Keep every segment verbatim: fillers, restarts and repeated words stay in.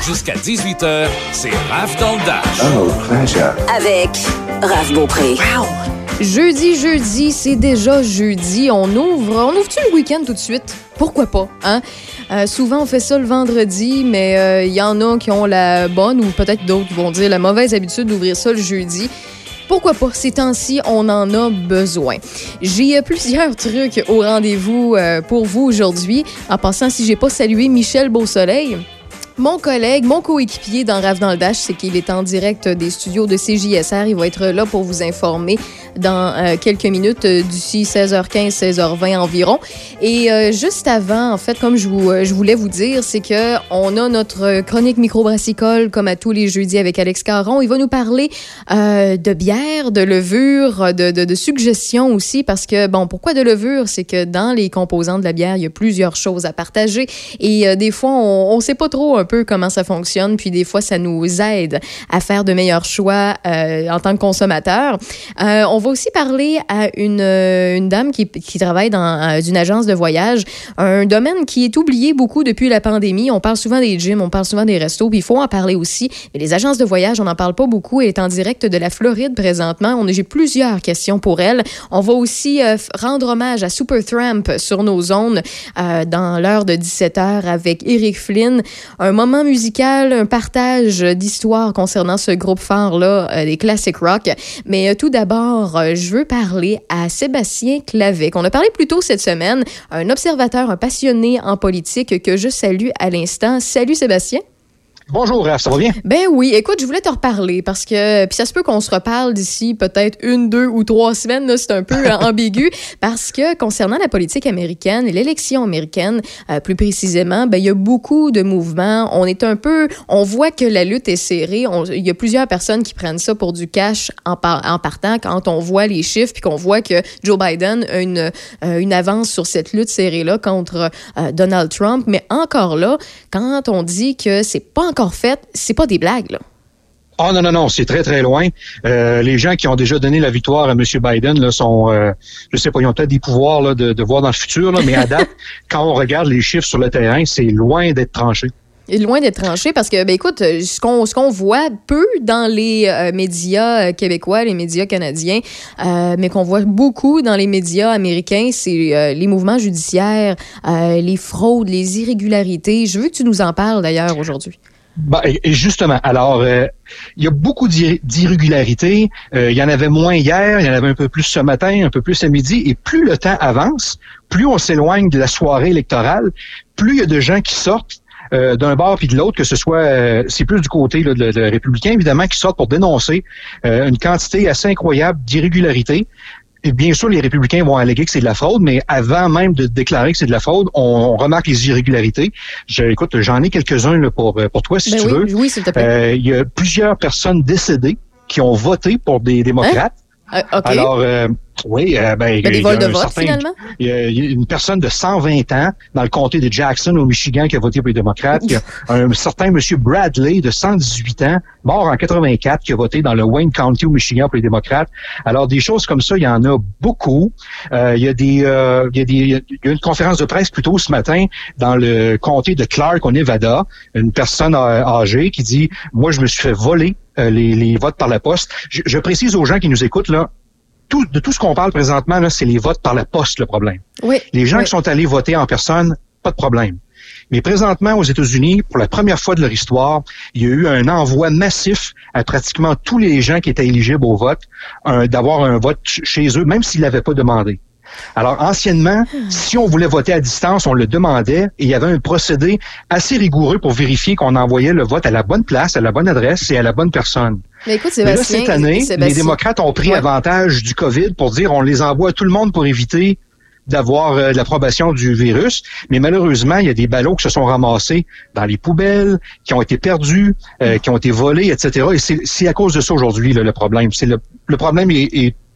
Jusqu'à dix-huit heures, c'est Raph dans le Dash. Oh, pleasure. Avec Raph Beaupré. Wow! Jeudi, jeudi, c'est déjà jeudi. On ouvre, on ouvre-tu le week-end tout de suite? Pourquoi pas, hein? Euh, souvent, on fait ça le vendredi, mais il euh, y en a qui ont la bonne, ou peut-être d'autres qui vont dire la mauvaise habitude d'ouvrir ça le jeudi. Pourquoi pas? Ces temps-ci, on en a besoin. J'ai plusieurs trucs au rendez-vous euh, pour vous aujourd'hui. En passant, si j'ai pas salué Michel Beausoleil, mon collègue, mon coéquipier dans Raph dans le Dash, c'est qu'il est en direct des studios de C J S R. Il va être là pour vous informer dans euh, quelques minutes, euh, d'ici seize heures quinze, seize heures vingt environ. Et euh, juste avant, en fait, comme je, vous, euh, je voulais vous dire, c'est que on a notre chronique microbrassicole, comme à tous les jeudis avec Alex Caron. Il va nous parler euh, de bière, de levure, de, de, de suggestions aussi, parce que, bon, pourquoi de levure? C'est que dans les composants de la bière, il y a plusieurs choses à partager. Et euh, des fois, on ne sait pas trop un peu comment ça fonctionne, puis des fois, ça nous aide à faire de meilleurs choix euh, en tant que consommateur. Euh, on va aussi parler à une, une dame qui, qui travaille dans euh, une agence de voyage, un domaine qui est oublié beaucoup depuis la pandémie. On parle souvent des gyms, on parle souvent des restos, puis il faut en parler aussi. Mais les agences de voyage, on n'en parle pas beaucoup. Elle est en direct de la Floride présentement. On a, j'ai plusieurs questions pour elle. On va aussi euh, rendre hommage à Supertramp sur nos ondes euh, dans l'heure de dix-sept heures avec Eric Flynn. Un moment musical, un partage d'histoires concernant ce groupe phare-là, euh, des classic rock. Mais euh, tout d'abord, euh, je veux parler à Sébastien Clavet, qu'on a parlé plus tôt cette semaine, un observateur, un passionné en politique que je salue à l'instant. Salut Sébastien. Bonjour, Raph, ça va bien? Ben oui, écoute, je voulais te reparler parce que, puis ça se peut qu'on se reparle d'ici peut-être une, deux ou trois semaines, là, c'est un peu ambigu, parce que concernant la politique américaine, l'élection américaine, euh, plus précisément, ben il y a beaucoup de mouvements. On est un peu, on voit que la lutte est serrée. Il y a plusieurs personnes qui prennent ça pour du cash en, par, en partant quand on voit les chiffres puis qu'on voit que Joe Biden a une, euh, une avance sur cette lutte serrée-là contre euh, Donald Trump. Mais encore là, quand on dit que c'est pas encore fait, c'est pas des blagues, là. Ah oh non, non, non, c'est très, très loin. Euh, les gens qui ont déjà donné la victoire à M. Biden là, sont, euh, je sais pas, ils ont peut-être des pouvoirs là, de, de voir dans le futur, là, mais à date, quand on regarde les chiffres sur le terrain, c'est loin d'être tranché. Et loin d'être tranché parce que, ben écoute, ce qu'on, ce qu'on voit peu dans les euh, médias québécois, les médias canadiens, euh, mais qu'on voit beaucoup dans les médias américains, c'est euh, les mouvements judiciaires, euh, les fraudes, les irrégularités. Je veux que tu nous en parles d'ailleurs aujourd'hui. Ben, et justement, alors, euh, il y a beaucoup d'irrégularités. Euh, il y en avait moins hier, il y en avait un peu plus ce matin, un peu plus ce midi. Et plus le temps avance, plus on s'éloigne de la soirée électorale, plus il y a de gens qui sortent euh, d'un bord puis de l'autre, que ce soit, euh, c'est plus du côté là, de, de républicains, évidemment, qui sortent pour dénoncer euh, une quantité assez incroyable d'irrégularités. Et bien sûr, les républicains vont alléguer que c'est de la fraude, mais avant même de déclarer que c'est de la fraude, on, on remarque les irrégularités. Je, écoute, j'en ai quelques-uns là, pour, pour toi, si ben tu oui, veux. Oui, s'il te plaît. Euh, il y a plusieurs personnes décédées qui ont voté pour des démocrates. Hein? Euh, OK. Alors, euh, oui, euh, ben, ben, des vols de vote, certain, finalement? Il y, a, il y a une personne de cent vingt ans dans le comté de Jackson, au Michigan, qui a voté pour les démocrates. Il y a un certain monsieur Bradley, de cent dix-huit ans, mort en quatre-vingt-quatre, qui a voté dans le Wayne County, au Michigan, pour les démocrates. Alors, des choses comme ça, il y en a beaucoup. Euh, il y a des, euh, il y a des, il y a une conférence de presse plus tôt ce matin dans le comté de Clark, au Nevada. Une personne âgée qui dit, moi, je me suis fait voler euh, les, les votes par la poste. Je, je précise aux gens qui nous écoutent, là, Tout, de tout ce qu'on parle présentement, là, c'est les votes par la poste, le problème. Oui, les gens oui. qui sont allés voter en personne, pas de problème. Mais présentement, aux États-Unis, pour la première fois de leur histoire, il y a eu un envoi massif à pratiquement tous les gens qui étaient éligibles au vote, un, d'avoir un vote chez eux, même s'ils l'avaient pas demandé. Alors, anciennement, hmm. si on voulait voter à distance, on le demandait et il y avait un procédé assez rigoureux pour vérifier qu'on envoyait le vote à la bonne place, à la bonne adresse et à la bonne personne. Mais écoute, Sébastien, Mais là, cette année, Sébastien, les démocrates ont pris ouais. avantage du COVID pour dire on les envoie à tout le monde pour éviter d'avoir euh, l'approbation du virus. Mais malheureusement, il y a des ballots qui se sont ramassés dans les poubelles, qui ont été perdus, euh, qui ont été volés, et cetera. Et c'est, c'est à cause de ça aujourd'hui là, le problème. C'est le, le problème est, est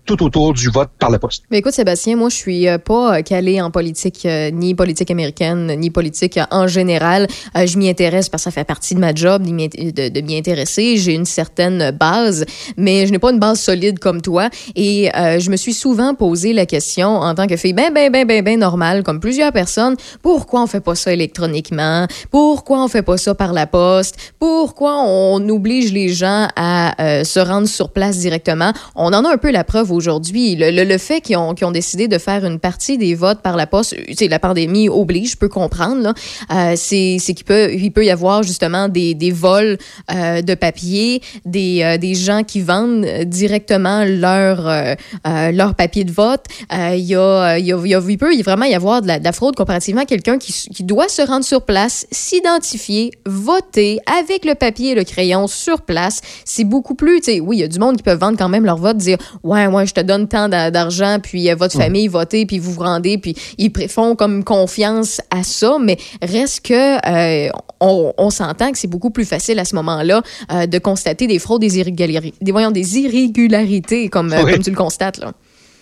tout autour du vote par la poste. Mais écoute, Sébastien, moi, je suis pas calé en politique, euh, ni politique américaine, ni politique euh, en général. Euh, je m'y intéresse parce que ça fait partie de ma job de, de, de m'y intéresser. J'ai une certaine base, mais je n'ai pas une base solide comme toi. Et euh, je me suis souvent posé la question, en tant que fille ben, ben, ben, ben, ben normale, comme plusieurs personnes, pourquoi on fait pas ça électroniquement? Pourquoi on fait pas ça par la poste? Pourquoi on oblige les gens à euh, se rendre sur place directement? On en a un peu la preuve aujourd'hui. Le, le, le fait qu'ils ont, qu'ils ont décidé de faire une partie des votes par la poste, tu sais, la pandémie oblige, je peux comprendre, là, euh, c'est, c'est qu'il peut, il peut y avoir justement des, des vols euh, de papier, des, euh, des gens qui vendent directement leur, euh, euh, leur papier de vote. Euh, il, y a, il, y a, il, y a, il peut vraiment y avoir de la, de la fraude comparativement à quelqu'un qui, qui doit se rendre sur place, s'identifier, voter avec le papier et le crayon sur place. C'est beaucoup plus, tu sais, oui, il y a du monde qui peut vendre quand même leur vote, dire « Ouais, ouais, je te donne tant d'argent, puis euh, votre mmh. famille, votez, puis vous vous rendez, puis ils font comme confiance à ça, mais reste que euh, on, on s'entend que c'est beaucoup plus facile à ce moment-là euh, de constater des fraudes, des irrégularités, des, voyons, des irrégularités comme, euh, oui. comme tu le constates, là.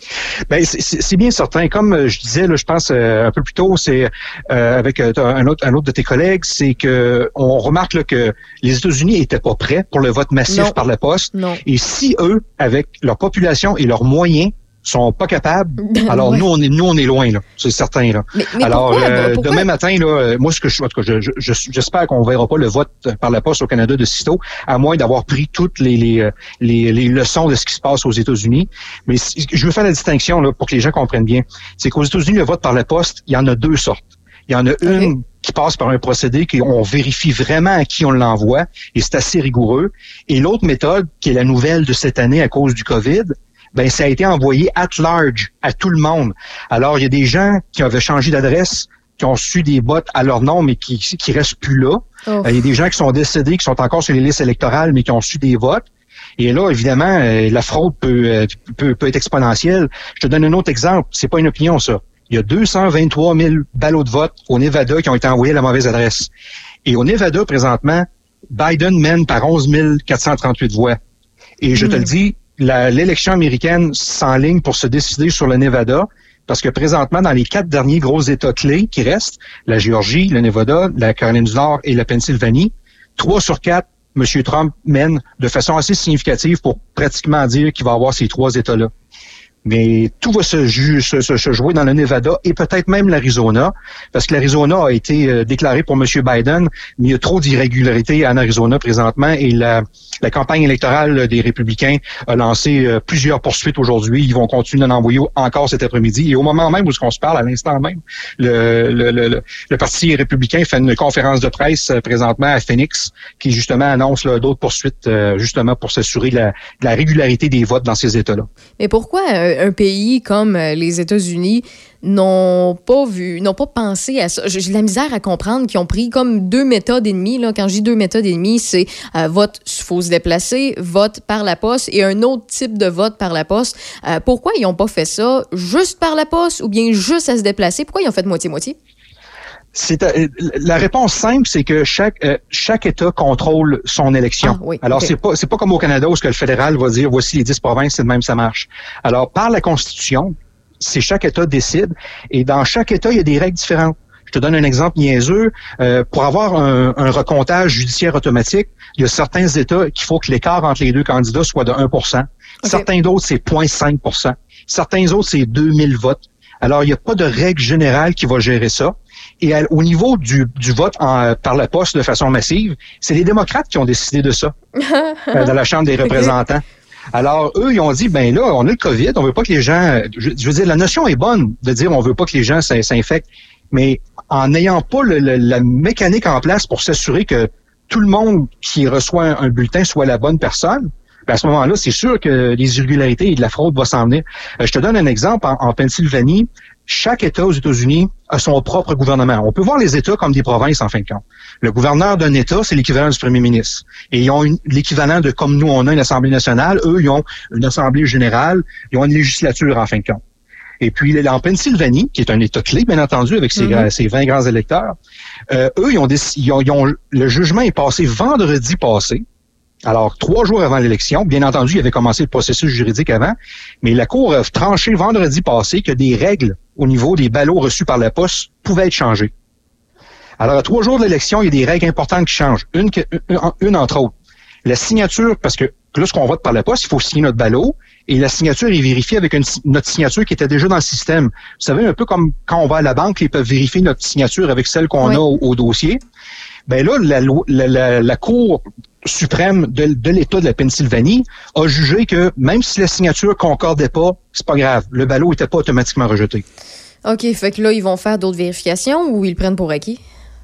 Ben c'est, c'est bien certain. Comme je disais, là, je pense euh, un peu plus tôt, c'est euh, avec euh, un autre un autre de tes collègues, c'est que on remarque là, que les États-Unis étaient pas prêts pour le vote massif non. par la poste. Non. Et si eux, avec leur population et leurs moyens, sont pas capables, alors ouais. nous on est nous on est loin là, c'est certain là. Mais, mais alors pourquoi, euh, pourquoi? Demain matin là, moi ce que je en tout cas, je, je, j'espère qu'on verra pas le vote par la poste au Canada de sitôt, à moins d'avoir pris toutes les les les, les leçons de ce qui se passe aux États-Unis. Mais je veux faire la distinction là pour que les gens comprennent bien. C'est qu'aux États-Unis le vote par la poste, il y en a deux sortes. Il y en a une okay. qui passe par un procédé qu'on vérifie vraiment à qui on l'envoie et c'est assez rigoureux. Et l'autre méthode qui est la nouvelle de cette année à cause du COVID. Ben ça a été envoyé at large à tout le monde. Alors il y a des gens qui avaient changé d'adresse, qui ont reçu des votes à leur nom mais qui qui restent plus là. Oh. Euh, il y a des gens qui sont décédés, qui sont encore sur les listes électorales mais qui ont reçu des votes. Et là évidemment euh, la fraude peut, euh, peut peut être exponentielle. Je te donne un autre exemple. C'est pas une opinion ça. Il y a deux cent vingt-trois mille ballots de vote au Nevada qui ont été envoyés à la mauvaise adresse. Et au Nevada présentement, Biden mène par onze mille quatre cent trente-huit voix. Et je mmh. te le dis. La, l'élection américaine s'enligne pour se décider sur le Nevada parce que présentement, dans les quatre derniers gros États clés qui restent, la Géorgie, le Nevada, la Caroline du Nord et la Pennsylvanie, trois sur quatre, M. Trump mène de façon assez significative pour pratiquement dire qu'il va avoir ces trois États-là. Mais tout va se, ju- se, se, se jouer dans le Nevada et peut-être même l'Arizona, parce que l'Arizona a été euh, déclaré pour M. Biden, mais il y a trop d'irrégularités en Arizona présentement et la, la campagne électorale des Républicains a lancé euh, plusieurs poursuites aujourd'hui. Ils vont continuer d'en envoyer encore cet après-midi. Et au moment même où on se parle, à l'instant même, le, le, le, le Parti républicain fait une conférence de presse euh, présentement à Phoenix qui justement annonce là, d'autres poursuites euh, justement pour s'assurer la, la régularité des votes dans ces États-là. Mais pourquoi euh, un pays comme les États-Unis n'ont pas vu, n'ont pas pensé à ça? J'ai de la misère à comprendre qu'ils ont pris comme deux méthodes et demie. Là. Quand je dis deux méthodes et demie, c'est euh, vote, il faut se déplacer, vote par la poste et un autre type de vote par la poste. Euh, pourquoi ils n'ont pas fait ça juste par la poste ou bien juste à se déplacer? Pourquoi ils ont fait moitié-moitié? C'est euh, la réponse simple, c'est que chaque euh, chaque État contrôle son élection. Ah, oui, Alors okay. c'est pas c'est pas comme au Canada où ce que le fédéral va dire voici les dix provinces, c'est de même ça marche. Alors par la Constitution, c'est chaque État décide et dans chaque État il y a des règles différentes. Je te donne un exemple niaiseux. Euh, pour avoir un, un recomptage judiciaire automatique, il y a certains États qu'il faut que l'écart entre les deux candidats soit de un pour cent. Okay. Certains d'autres c'est zéro virgule cinq pour cent. Certains autres c'est deux mille votes. Alors il n'y a pas de règle générale qui va gérer ça. Et à, au niveau du, du vote en, par la poste de façon massive, c'est les démocrates qui ont décidé de ça euh, dans la Chambre des représentants. Alors, eux, ils ont dit, ben là, on a le COVID, on veut pas que les gens... Je, je veux dire, la notion est bonne de dire on veut pas que les gens s'infectent, mais en n'ayant pas le, le, la mécanique en place pour s'assurer que tout le monde qui reçoit un, un bulletin soit la bonne personne, ben à ce moment-là, c'est sûr que les irrégularités et de la fraude vont s'en venir. Euh, je te donne un exemple. En, en Pennsylvanie, chaque État aux États-Unis a son propre gouvernement. On peut voir les États comme des provinces, en fin de compte. Le gouverneur d'un État, c'est l'équivalent du premier ministre. Et ils ont une, l'équivalent de, comme nous, on a une Assemblée nationale. Eux, ils ont une Assemblée générale. Ils ont une législature, en fin de compte. Et puis, en Pennsylvanie, qui est un État clé, bien entendu, avec ses, mm-hmm. ses vingt grands électeurs, euh, eux, ils ont, des, ils ont, ils ont le jugement est passé vendredi passé. Alors, trois jours avant l'élection, bien entendu, il avait commencé le processus juridique avant, mais la Cour a tranché vendredi passé que des règles au niveau des ballots reçus par la poste pouvaient être changées. Alors, à trois jours de l'élection, il y a des règles importantes qui changent. Une, une, une entre autres, la signature, parce que lorsqu'on vote par la poste, il faut signer notre ballot, et la signature est vérifiée avec une, notre signature qui était déjà dans le système. Vous savez, un peu comme quand on va à la banque, ils peuvent vérifier notre signature avec celle qu'on oui. a au, au dossier. Ben là, la, la, la, la Cour suprême de, de l'État de la Pennsylvanie a jugé que même si la signature concordait pas, c'est pas grave. Le ballot était pas automatiquement rejeté. OK, fait que là, ils vont faire d'autres vérifications ou ils le prennent pour acquis?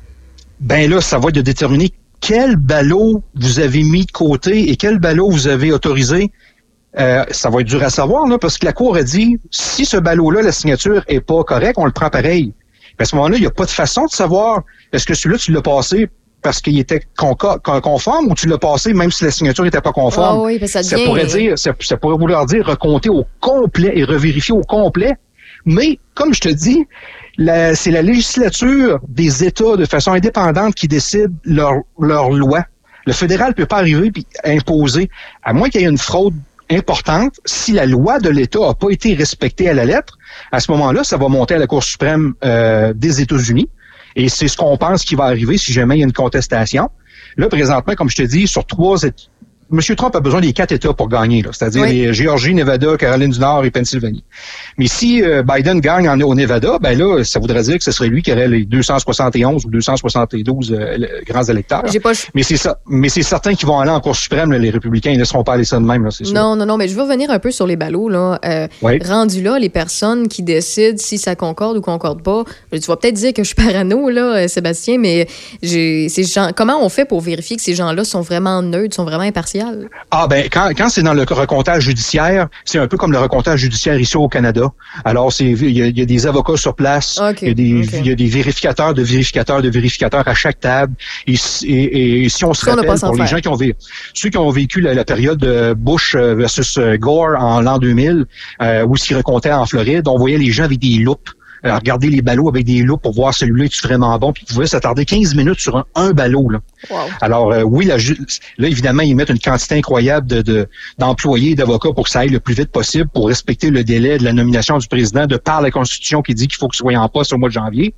Ben là, ça va être de déterminer quel ballot vous avez mis de côté et quel ballot vous avez autorisé. Euh, ça va être dur à savoir, là, parce que la Cour a dit, si ce ballot-là, la signature est pas correcte, on le prend pareil. À ce moment-là, il n'y a pas de façon de savoir est-ce que celui-là, tu l'as passé parce qu'il était conforme ou tu l'as passé même si la signature n'était pas conforme. Oh oui, ça, devient... ça pourrait dire, ça, ça pourrait vouloir dire recompter au complet et revérifier au complet. Mais, comme je te dis, la, c'est la législature des États de façon indépendante qui décide leur, leur loi. Le fédéral ne peut pas arriver et imposer, à moins qu'il y ait une fraude importante, si la loi de l'État n'a pas été respectée à la lettre, à ce moment-là, ça va monter à la Cour suprême euh, des États-Unis. Et c'est ce qu'on pense qui va arriver si jamais il y a une contestation. Là, présentement, comme je te dis, sur trois États, M. Trump a besoin des quatre États pour gagner, là, c'est-à-dire oui. les Géorgie, Nevada, Caroline du Nord et Pennsylvanie. Mais si euh, Biden gagne en, au Nevada, ben là, ça voudrait dire que ce serait lui qui aurait les deux cent soixante et onze ou deux cent soixante-douze euh, grands électeurs. J'ai pas... Mais c'est ça. Mais c'est certain qu'ils vont aller en Cour suprême, là, les républicains. Ils ne laisseront pas aller ça de même, là, c'est sûr. Non, non, non, mais je veux revenir un peu sur les ballots, là. Euh, oui. Rendu là, les personnes qui décident si ça concorde ou concorde pas. Tu vas peut-être dire que je suis parano, là, Sébastien, mais j'ai, ces gens, comment on fait pour vérifier que ces gens-là sont vraiment neutres, sont vraiment impartials? Ah, ben, quand, quand c'est dans le recomptage judiciaire, c'est un peu comme le recomptage judiciaire ici au Canada. Alors, c'est, il y a, il y a des avocats sur place, okay, il y a des, okay. il y a des vérificateurs de vérificateurs de vérificateurs à chaque table. Et, et, et si on se rappelle, pour les faire. gens qui ont vécu, ceux qui ont vécu la, la période de Bush versus Gore en l'an deux mille, euh, où s'ils recomptaient en Floride, on voyait les gens avec des loupes. Euh, regarder les ballots avec des loupes pour voir celui-là est-tu vraiment bon, puis ils pouvaient s'attarder quinze minutes sur un, un ballot. Là. Wow. Alors, euh, oui, là, là, évidemment, ils mettent une quantité incroyable de, de, d'employés et d'avocats pour que ça aille le plus vite possible, pour respecter le délai de la nomination du président de par la Constitution qui dit qu'il faut qu'il soit en poste au mois de janvier.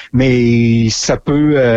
Mais ça peut... Euh,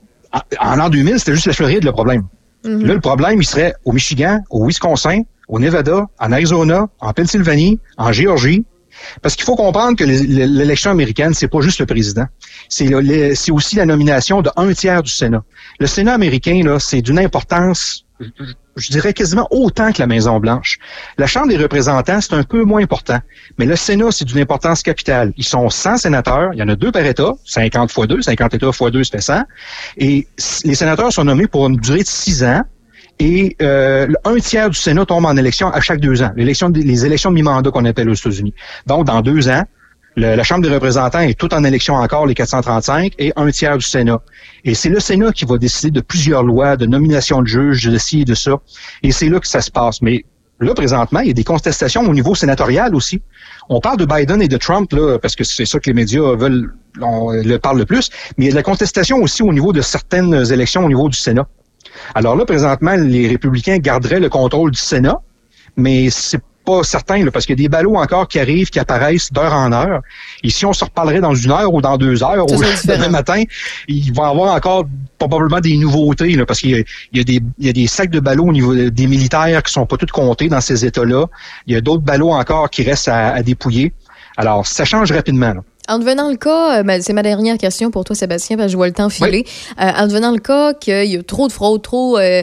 en l'an deux mille, c'était juste la Floride, le problème. Mm-hmm. Là, le problème, il serait au Michigan, au Wisconsin, au Nevada, en Arizona, en Pennsylvanie, en Géorgie. Parce qu'il faut comprendre que l'élection américaine, c'est pas juste le président. C'est, le, c'est aussi la nomination de un tiers du Sénat. Le Sénat américain, là, c'est d'une importance, je dirais quasiment autant que la Maison-Blanche. La Chambre des représentants, c'est un peu moins important. Mais le Sénat, c'est d'une importance capitale. Ils sont cent sénateurs. Il y en a deux par État. cinquante fois deux. cinquante États fois deux, ça fait cent. Et les sénateurs sont nommés pour une durée de six ans. Et euh, un tiers du Sénat tombe en élection à chaque deux ans. L'élection, les élections de mi-mandat qu'on appelle aux États-Unis. Donc, dans deux ans, le, la Chambre des représentants est toute en élection encore, les quatre cent trente-cinq, et un tiers du Sénat. Et c'est le Sénat qui va décider de plusieurs lois, de nomination de juges, de ci et de ça. Et c'est là que ça se passe. Mais là, présentement, il y a des contestations au niveau sénatorial aussi. On parle de Biden et de Trump, là, parce que c'est ça que les médias veulent, on le parle le plus. Mais il y a de la contestation aussi au niveau de certaines élections au niveau du Sénat. Alors là, présentement, les républicains garderaient le contrôle du Sénat, mais c'est pas certain, là, parce qu'il y a des ballots encore qui arrivent, qui apparaissent d'heure en heure. Et si on se reparlerait dans une heure ou dans deux heures, ou demain matin, il va y avoir encore probablement des nouveautés, là, parce qu'il y a, il y a des, il y a des sacs de ballots au niveau des militaires qui sont pas tous comptés dans ces États-là. Il y a d'autres ballots encore qui restent à, à dépouiller. Alors, ça change rapidement, là. En devenant le cas, euh, c'est ma dernière question pour toi, Sébastien, parce que je vois le temps filer. Oui. Euh, en devenant le cas qu'il y a trop de fraude, trop euh,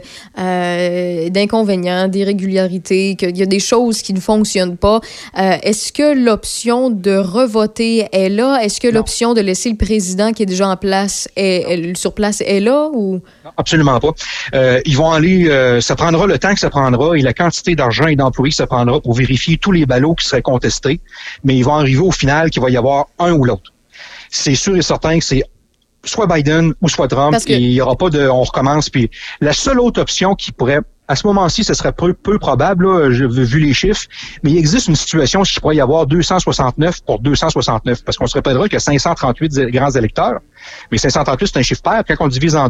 euh, d'inconvénients, d'irrégularités, qu'il y a des choses qui ne fonctionnent pas, euh, est-ce que l'option de revoter est là? Est-ce que non. l'option de laisser le président qui est déjà en place, est, est, sur place, est là? Ou... Non, absolument pas. Euh, ils vont aller, euh, ça prendra le temps que ça prendra et la quantité d'argent et d'employés que ça prendra pour vérifier tous les ballots qui seraient contestés. Mais ils vont arriver au final qu'il va y avoir un ou l'autre. C'est sûr et certain que c'est soit Biden ou soit Trump. Que... Il y aura pas de, on recommence. Puis la seule autre option qui pourrait, à ce moment-ci, ce serait peu, peu probable, là, je, vu les chiffres, mais il existe une situation où il pourrait y avoir deux cent soixante-neuf pour deux cent soixante-neuf, parce qu'on se rappellera qu'il y a cinq cent trente-huit grands électeurs, mais cinq cent trente-huit, c'est un chiffre pair. Quand on divise en deux,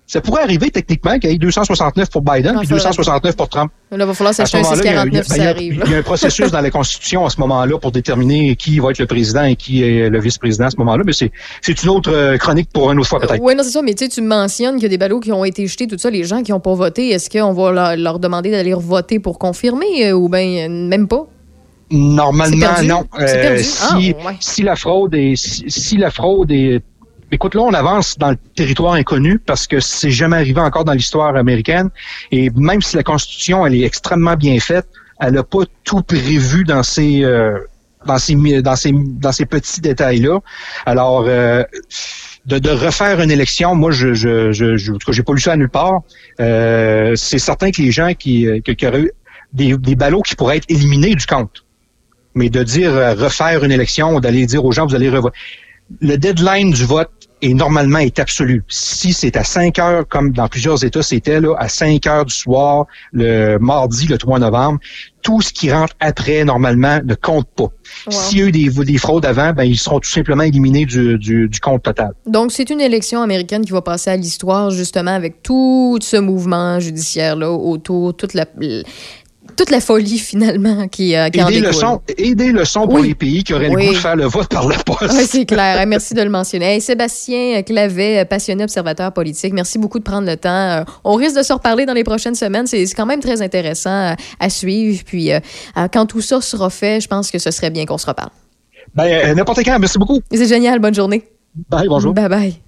Ça pourrait arriver techniquement qu'il y ait deux cent soixante-neuf pour Biden ah, puis deux cent soixante-neuf pour Trump. Là, il va falloir s'acheter un six cent quarante-neuf si ça arrive. Il y a un processus dans la Constitution à ce moment-là pour déterminer qui va être le président et qui est le vice-président à ce moment-là, mais c'est, c'est une autre chronique pour une autre fois peut-être. Euh, oui, non, c'est ça, mais tu sais, tu mentionnes qu'il y a des ballots qui ont été jetés, tout ça, les gens qui n'ont pas voté, est-ce qu'on va leur, leur demander d'aller voter pour confirmer euh, ou bien même pas? Normalement, non. C'est perdu. Euh, si, ah, ouais. si la fraude est, si, si la fraude est Écoute, là, on avance dans le territoire inconnu parce que c'est jamais arrivé encore dans l'histoire américaine. Et même si la Constitution, elle est extrêmement bien faite, elle n'a pas tout prévu dans ces, euh, dans ces, dans ces, dans ces petits détails-là. Alors, euh, de, de refaire une élection, moi, je, je, je, je en tout cas, j'ai pas lu ça à nulle part. Euh, c'est certain que les gens qui, qui auraient eu des, des ballots qui pourraient être éliminés du compte. Mais de dire euh, refaire une élection, d'aller dire aux gens, vous allez revoter. Le deadline du vote est normalement est absolu. Si c'est à cinq heures, comme dans plusieurs États, c'était là à cinq heures du soir, le mardi, le trois novembre, tout ce qui rentre après, normalement, ne compte pas. Wow. S'il y a eu des, des fraudes avant, ben ils seront tout simplement éliminés du, du, du compte total. Donc, c'est une élection américaine qui va passer à l'histoire, justement, avec tout ce mouvement judiciaire-là autour, toute la... toute la folie, finalement, qui, euh, qui en découle. découle. Leçons, et des leçons pour oui. les pays qui auraient oui. le goût de faire le vote par la poste. Oui, c'est clair. Merci de le mentionner. Hey, Sébastien Clavet, passionné observateur politique, merci beaucoup de prendre le temps. On risque de se reparler dans les prochaines semaines. C'est, c'est quand même très intéressant à suivre. Puis, euh, quand tout ça sera fait, je pense que ce serait bien qu'on se reparle. Ben, n'importe quand. Merci beaucoup. C'est génial. Bonne journée. Bye, bonjour. Bye bye.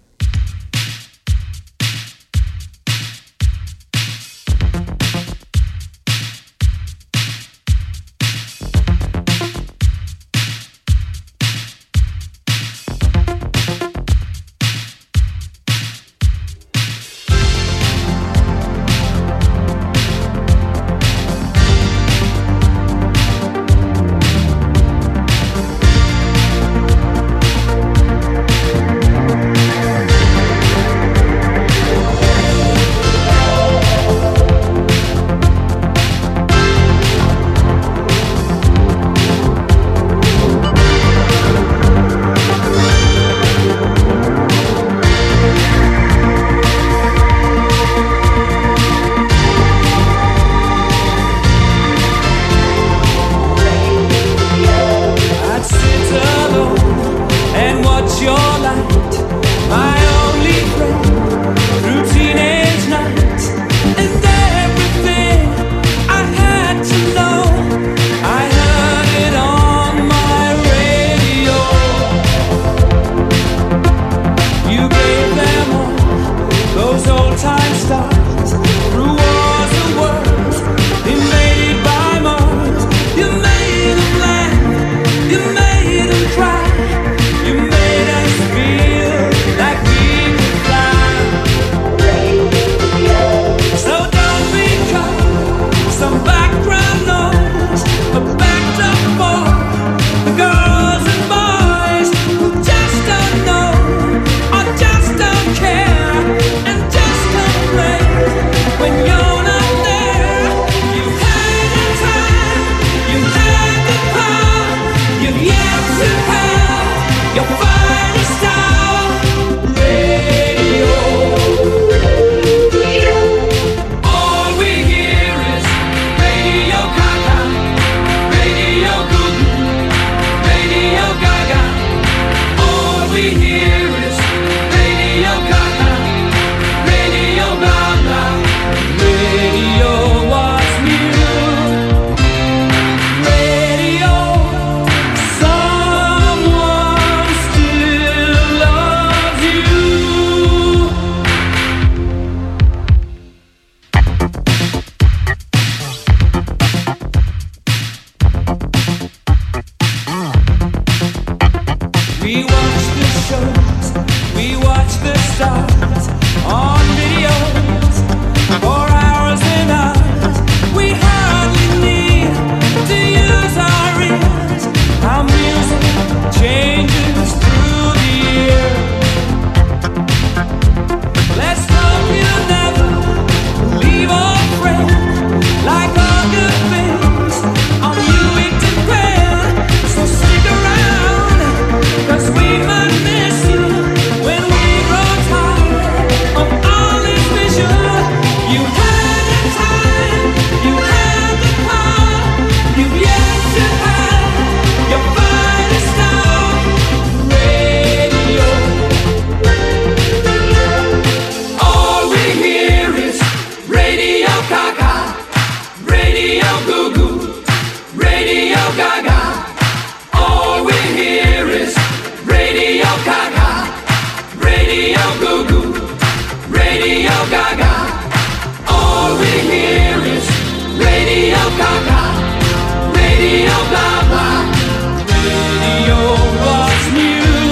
Gaga. All we hear is Radio Gaga. Radio Goo Goo. Radio Gaga. All we hear is Radio Gaga. Radio blah blah. Radio was new.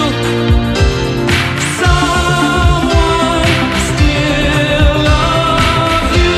Someone still loves you.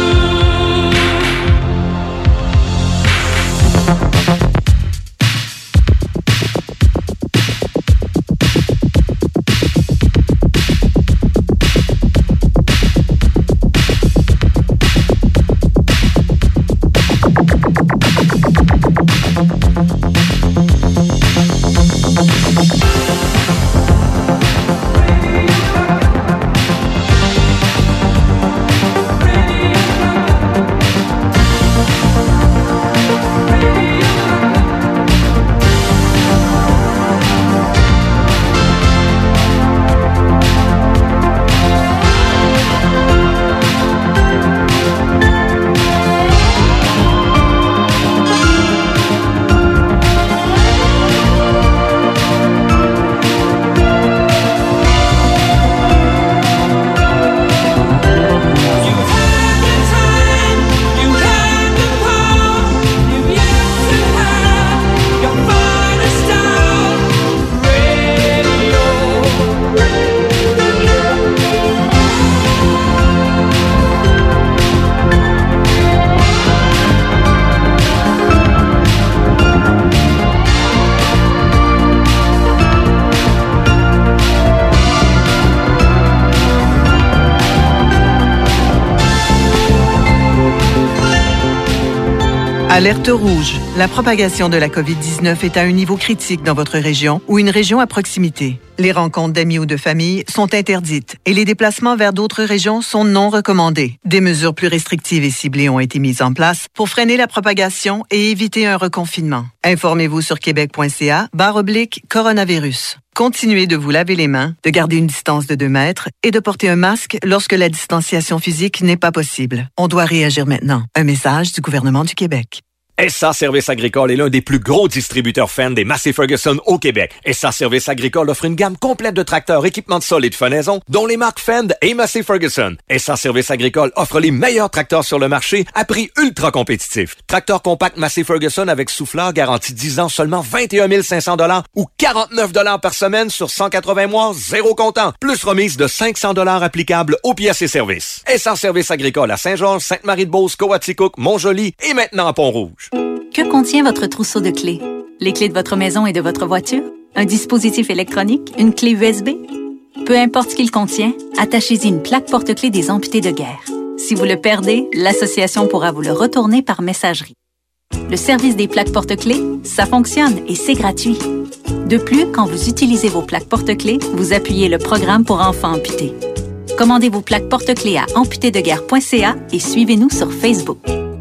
Alerte rouge. La propagation de la covid dix-neuf est à un niveau critique dans votre région ou une région à proximité. Les rencontres d'amis ou de famille sont interdites et les déplacements vers d'autres régions sont non recommandés. Des mesures plus restrictives et ciblées ont été mises en place pour freiner la propagation et éviter un reconfinement. Informez-vous sur québec.ca barre oblique coronavirus. Continuez de vous laver les mains, de garder une distance de deux mètres et de porter un masque lorsque la distanciation physique n'est pas possible. On doit réagir maintenant. Un message du gouvernement du Québec. S A Service Agricole est l'un des plus gros distributeurs Fendt des Massey Ferguson au Québec. S A Service Agricole offre une gamme complète de tracteurs, équipements de sol et de fenaison, dont les marques Fendt et Massey Ferguson. S A Service Agricole offre les meilleurs tracteurs sur le marché à prix ultra compétitif. Tracteur compact Massey Ferguson avec souffleur garantie dix ans, seulement vingt et un mille cinq cents dollars ou quarante-neuf dollars par semaine sur cent quatre-vingts mois, zéro comptant. Plus remise de cinq cents dollars applicable aux pièces et services. S A Service Agricole à Saint-Georges, Sainte-Marie-de-Beauce, Coaticook, Montjoly et maintenant à Pont-Rouge. Que contient votre trousseau de clés? Les clés de votre maison et de votre voiture? Un dispositif électronique? Une clé U S B? Peu importe ce qu'il contient, attachez-y une plaque porte-clés des amputés de guerre. Si vous le perdez, l'association pourra vous le retourner par messagerie. Le service des plaques porte-clés, ça fonctionne et c'est gratuit. De plus, quand vous utilisez vos plaques porte-clés, vous appuyez le programme pour enfants amputés. Commandez vos plaques porte-clés à amputés de guerre point c a et suivez-nous sur Facebook.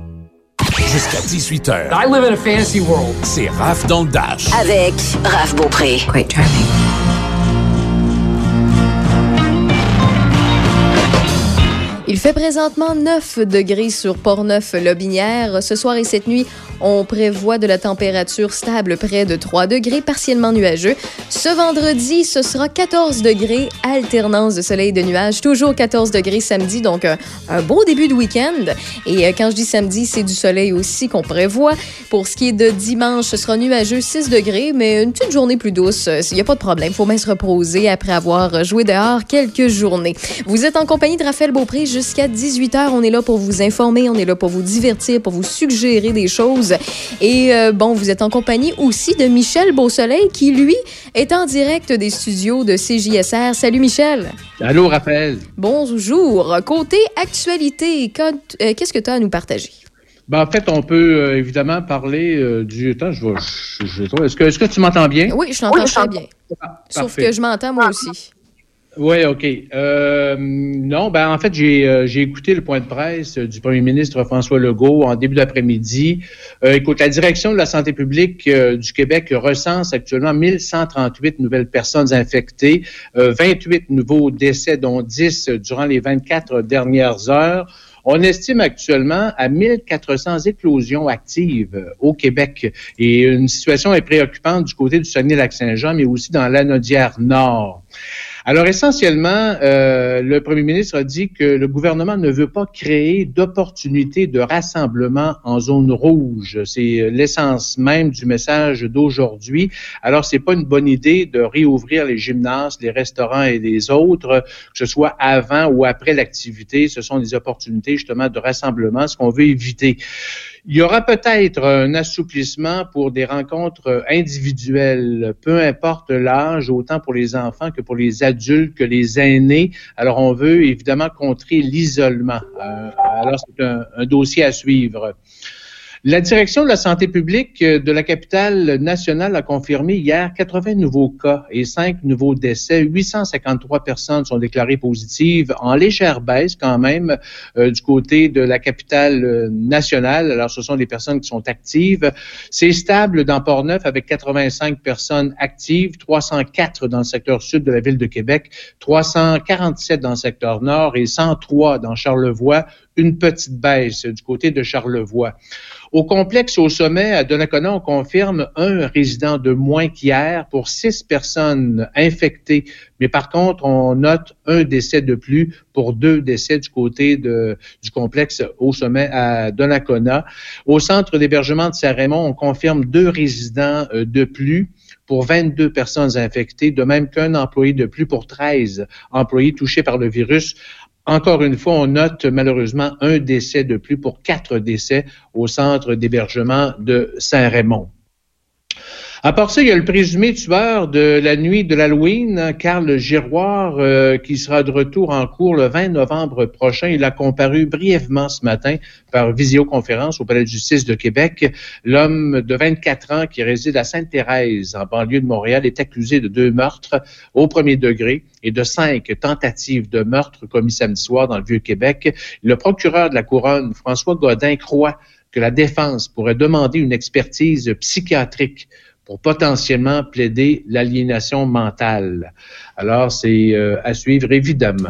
Jusqu'à dix-huit heures. I live in a fantasy world. C'est Raph dans le Dash. Avec Raph Beaupré. Great driving. Il fait présentement neuf degrés sur Portneuf-Lobinière. Ce soir et cette nuit, on prévoit de la température stable près de trois degrés, partiellement nuageux. Ce vendredi, ce sera quatorze degrés, alternance de soleil et de nuages. Toujours quatorze degrés samedi, donc un, un beau début de week-end. Et euh, quand je dis samedi, c'est du soleil aussi qu'on prévoit. Pour ce qui est de dimanche, ce sera nuageux, six degrés, mais une petite journée plus douce. Il n'y a pas de problème. Il faut bien se reposer après avoir joué dehors quelques journées. Vous êtes en compagnie de Raphaël Beaupré jusqu'à dix-huit heures. On est là pour vous informer, on est là pour vous divertir, pour vous suggérer des choses. Et euh, bon, vous êtes en compagnie aussi de Michel Beausoleil qui, lui, est en direct des studios de C J S R. Salut Michel. Allô Raphaël. Bonjour. Côté actualité, qu'est-ce que tu as à nous partager? Ben, en fait, on peut euh, évidemment parler euh, du temps. Je vais. Je, je, est-ce que, est-ce que tu m'entends bien? Oui, je t'entends oui, très bien. Ah, Sauf parfait. que je m'entends moi aussi. Oui, OK. Euh, non, ben en fait, j'ai euh, j'ai écouté le point de presse du premier ministre François Legault en début d'après-midi. Euh, écoute, la direction de la santé publique euh, du Québec recense actuellement mille cent trente-huit nouvelles personnes infectées, euh, vingt-huit nouveaux décès, dont dix durant les vingt-quatre dernières heures. On estime actuellement à mille quatre cents éclosions actives au Québec. Et une situation est préoccupante du côté du Saguenay-Lac-Saint-Jean, mais aussi dans l'Anaudière-Nord. Alors, essentiellement, euh, le premier ministre a dit que le gouvernement ne veut pas créer d'opportunités de rassemblement en zone rouge. C'est l'essence même du message d'aujourd'hui. Alors, c'est pas une bonne idée de réouvrir les gymnases, les restaurants et les autres, que ce soit avant ou après l'activité. Ce sont des opportunités, justement, de rassemblement, ce qu'on veut éviter. Il y aura peut-être un assouplissement pour des rencontres individuelles, peu importe l'âge, autant pour les enfants que pour les adultes, que les aînés. Alors, on veut évidemment contrer l'isolement. Euh, alors, c'est un, un dossier à suivre. La direction de la santé publique de la capitale nationale a confirmé hier quatre-vingts nouveaux cas et cinq nouveaux décès. huit cent cinquante-trois personnes sont déclarées positives, en légère baisse quand même euh, du côté de la capitale nationale. Alors, ce sont des personnes qui sont actives. C'est stable dans Port-Neuf avec quatre-vingt-cinq personnes actives, trois cent quatre dans le secteur sud de la ville de Québec, trois cent quarante-sept dans le secteur nord et cent trois dans Charlevoix. Une petite baisse du côté de Charlevoix. Au complexe au sommet à Donnacona, on confirme un résident de moins qu'hier pour six personnes infectées. Mais par contre, on note un décès de plus pour deux décès du côté de, du complexe au sommet à Donnacona. Au centre d'hébergement de Saint-Raymond, on confirme deux résidents de plus pour vingt-deux personnes infectées, de même qu'un employé de plus pour treize employés touchés par le virus. Encore une fois, on note malheureusement un décès de plus pour quatre décès au centre d'hébergement de Saint-Raymond. À part ça, il y a le présumé tueur de la nuit de l'Halloween, Carl Giroir, euh, qui sera de retour en cours le vingt novembre prochain. Il a comparu brièvement ce matin par visioconférence au Palais de justice de Québec. L'homme de vingt-quatre ans qui réside à Sainte-Thérèse, en banlieue de Montréal, est accusé de deux meurtres au premier degré et de cinq tentatives de meurtre commis samedi soir dans le Vieux-Québec. Le procureur de la Couronne, François Godin, croit que la défense pourrait demander une expertise psychiatrique pour potentiellement plaider l'aliénation mentale. Alors, c'est euh, à suivre, évidemment.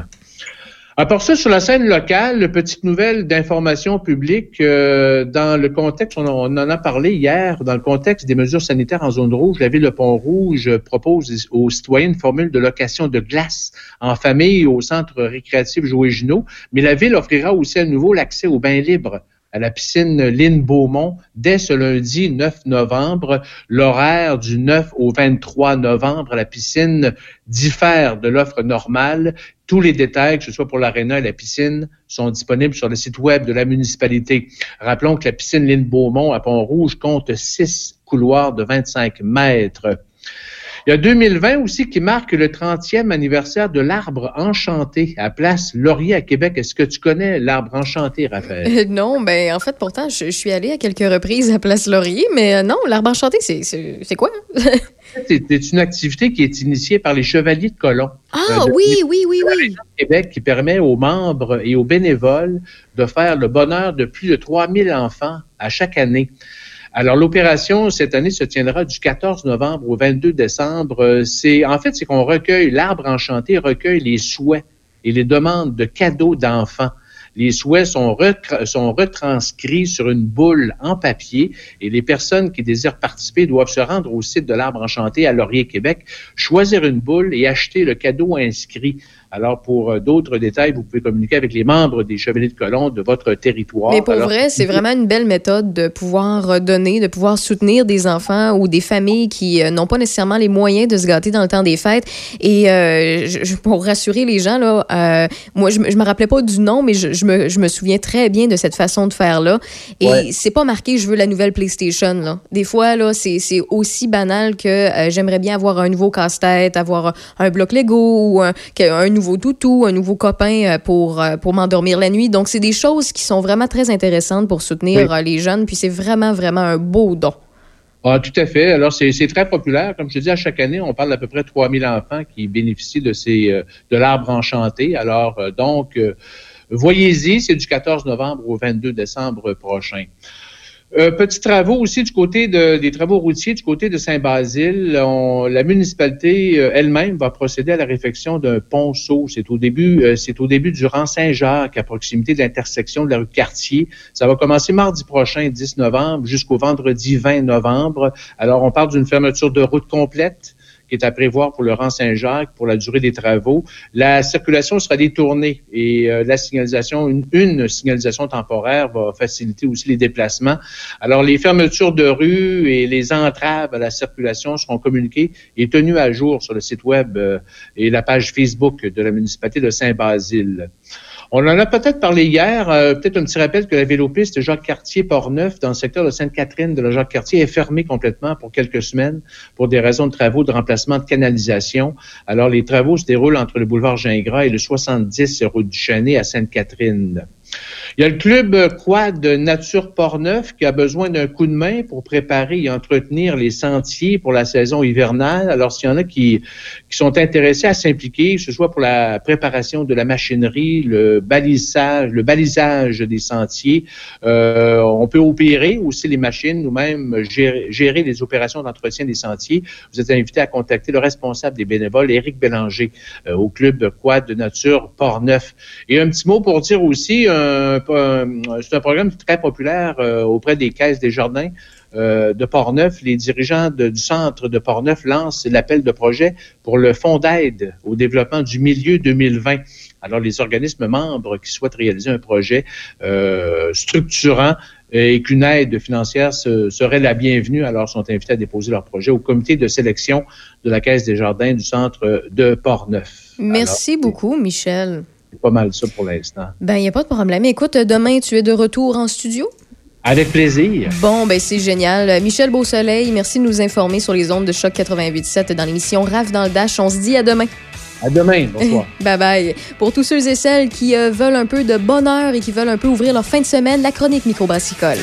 À part ça, sur la scène locale, petite nouvelle d'information publique, euh, dans le contexte, on, on en a parlé hier, dans le contexte des mesures sanitaires en zone rouge, la ville de Pont-Rouge propose aux citoyens une formule de location de glace en famille au centre récréatif Jouet-Ginot, mais la ville offrira aussi à nouveau l'accès aux bains libres à la piscine Lynn-Beaumont dès ce lundi neuf novembre. L'horaire du neuf au vingt-trois novembre à la piscine diffère de l'offre normale. Tous les détails, que ce soit pour l'aréna et la piscine, sont disponibles sur le site web de la municipalité. Rappelons que la piscine Lynn-Beaumont à Pont-Rouge compte six couloirs de vingt-cinq mètres. Il y a deux mille vingt aussi qui marque le trentième anniversaire de l'Arbre Enchanté à Place Laurier à Québec. Est-ce que tu connais l'Arbre Enchanté, Raphaël? Euh, non, ben en fait, pourtant, je, je suis allée à quelques reprises à Place Laurier, mais euh, non, l'Arbre Enchanté, c'est, c'est, c'est quoi? c'est, c'est une activité qui est initiée par les Chevaliers de Colomb. Ah euh, oui, oui, oui, oui. Québec, qui permet aux membres et aux bénévoles de faire le bonheur de plus de trois mille enfants à chaque année. Alors, l'opération, cette année, se tiendra du quatorze novembre au vingt-deux décembre. C'est, en fait, c'est qu'on recueille, l'Arbre Enchanté recueille les souhaits et les demandes de cadeaux d'enfants. Les souhaits sont, retr- sont retranscrits sur une boule en papier et les personnes qui désirent participer doivent se rendre au site de l'Arbre Enchanté à Laurier, Québec, choisir une boule et acheter le cadeau inscrit. Alors, pour euh, d'autres détails, vous pouvez communiquer avec les membres des Chevaliers de Colomb de votre territoire. Mais pour Alors, vrai, c'est vraiment une belle méthode de pouvoir donner, de pouvoir soutenir des enfants ou des familles qui euh, n'ont pas nécessairement les moyens de se gâter dans le temps des fêtes. Et euh, je, pour rassurer les gens, là, euh, moi, je, je me rappelais pas du nom, mais je, je, me, je me souviens très bien de cette façon de faire-là. Et ouais. C'est pas marqué « je veux la nouvelle PlayStation ». Là. Des fois, là, c'est, c'est aussi banal que euh, j'aimerais bien avoir un nouveau casse-tête, avoir un bloc Lego ou un, un nouveau toutou, un nouveau copain pour, pour m'endormir la nuit. Donc, c'est des choses qui sont vraiment très intéressantes pour soutenir oui. les jeunes. Puis, c'est vraiment, vraiment un beau don. Ah, tout à fait. Alors, c'est, c'est très populaire. Comme je te dis, à chaque année, on parle d'à peu près trois mille enfants qui bénéficient de ces, de l'Arbre Enchanté. Alors, donc, voyez-y, c'est du quatorze novembre au vingt-deux décembre prochain. Euh, petits travaux aussi du côté de, des travaux routiers du côté de Saint-Basile. On, la municipalité euh, elle-même va procéder à la réfection d'un ponceau. C'est au début, euh, c'est au début du rang Saint-Jacques, à proximité de l'intersection de la rue Cartier. Ça va commencer mardi prochain, dix novembre, jusqu'au vendredi vingt novembre. Alors, on parle d'une fermeture de route complète qui est à prévoir pour le rang Saint-Jacques pour la durée des travaux. La circulation sera détournée et euh, la signalisation, une, une signalisation temporaire va faciliter aussi les déplacements. Alors, les fermetures de rue et les entraves à la circulation seront communiquées et tenues à jour sur le site web euh, et la page Facebook de la municipalité de Saint-Basile. On en a peut-être parlé hier, euh, peut-être un petit rappel que la vélopiste Jacques-Cartier-Portneuf dans le secteur de Sainte-Catherine de la Jacques-Cartier est fermée complètement pour quelques semaines pour des raisons de travaux de remplacement de canalisation. Alors, les travaux se déroulent entre le boulevard Gingras et le soixante-dix route du Chêne à Sainte-Catherine. Il y a le club quad Nature Portneuf qui a besoin d'un coup de main pour préparer et entretenir les sentiers pour la saison hivernale. Alors, s'il y en a qui, qui sont intéressés à s'impliquer, que ce soit pour la préparation de la machinerie, le balisage, le balisage des sentiers, euh, on peut opérer aussi les machines ou même gérer, gérer les opérations d'entretien des sentiers. Vous êtes invité à contacter le responsable des bénévoles, Éric Bélanger, euh, au club quad Nature Portneuf. Et un petit mot pour dire aussi, un, un, c'est un programme très populaire euh, auprès des caisses des jardins euh, de Portneuf. Les dirigeants de, du centre de Portneuf lancent l'appel de projet pour le fonds d'aide au développement du milieu deux mille vingt. Alors, les organismes membres qui souhaitent réaliser un projet euh, structurant et qu'une aide financière se, serait la bienvenue, alors sont invités à déposer leur projet au comité de sélection de la Caisse des jardins du centre de Portneuf. Merci alors, beaucoup, Michel. C'est pas mal ça pour l'instant. Ben, il n'y a pas de problème. Écoute, demain, tu es de retour en studio? Avec plaisir. Bon, ben c'est génial. Michel Beausoleil, merci de nous informer sur les ondes de Choc quatre-vingt-huit sept dans l'émission Raph dans le Dash. On se dit à demain. À demain. Bonsoir. Bye bye. Pour tous ceux et celles qui euh, veulent un peu de bonheur et qui veulent un peu ouvrir leur fin de semaine, la chronique microbrassicole.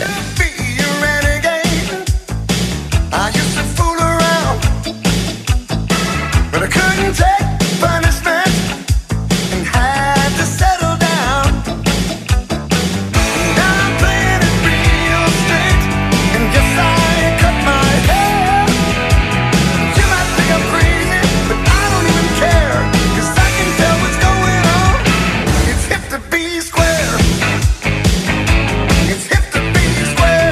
Square. It's hip to be square.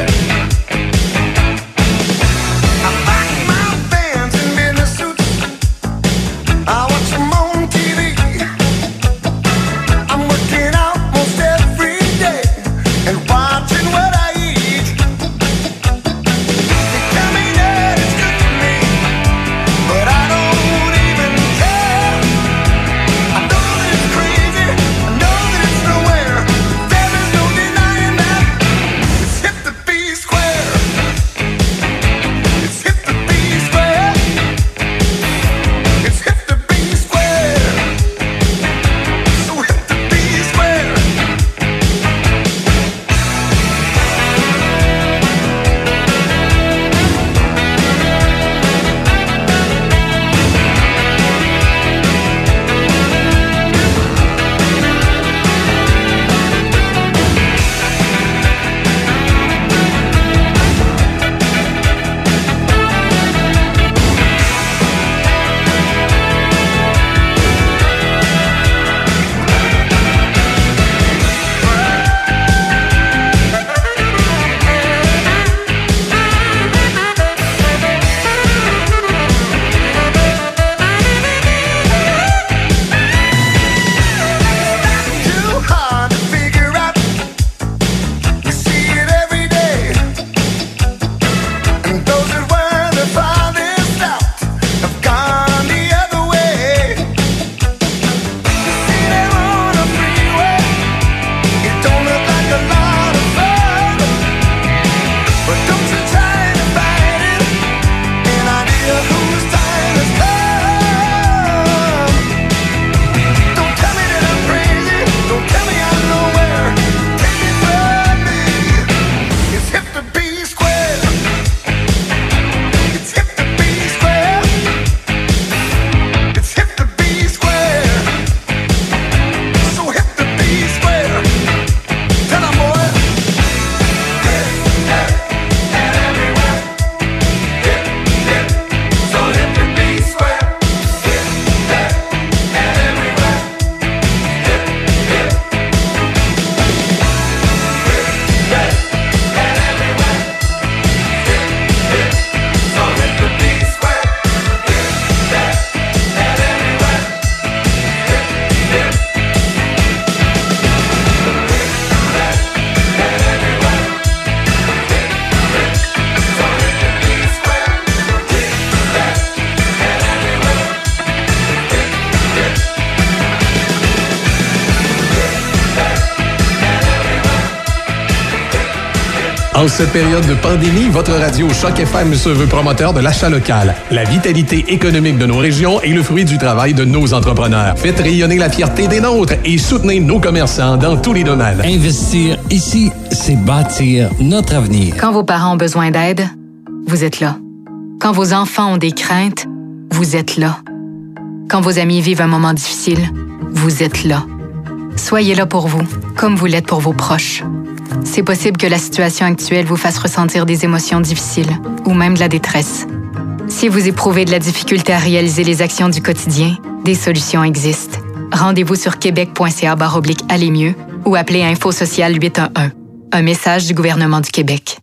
En cette période de pandémie, votre radio Choc F M se veut promoteur de l'achat local. La vitalité économique de nos régions est le fruit du travail de nos entrepreneurs. Faites rayonner la fierté des nôtres et soutenez nos commerçants dans tous les domaines. Investir ici, c'est bâtir notre avenir. Quand vos parents ont besoin d'aide, vous êtes là. Quand vos enfants ont des craintes, vous êtes là. Quand vos amis vivent un moment difficile, vous êtes là. Soyez là pour vous, comme vous l'êtes pour vos proches. C'est possible que la situation actuelle vous fasse ressentir des émotions difficiles ou même de la détresse. Si vous éprouvez de la difficulté à réaliser les actions du quotidien, des solutions existent. Rendez-vous sur québec.ca barre oblique aller mieux ou appelez Info Social huit un un. Un message du gouvernement du Québec.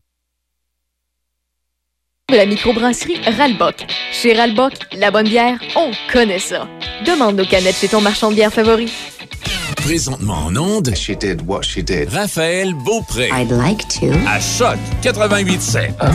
De la microbrasserie Ralbock. Chez Ralbock, la bonne bière, on connaît ça. Demande nos canettes chez ton marchand de bière favori. Présentement en onde, She did what she did. Raphaël Beaupré. I'd like to. À Choc quatre-vingt-huit sept. Hein?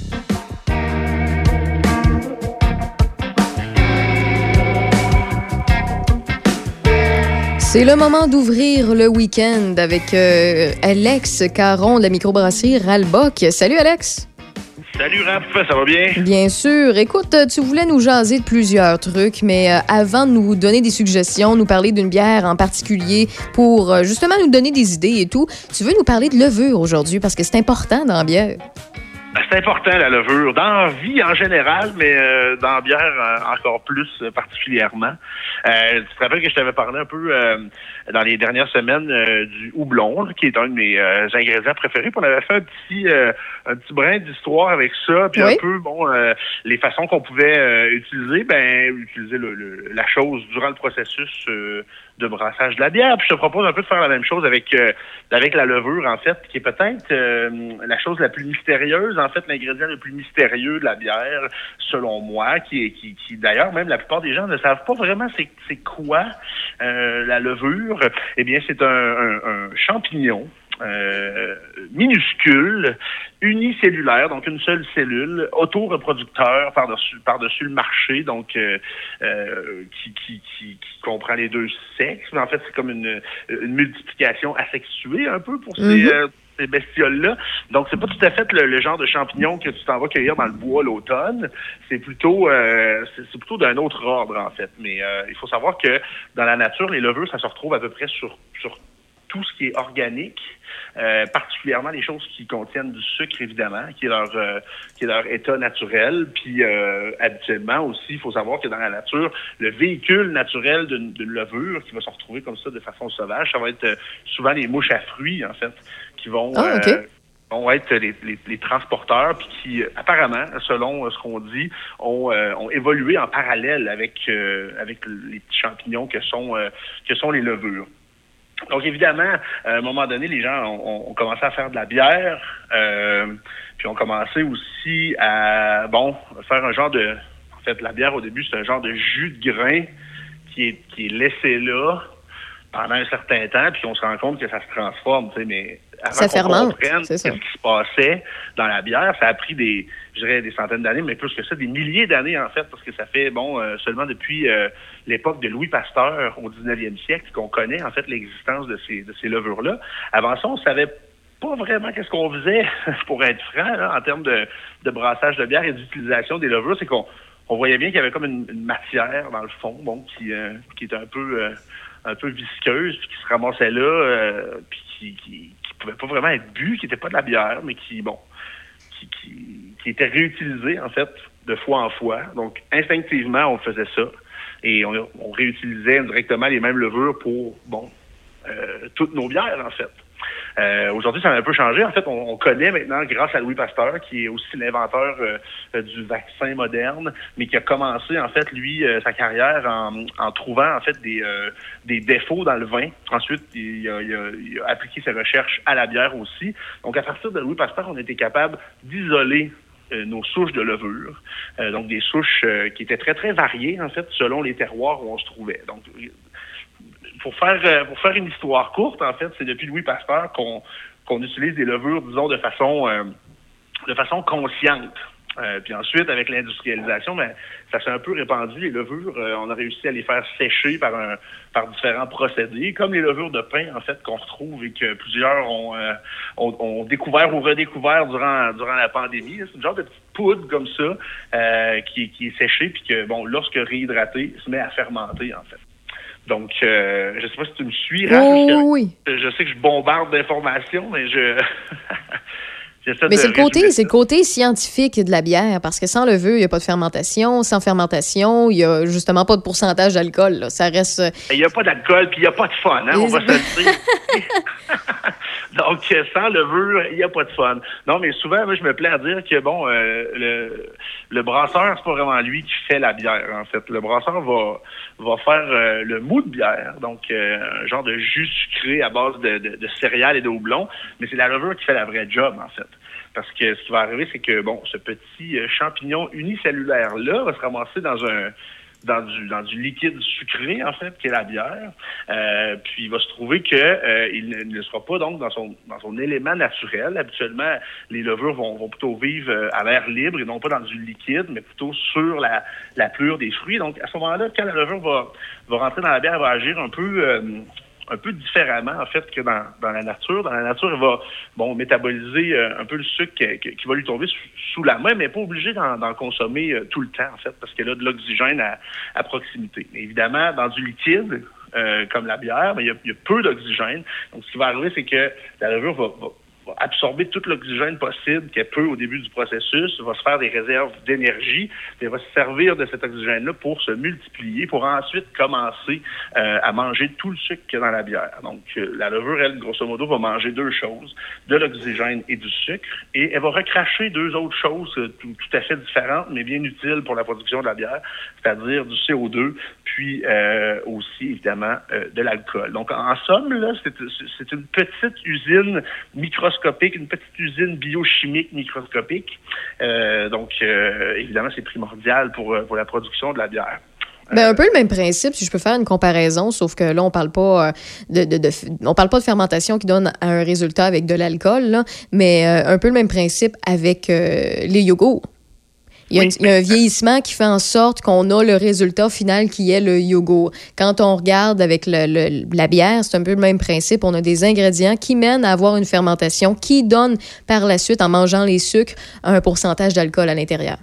C'est le moment d'ouvrir le week-end avec euh, Alex Caron de la microbrasserie Ralbock. Salut Alex! Salut Raph, ça va bien? Bien sûr. Écoute, tu voulais nous jaser de plusieurs trucs, mais euh, avant de nous donner des suggestions, nous parler d'une bière en particulier pour euh, justement nous donner des idées et tout, tu veux nous parler de levure aujourd'hui parce que c'est important dans la bière. C'est important, la levure, dans la vie en général, mais euh, dans la bière euh, encore plus euh, particulièrement. Euh, tu te rappelles que je t'avais parlé un peu euh, dans les dernières semaines euh, du houblon, là, qui est un de mes euh, ingrédients préférés. Puis on avait fait un petit euh, un petit brin d'histoire avec ça, puis oui. un peu bon euh, les façons qu'on pouvait euh, utiliser, ben utiliser le, le, la chose durant le processus euh, de brassage de la bière. Puis je te propose un peu de faire la même chose avec euh, avec la levure, en fait, qui est peut-être euh, la chose la plus mystérieuse, en fait, l'ingrédient le plus mystérieux de la bière, selon moi, qui est qui, qui d'ailleurs, même la plupart des gens ne savent pas vraiment c'est, c'est quoi euh, la levure. Eh bien, c'est un, un, un champignon Euh, minuscule, unicellulaire, donc une seule cellule, autoreproducteur par-dessus par-dessus le marché, donc euh, euh, qui, qui, qui, qui comprend les deux sexes, mais en fait c'est comme une, une multiplication asexuée un peu pour mm-hmm. ces, euh, ces bestioles-là. Donc c'est pas tout à fait le, le genre de champignon que tu t'en vas cueillir dans le bois l'automne, c'est plutôt euh, c'est, c'est plutôt d'un autre ordre en fait. Mais euh, il faut savoir que dans la nature, les levures, ça se retrouve à peu près sur sur tout ce qui est organique, euh, particulièrement les choses qui contiennent du sucre, évidemment, qui est leur euh, qui est leur état naturel. Puis euh, habituellement aussi, il faut savoir que dans la nature, le véhicule naturel d'une, d'une levure qui va se retrouver comme ça de façon sauvage, ça va être euh, souvent les mouches à fruits, en fait, qui vont ah, okay. euh, vont être les, les, les transporteurs, puis qui, apparemment, selon euh, ce qu'on dit, ont, euh, ont évolué en parallèle avec euh, avec les petits champignons que sont euh, que sont les levures. Donc, évidemment, à un moment donné, les gens ont, ont commencé à faire de la bière, euh, puis ont commencé aussi à, bon, faire un genre de... En fait, la bière, au début, c'est un genre de jus de grain qui est, qui est laissé là pendant un certain temps, puis on se rend compte que ça se transforme, tu sais, mais avant ça qu'on fermente, comprenne c'est ça. ce qui se passait dans la bière, ça a pris des, je dirais, des centaines d'années, mais plus que ça, des milliers d'années, en fait, parce que ça fait, bon, euh, seulement depuis euh, l'époque de Louis Pasteur, au dix-neuvième siècle, qu'on connaît, en fait, l'existence de ces, de ces levures-là. Avant ça, on savait pas vraiment qu'est-ce qu'on faisait, pour être franc, là, en termes de, de brassage de bière et d'utilisation des levures, c'est qu'on on voyait bien qu'il y avait comme une, une matière, dans le fond, bon, qui, euh, qui était un peu... Euh, un peu visqueuse, puis qui se ramassait là, euh, puis qui, qui, qui pouvait pas vraiment être bu, qui était pas de la bière, mais qui, bon, qui, qui, qui était réutilisé, en fait, de fois en fois. Donc, instinctivement, on faisait ça. Et on, on réutilisait indirectement les mêmes levures pour, bon, euh, toutes nos bières, en fait. Euh, aujourd'hui, ça a un peu changé. En fait, on, on connaît maintenant, grâce à Louis Pasteur, qui est aussi l'inventeur euh, du vaccin moderne, mais qui a commencé, en fait, lui, euh, sa carrière en, en trouvant, en fait, des, euh, des défauts dans le vin. Ensuite, il a, il, a, il a appliqué ses recherches à la bière aussi. Donc, à partir de Louis Pasteur, on était capable d'isoler euh, nos souches de levure. Euh, donc, des souches euh, qui étaient très, très variées, en fait, selon les terroirs où on se trouvait. Donc, Pour faire euh, pour faire une histoire courte, en fait, c'est depuis Louis Pasteur qu'on qu'on utilise des levures, disons, de façon euh, de façon consciente. Euh, puis ensuite, avec l'industrialisation, ben, ça s'est un peu répandu. Les levures, euh, on a réussi à les faire sécher par un par différents procédés, comme les levures de pain, en fait, qu'on retrouve et que plusieurs ont, euh, ont, ont découvert ou redécouvert durant durant la pandémie. C'est une genre de petite poudre comme ça euh, qui, qui est séchée, puis que, bon, lorsque réhydratée, se met à fermenter, en fait. Donc, euh, je sais pas si tu me suis, Raph, Oh, je, oui. je sais que je bombarde d'informations, mais je... Mais c'est le côté, c'est le côté scientifique de la bière, parce que sans levure, il n'y a pas de fermentation. Sans fermentation, il n'y a justement pas de pourcentage d'alcool. Là. Ça reste. Il n'y a pas d'alcool, puis il n'y a pas de fun, hein, on va se le dire. Donc, sans levure, il n'y a pas de fun. Non, mais souvent, moi, je me plais à dire que, bon, euh, le, le brasseur, c'est pas vraiment lui qui fait la bière, en fait. Le brasseur va, va faire euh, le mou de bière, donc euh, un genre de jus sucré à base de, de, de céréales et de houblon, mais c'est la levure qui fait la vraie job, en fait. Parce que ce qui va arriver, c'est que, bon, ce petit euh, champignon unicellulaire-là va se ramasser dans un dans du dans du liquide sucré, en fait, qui est la bière. Euh, puis il va se trouver que euh, il ne, ne sera pas donc dans son dans son élément naturel. Habituellement, les levures vont, vont plutôt vivre euh, à l'air libre et non pas dans du liquide, mais plutôt sur la, la pelure des fruits. Donc à ce moment-là, quand la levure va va rentrer dans la bière, elle va agir un peu euh, un peu différemment, en fait, que dans, dans la nature. Dans la nature, elle va, bon, métaboliser euh, un peu le sucre qui, qui, qui va lui tomber sous, sous la main, mais pas obligé d'en, d'en consommer euh, tout le temps, en fait, parce qu'elle a de l'oxygène à, à proximité. Mais évidemment, dans du liquide, euh, comme la bière, il y a, il y a peu d'oxygène. Donc, ce qui va arriver, c'est que la levure va, va va absorber tout l'oxygène possible qu'elle peut au début du processus, va se faire des réserves d'énergie, et va se servir de cet oxygène-là pour se multiplier, pour ensuite commencer euh, à manger tout le sucre qu'il y a dans la bière. Donc, euh, la levure, elle, grosso modo, va manger deux choses, de l'oxygène et du sucre, et elle va recracher deux autres choses euh, tout, tout à fait différentes, mais bien utiles pour la production de la bière, c'est-à-dire du C O deux, puis euh, aussi, évidemment, euh, de l'alcool. Donc, en somme, là, c'est, c'est une petite usine microscopique, une petite usine biochimique microscopique. Euh, donc, euh, évidemment, c'est primordial pour, pour la production de la bière. Ben, un peu le même principe, si je peux faire une comparaison, sauf que là, on parle pas euh, de, de, de, on parle pas de fermentation qui donne un résultat avec de l'alcool, là, mais euh, un peu le même principe avec euh, les yogourts. Il y, a, oui, il y a un vieillissement qui fait en sorte qu'on a le résultat final qui est le yogourt. Quand on regarde avec le, le, la bière, c'est un peu le même principe. On a des ingrédients qui mènent à avoir une fermentation qui donne par la suite, en mangeant les sucres, un pourcentage d'alcool à l'intérieur.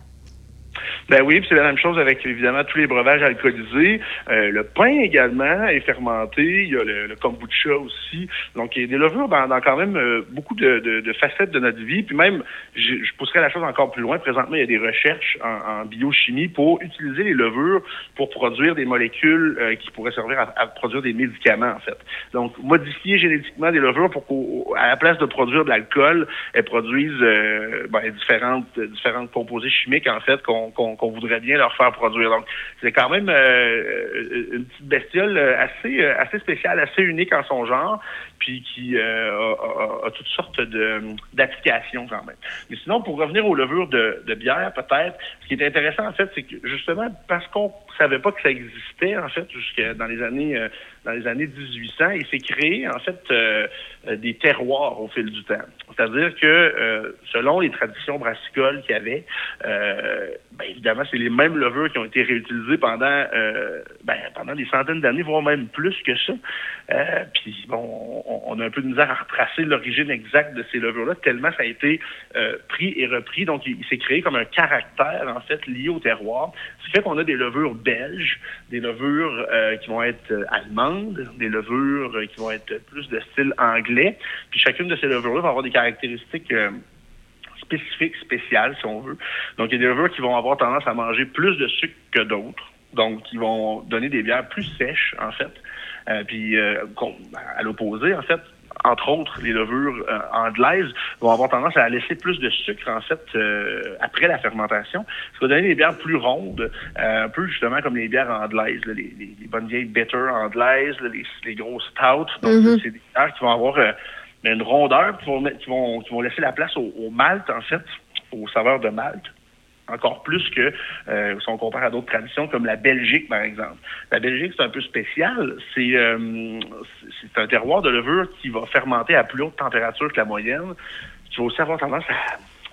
Ben oui, puis c'est la même chose avec, évidemment, tous les breuvages alcoolisés. Euh, le pain également est fermenté. Il y a le, le kombucha aussi. Donc, il y a des levures dans, dans quand même euh, beaucoup de, de, de facettes de notre vie. Puis même, je, je pousserais la chose encore plus loin. Présentement, il y a des recherches en, en biochimie pour utiliser les levures pour produire des molécules euh, qui pourraient servir à, à produire des médicaments, en fait. Donc, modifier génétiquement des levures pour qu'à la place de produire de l'alcool, elles produisent euh, ben, différentes, différentes composés chimiques, en fait, qu'on, qu'on qu'on voudrait bien leur faire produire. Donc, c'est quand même euh, une petite bestiole assez assez spéciale, assez unique en son genre, puis qui euh, a, a, a toutes sortes de d'applications quand même. Mais sinon, pour revenir aux levures de, de bière, peut-être, ce qui est intéressant, en fait, c'est que justement, parce qu'on savait pas que ça existait, en fait, jusque dans les années euh, dans les années dix-huit cents, il s'est créé, en fait, euh, des terroirs au fil du temps. C'est-à-dire que, euh, selon les traditions brassicoles qu'il y avait, euh, ben, évidemment, c'est les mêmes levures qui ont été réutilisées pendant euh, ben, pendant des centaines d'années, voire même plus que ça. Euh, puis, bon, on, on a un peu de misère à retracer l'origine exacte de ces levures-là, tellement ça a été euh, pris et repris. Donc, il, il s'est créé comme un caractère, en fait, lié au terroir. Ce qui fait qu'on a des levures belges, des levures euh, qui vont être euh, allemandes, des levures euh, qui vont être plus de style anglais. Puis, chacune de ces levures-là va avoir des caractéristiques euh, spécifiques, spéciales, si on veut. Donc, il y a des levures qui vont avoir tendance à manger plus de sucre que d'autres. Donc, qui vont donner des bières plus sèches, en fait. Euh, puis, euh, à l'opposé, en fait, entre autres, les levures euh, anglaises vont avoir tendance à laisser plus de sucre, en fait, euh, après la fermentation. Ce qui va donner des bières plus rondes, euh, un peu justement comme les bières anglaises, là, les, les, les bonnes vieilles bitter anglaises, là, les, les grosses stouts. Donc, mm-hmm. c'est des bières qui vont avoir euh, une rondeur, qui vont, qui, vont, qui vont laisser la place au, au malt, en fait, aux saveurs de malt. Encore plus que euh, si on compare à d'autres traditions comme la Belgique, par exemple. La Belgique, c'est un peu spécial. C'est, euh, c'est un terroir de levure qui va fermenter à plus haute température que la moyenne, qui va aussi avoir tendance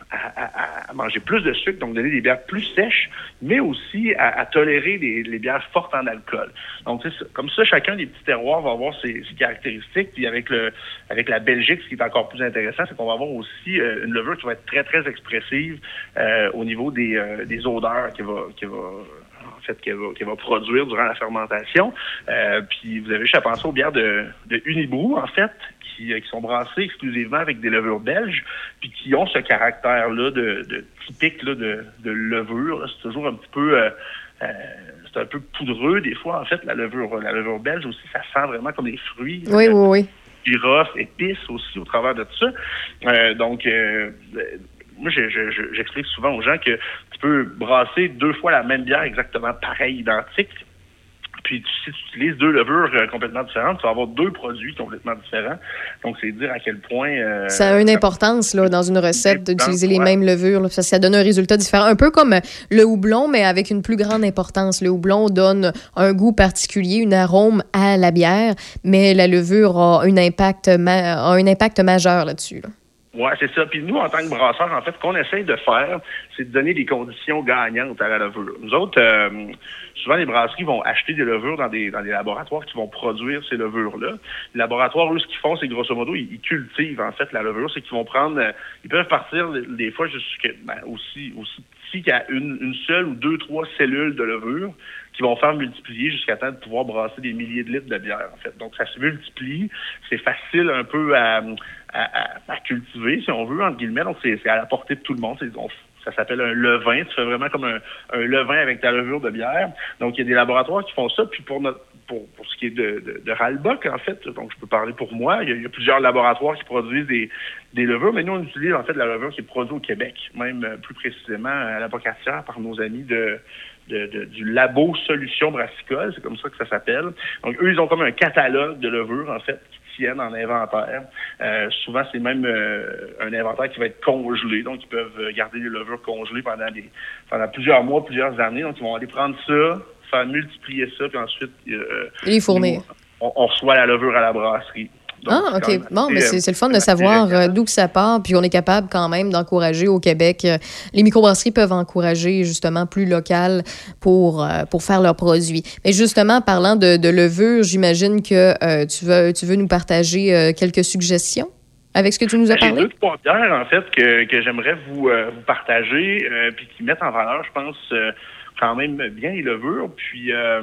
à, à, à manger plus de sucre, donc donner des bières plus sèches, mais aussi à, à tolérer les, les bières fortes en alcool. Donc, c'est ça. Comme ça, chacun des petits terroirs va avoir ses, ses caractéristiques. Puis avec le avec la Belgique, ce qui est encore plus intéressant, c'est qu'on va avoir aussi euh, une levure qui va être très, très expressive euh, au niveau des, euh, des odeurs qui va qui va en fait qu'elle va, qu'elle va produire durant la fermentation. Euh, puis vous avez juste à penser aux bières de, de Unibrou, en fait, qui, qui sont brassées exclusivement avec des levures belges, puis qui ont ce caractère-là de, de typique là, de, de levure. Là. C'est toujours un petit peu euh, euh, c'est un peu poudreux des fois, en fait, la levure la levure belge aussi, ça sent vraiment comme des fruits. Oui, euh, oui, oui. Girofle, épices aussi au travers de tout ça. Euh, donc euh, moi, je, je, je, j'explique souvent aux gens que tu peux brasser deux fois la même bière exactement pareille, identique. Puis si tu utilises deux levures euh, complètement différentes, tu vas avoir deux produits complètement différents. Donc, c'est dire à quel point... Euh, ça a une importance là, dans une recette d'utiliser les ouais. mêmes levures. Là, ça, ça donne un résultat différent. Un peu comme le houblon, mais avec une plus grande importance. Le houblon donne un goût particulier, une arôme à la bière, mais la levure a un impact, ma- a un impact majeur là-dessus. Là. Oui, c'est ça. Puis nous, en tant que brasseurs, en fait, ce qu'on essaye de faire, c'est de donner des conditions gagnantes à la levure. Nous autres, euh, souvent, les brasseries vont acheter des levures dans des dans des laboratoires qui vont produire ces levures-là. Les laboratoires, eux, ce qu'ils font, c'est grosso modo, ils, ils cultivent, en fait, la levure. C'est qu'ils vont prendre... Euh, ils peuvent partir, des fois, jusqu'à ben, aussi, aussi petit qu'à une, une seule ou deux, trois cellules de levure qui vont faire multiplier jusqu'à temps de pouvoir brasser des milliers de litres de bière, en fait. Donc, ça se multiplie. C'est facile un peu à... À, à, à cultiver, si on veut, entre guillemets. Donc, c'est, c'est à la portée de tout le monde. C'est, on, ça s'appelle un levain. Tu fais vraiment comme un, un levain avec ta levure de bière. Donc, il y a des laboratoires qui font ça. Puis, pour notre pour, pour ce qui est de, de, de Ralbock, en fait, donc je peux parler pour moi, il y a, il y a plusieurs laboratoires qui produisent des, des levures, mais nous, on utilise, en fait, la levure qui est produite au Québec, même euh, plus précisément à la Bocatière par nos amis de... De, de, du labo Solutions Brassicole, c'est comme ça que ça s'appelle. Donc, eux, ils ont comme un catalogue de levures, en fait, qui tiennent en inventaire. Euh, souvent, c'est même euh, un inventaire qui va être congelé. Donc, ils peuvent garder les levures congelées pendant, des, pendant plusieurs mois, plusieurs années. Donc, ils vont aller prendre ça, faire multiplier ça, puis ensuite... Euh, les fournir. On, on reçoit la levure à la brasserie. Donc, ah, OK. assez, Bon, mais c'est, c'est le fun de assez savoir récent. d'où que ça part, puis on est capable quand même d'encourager au Québec. Les microbrasseries peuvent encourager justement plus local pour, pour faire leurs produits. Mais justement, parlant de, de levure, j'imagine que euh, tu veux, tu veux nous partager euh, quelques suggestions avec ce que tu nous as J'ai parlé? deux, trois bières, en fait, que, que j'aimerais vous, euh, vous partager, euh, puis qui mettent en valeur, je pense, euh, quand même bien les levures. Puis, euh,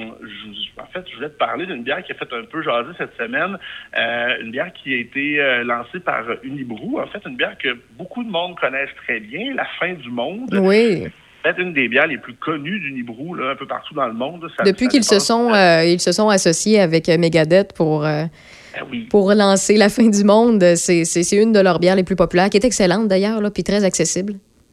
je, en fait, je voulais te parler d'une bière qui a fait un peu jaser cette semaine. Euh, une bière qui a été euh, lancée par Unibrou. En fait, une bière que beaucoup de monde connaissent très bien, La Fin du Monde. Oui. C'est une des bières les plus connues d'Unibrou, là, un peu partout dans le monde. Ça, Depuis ça qu'ils se sont, euh, ils se sont associés avec Megadeth pour... Euh... Ah oui. Pour lancer La Fin du Monde, c'est, c'est, c'est une de leurs bières les plus populaires, qui est excellente d'ailleurs, là, puis très accessible.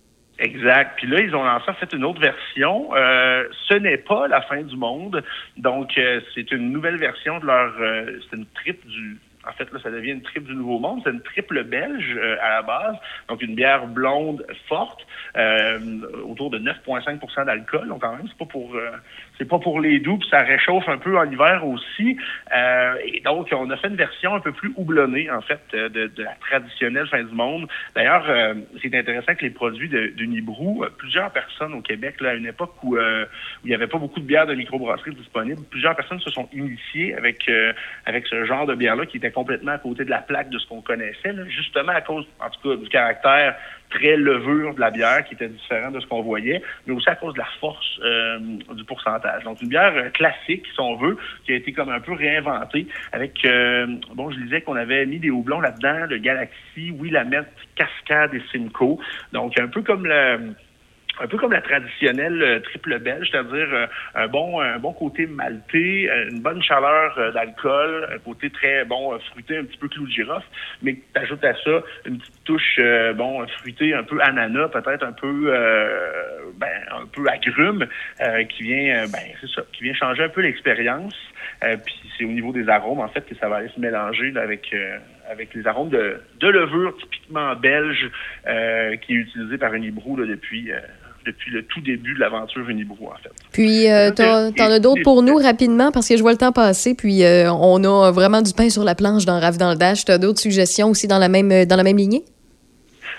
Exact. Puis là, ils ont lancé en fait une autre version. Euh, ce n'est pas La Fin du Monde. Donc, euh, c'est une nouvelle version de leur... Euh, c'est une triple du... En fait, là, ça devient une triple du Nouveau Monde. C'est une triple belge euh, à la base. Donc, une bière blonde forte, euh, autour de neuf virgule cinq pour cent d'alcool. Donc, quand même, c'est pas pour euh, c'est pas pour les doux. Puis ça réchauffe un peu en hiver aussi. Euh, et donc, on a fait une version un peu plus houblonnée, en fait, de, de la traditionnelle Fin du Monde. D'ailleurs, euh, c'est intéressant que les produits de, d'Unibrou, plusieurs personnes au Québec, là, à une époque où, euh, où il n'y avait pas beaucoup de bières de microbrasserie disponibles, plusieurs personnes se sont initiées avec euh, avec ce genre de bière-là qui était complètement à côté de la plaque de ce qu'on connaissait, là, justement à cause, en tout cas, du caractère très levure de la bière qui était différent de ce qu'on voyait, mais aussi à cause de la force euh, du pourcentage. Donc, une bière euh, classique, si on veut, qui a été comme un peu réinventée avec, euh, bon, je disais qu'on avait mis des houblons là-dedans, le Galaxy, Willamette, Cascade et Simcoe. Donc, un peu comme le... Un peu comme la traditionnelle euh, triple belge, c'est-à-dire euh, un bon un bon côté maltais, euh, une bonne chaleur euh, d'alcool, un côté très bon euh, fruité, un petit peu clou de girofle, mais tu ajoutes à ça une petite touche euh, bon fruité, un peu ananas, peut-être un peu euh, ben un peu agrume, euh, qui vient euh, ben c'est ça, qui vient changer un peu l'expérience. Euh, puis c'est au niveau des arômes en fait que ça va aller se mélanger là, avec euh, avec les arômes de, de levure typiquement belge euh, qui est utilisé par Unibrou là, depuis euh, depuis le tout début de l'aventure Unibrou, en fait. Puis, euh, t'as, t'en as d'autres pour nous rapidement, parce que je vois le temps passer, puis euh, on a vraiment du pain sur la planche dans Rave dans le Dash. T'as d'autres suggestions aussi dans la même, dans la même lignée?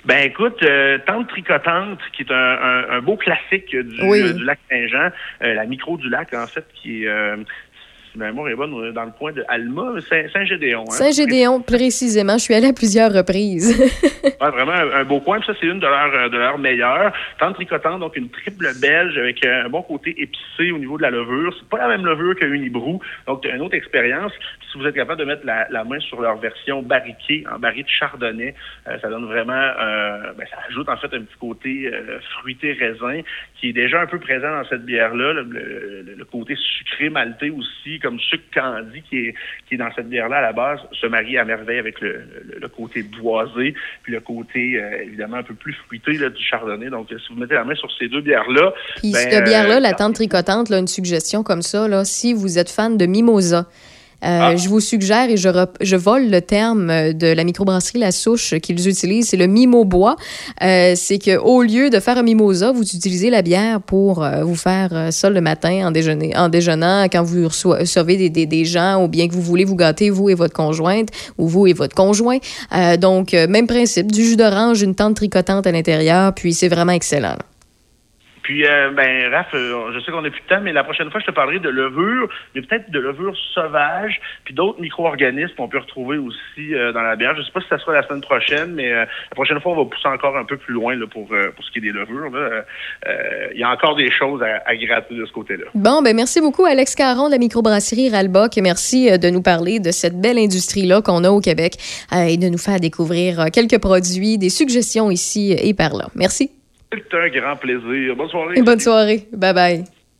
Ben écoute, euh, Tente Tricotante, qui est un, un, un beau classique du, Oui. euh, du lac Saint-Jean, euh, la micro du lac, en fait, qui est... Euh, si ma mémoire est bonne, on est dans le coin de Alma, Saint- Saint-Gédéon. Hein. Saint-Gédéon, précisément. Je suis allée à plusieurs reprises. Ouais, vraiment un, un beau coin. Puis ça, c'est une de leurs de leurs meilleures. Tente Tricotante, donc une triple belge avec un bon côté épicé au niveau de la levure. C'est pas la même levure que Unibrou, donc une autre expérience. Puis si vous êtes capable de mettre la, la main sur leur version barriquée, en baril de chardonnay, euh, ça donne vraiment... Euh, ben, ça ajoute en fait un petit côté euh, fruité raisin qui est déjà un peu présent dans cette bière-là. Le, le, le côté sucré maltais aussi, comme sucre candy qui est, qui est dans cette bière-là à la base, se marie à merveille avec le, le, le côté boisé, puis le côté euh, évidemment un peu plus fruité là, du chardonnay. Donc, si vous mettez la main sur ces deux bières-là... Puis ben, cette bière-là, euh, la Tente Tricotante, là, une suggestion comme ça, là, si vous êtes fan de Mimosa, euh, Ah. je vous suggère, et je, rep- je vole le terme de la microbrasserie La Souche qu'ils utilisent, c'est le mimo-bois. Euh, c'est qu'au lieu de faire un mimosa, vous utilisez la bière pour euh, vous faire euh, ça le matin en, déjeuner, en déjeunant, quand vous reço- recevez des, des, des gens ou bien que vous voulez vous gâter, vous et votre conjointe, ou vous et votre conjoint. Euh, donc, euh, même principe, du jus d'orange, une tente tricotante à l'intérieur, puis c'est vraiment excellent. Là. Puis, euh, ben, Raph, euh, je sais qu'on n'a plus de temps, mais la prochaine fois, je te parlerai de levure, mais peut-être de levure sauvage, puis d'autres micro-organismes qu'on peut retrouver aussi euh, dans la bière. Je sais pas si ça sera la semaine prochaine, mais euh, la prochaine fois, on va pousser encore un peu plus loin là, pour, euh, pour ce qui est des levures. là. Euh, Il y a encore des choses à, à gratter de ce côté-là. Bon, ben merci beaucoup, Alex Caron de la microbrasserie Ralbock. Merci euh, de nous parler de cette belle industrie-là qu'on a au Québec euh, et de nous faire découvrir euh, quelques produits, des suggestions ici et par là. Merci. C'est un grand plaisir. Bonne soirée. Et bonne soirée. Bye-bye.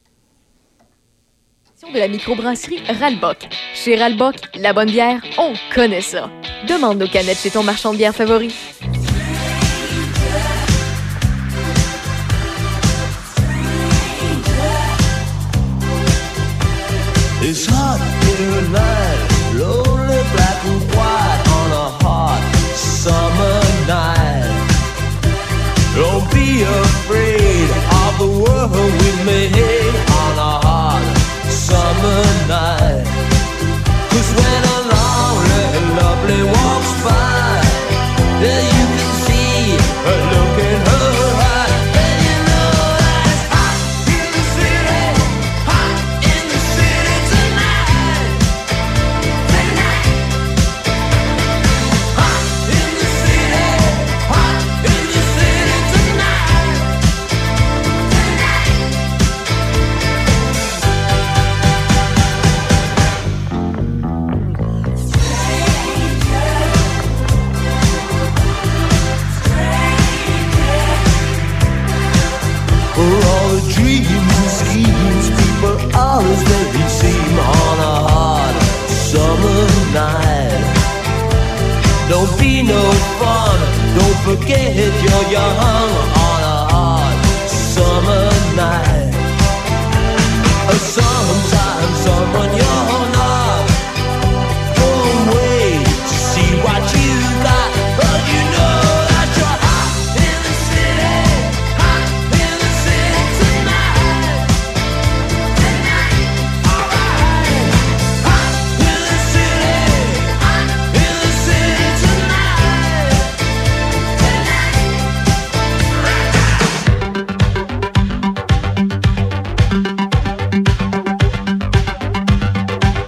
De la microbrasserie Ralbock. Chez Ralbock, la bonne bière, on connaît ça. Demande nos canettes chez ton marchand de bière favori. It's hot in the night, lonely black and white on a hot summer night. Don't be afraid of the world we made on a hot summer night. 'Cause when a lonely and lovely walks by, then you can see her look in her eye. And you know that it's hot in the city, hot in the city tonight. Tonight. Hot in the city, hot in the city tonight. For all the dreams and schemes people always make me seem on a hot summer night. Don't be no fun, don't forget you're young on a hot summer night. Sometimes someone you're not won't wait to see what you got, but you know that you're hot in the city, hot in the city tonight. Tonight, alright. Hot in the city, hot in the city tonight. Tonight.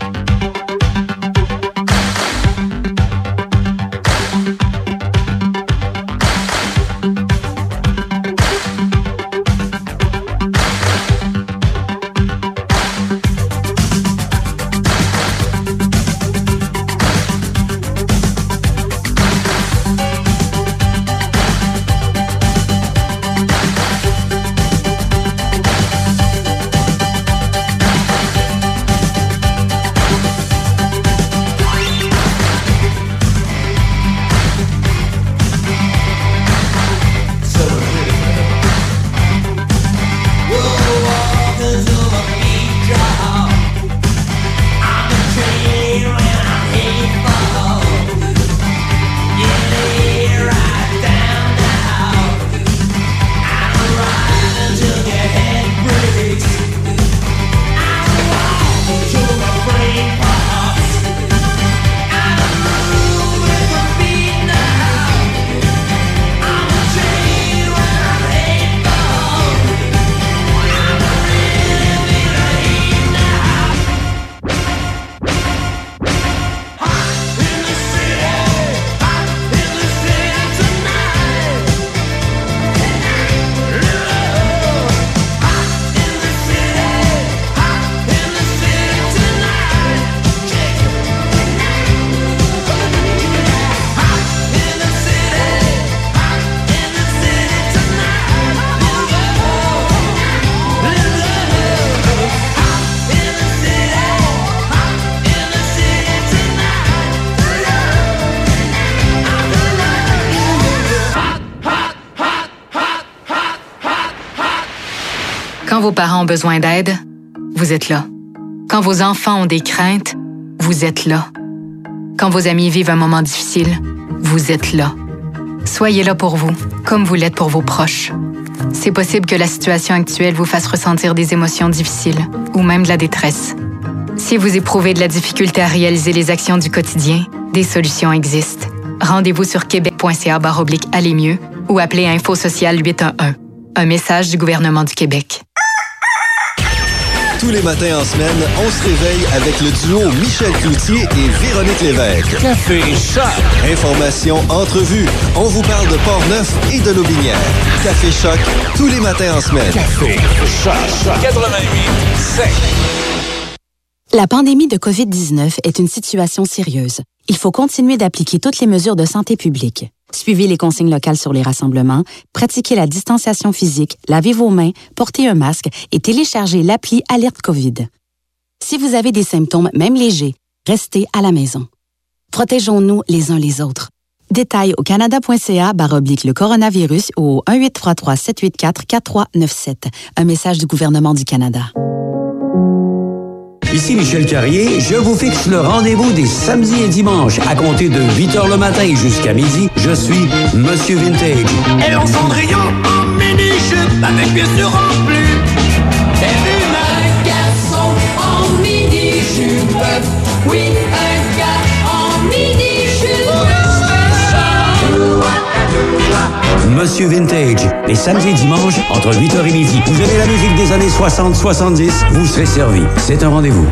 Quand vos parents ont besoin d'aide, vous êtes là. Quand vos enfants ont des craintes, vous êtes là. Quand vos amis vivent un moment difficile, vous êtes là. Soyez là pour vous, comme vous l'êtes pour vos proches. C'est possible que la situation actuelle vous fasse ressentir des émotions difficiles ou même de la détresse. Si vous éprouvez de la difficulté à réaliser les actions du quotidien, des solutions existent. Rendez-vous sur québec.ca barre oblique aller mieux ou appelez Info Social huit un un. Un message du gouvernement du Québec. Tous les matins en semaine, on se réveille avec le duo Michel Cloutier et Véronique Lévesque. Café Choc. Information, entrevue. On vous parle de Port-Neuf et de Lotbinière. Café Choc, tous les matins en semaine. Café Choc. quatre-vingt-huit sept. La pandémie de covid dix-neuf est une situation sérieuse. Il faut continuer d'appliquer toutes les mesures de santé publique. Suivez les consignes locales sur les rassemblements, pratiquez la distanciation physique, lavez vos mains, portez un masque et téléchargez l'appli Alerte COVID. Si vous avez des symptômes, même légers, restez à la maison. Protégeons-nous les uns les autres. Détails au canada.ca barre oblique le coronavirus ou au un huit trois trois sept huit quatre quatre trois neuf sept. Un message du gouvernement du Canada. Ici Michel Carrier, je vous fixe le rendez-vous des samedis et dimanches à compter de huit heures le matin jusqu'à midi. Je suis Monsieur Vintage. Et en Cendrillon, en mini-jupe, avec bien sûr en plus. T'as vu un garçon en mini-jupe? Oui, un gars en mini-jupe. Monsieur Vintage, les samedis et dimanches, entre huit heures et midi. Vous avez la musique des années soixante soixante-dix, vous serez servi. C'est un rendez-vous.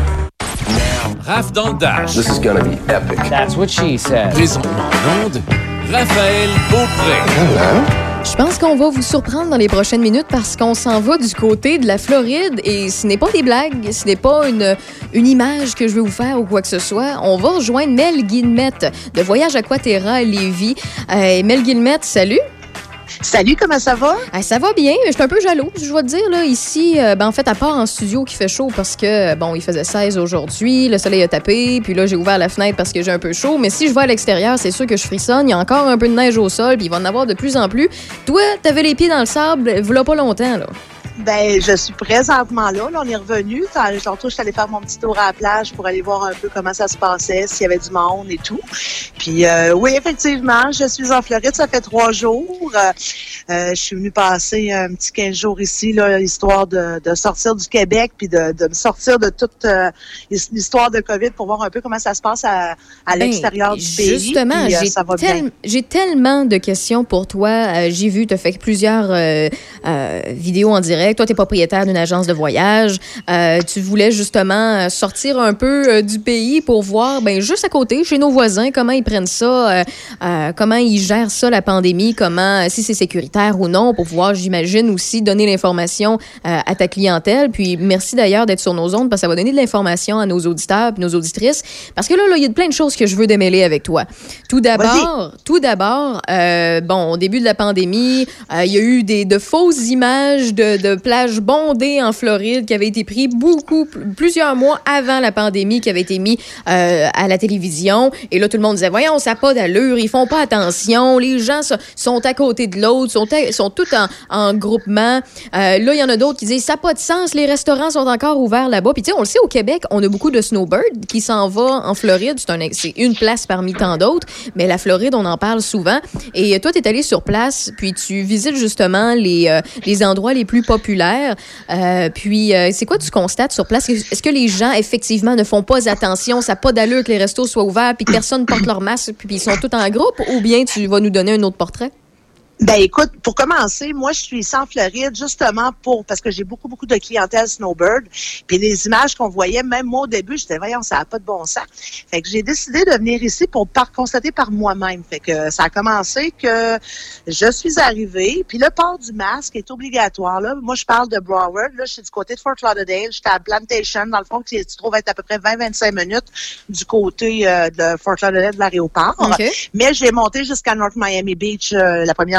Raph dans le Dash. This is gonna be epic. That's what she said. Présentement en onde, Raphaël Beaupré. Hello. Je pense qu'on va vous surprendre dans les prochaines minutes parce qu'on s'en va du côté de la Floride et ce n'est pas des blagues, ce n'est pas une, une image que je vais vous faire ou quoi que ce soit. On va rejoindre Mel Guillemette de Voyage Aquaterra à Lévis. Euh, Mel Guillemette, salut! Salut, comment ça va? Ah, ça va bien, mais je suis un peu jalouse, je dois te dire. Là, ici, euh, ben, en fait, à part en studio qui fait chaud parce que, bon, il faisait seize aujourd'hui, le soleil a tapé, puis là, j'ai ouvert la fenêtre parce que j'ai un peu chaud. Mais si je vais à l'extérieur, c'est sûr que je frissonne. Il y a encore un peu de neige au sol, puis il va en avoir de plus en plus. Toi, t'avais les pieds dans le sable, voilà pas longtemps, là. Ben, je suis présentement là. Là, on est revenu. Tantôt, je suis allée faire mon petit tour à la plage pour aller voir un peu comment ça se passait, s'il y avait du monde et tout. Puis, euh, oui, effectivement, je suis en Floride. Ça fait trois jours. Euh, euh, je suis venue passer un petit quinze jours ici, là, histoire de, de sortir du Québec puis de, de me sortir de toute euh, l'histoire de COVID pour voir un peu comment ça se passe à, à l'extérieur ben, du pays. Justement, puis, euh, j'ai, ça va tel- bien. j'ai tellement de questions pour toi. Euh, j'ai vu, tu as fait plusieurs euh, euh, vidéos en direct. Toi, tu es propriétaire d'une agence de voyage. Euh, tu voulais justement sortir un peu euh, du pays pour voir, ben juste à côté, chez nos voisins, comment ils prennent ça, euh, euh, comment ils gèrent ça, la pandémie, comment, si c'est sécuritaire ou non, pour pouvoir, j'imagine, aussi donner l'information euh, à ta clientèle. Puis merci d'ailleurs d'être sur nos ondes parce que ça va donner de l'information à nos auditeurs et nos auditrices. Parce que là, là, il y a plein de choses que je veux démêler avec toi. Tout d'abord, Vas-y. tout d'abord, euh, bon, au début de la pandémie, euh, il y a eu des, de fausses images de, de plages bondées en Floride qui avaient été prises beaucoup, plusieurs mois avant la pandémie, qui avaient été mis euh, à la télévision. Et là, tout le monde disait, voyons, ça n'a pas d'allure, ils font pas attention, les gens so, sont à côté de l'autre, sont, à, sont tous en, en groupement. Euh, là, il y en a d'autres qui disent, ça n'a pas de sens, les restaurants sont encore ouverts là-bas. Puis tu sais, on le sait, au Québec, on a beaucoup de snowbirds qui s'en vont en Floride. C'est, un, c'est une place parmi tant d'autres, mais la Floride, on en parle souvent. Et toi, tu es allé sur place, puis tu visites justement les, euh, les endroits les plus populaires. Euh, puis, euh, c'est quoi tu constates sur place? Est-ce que les gens, effectivement, ne font pas attention? Ça n'a pas d'allure que les restos soient ouverts puis que personne porte leur masque puis ils sont tous en groupe? Ou bien tu vas nous donner un autre portrait? Ben écoute, pour commencer, moi je suis ici en Floride justement pour parce que j'ai beaucoup beaucoup de clientèle snowbird. Puis les images qu'on voyait, même moi au début, j'étais voyons, ça n'a pas de bon sens. Fait que j'ai décidé de venir ici pour par constater par moi-même. Fait que ça a commencé que je suis arrivée, puis le port du masque est obligatoire. Là, moi je parle de Broward. Là, je suis du côté de Fort Lauderdale. J'étais à Plantation, dans le fond, qui se trouve être à peu près vingt à vingt-cinq minutes du côté euh, de Fort Lauderdale de l'aéroport. Okay. Mais j'ai monté jusqu'à North Miami Beach euh, la première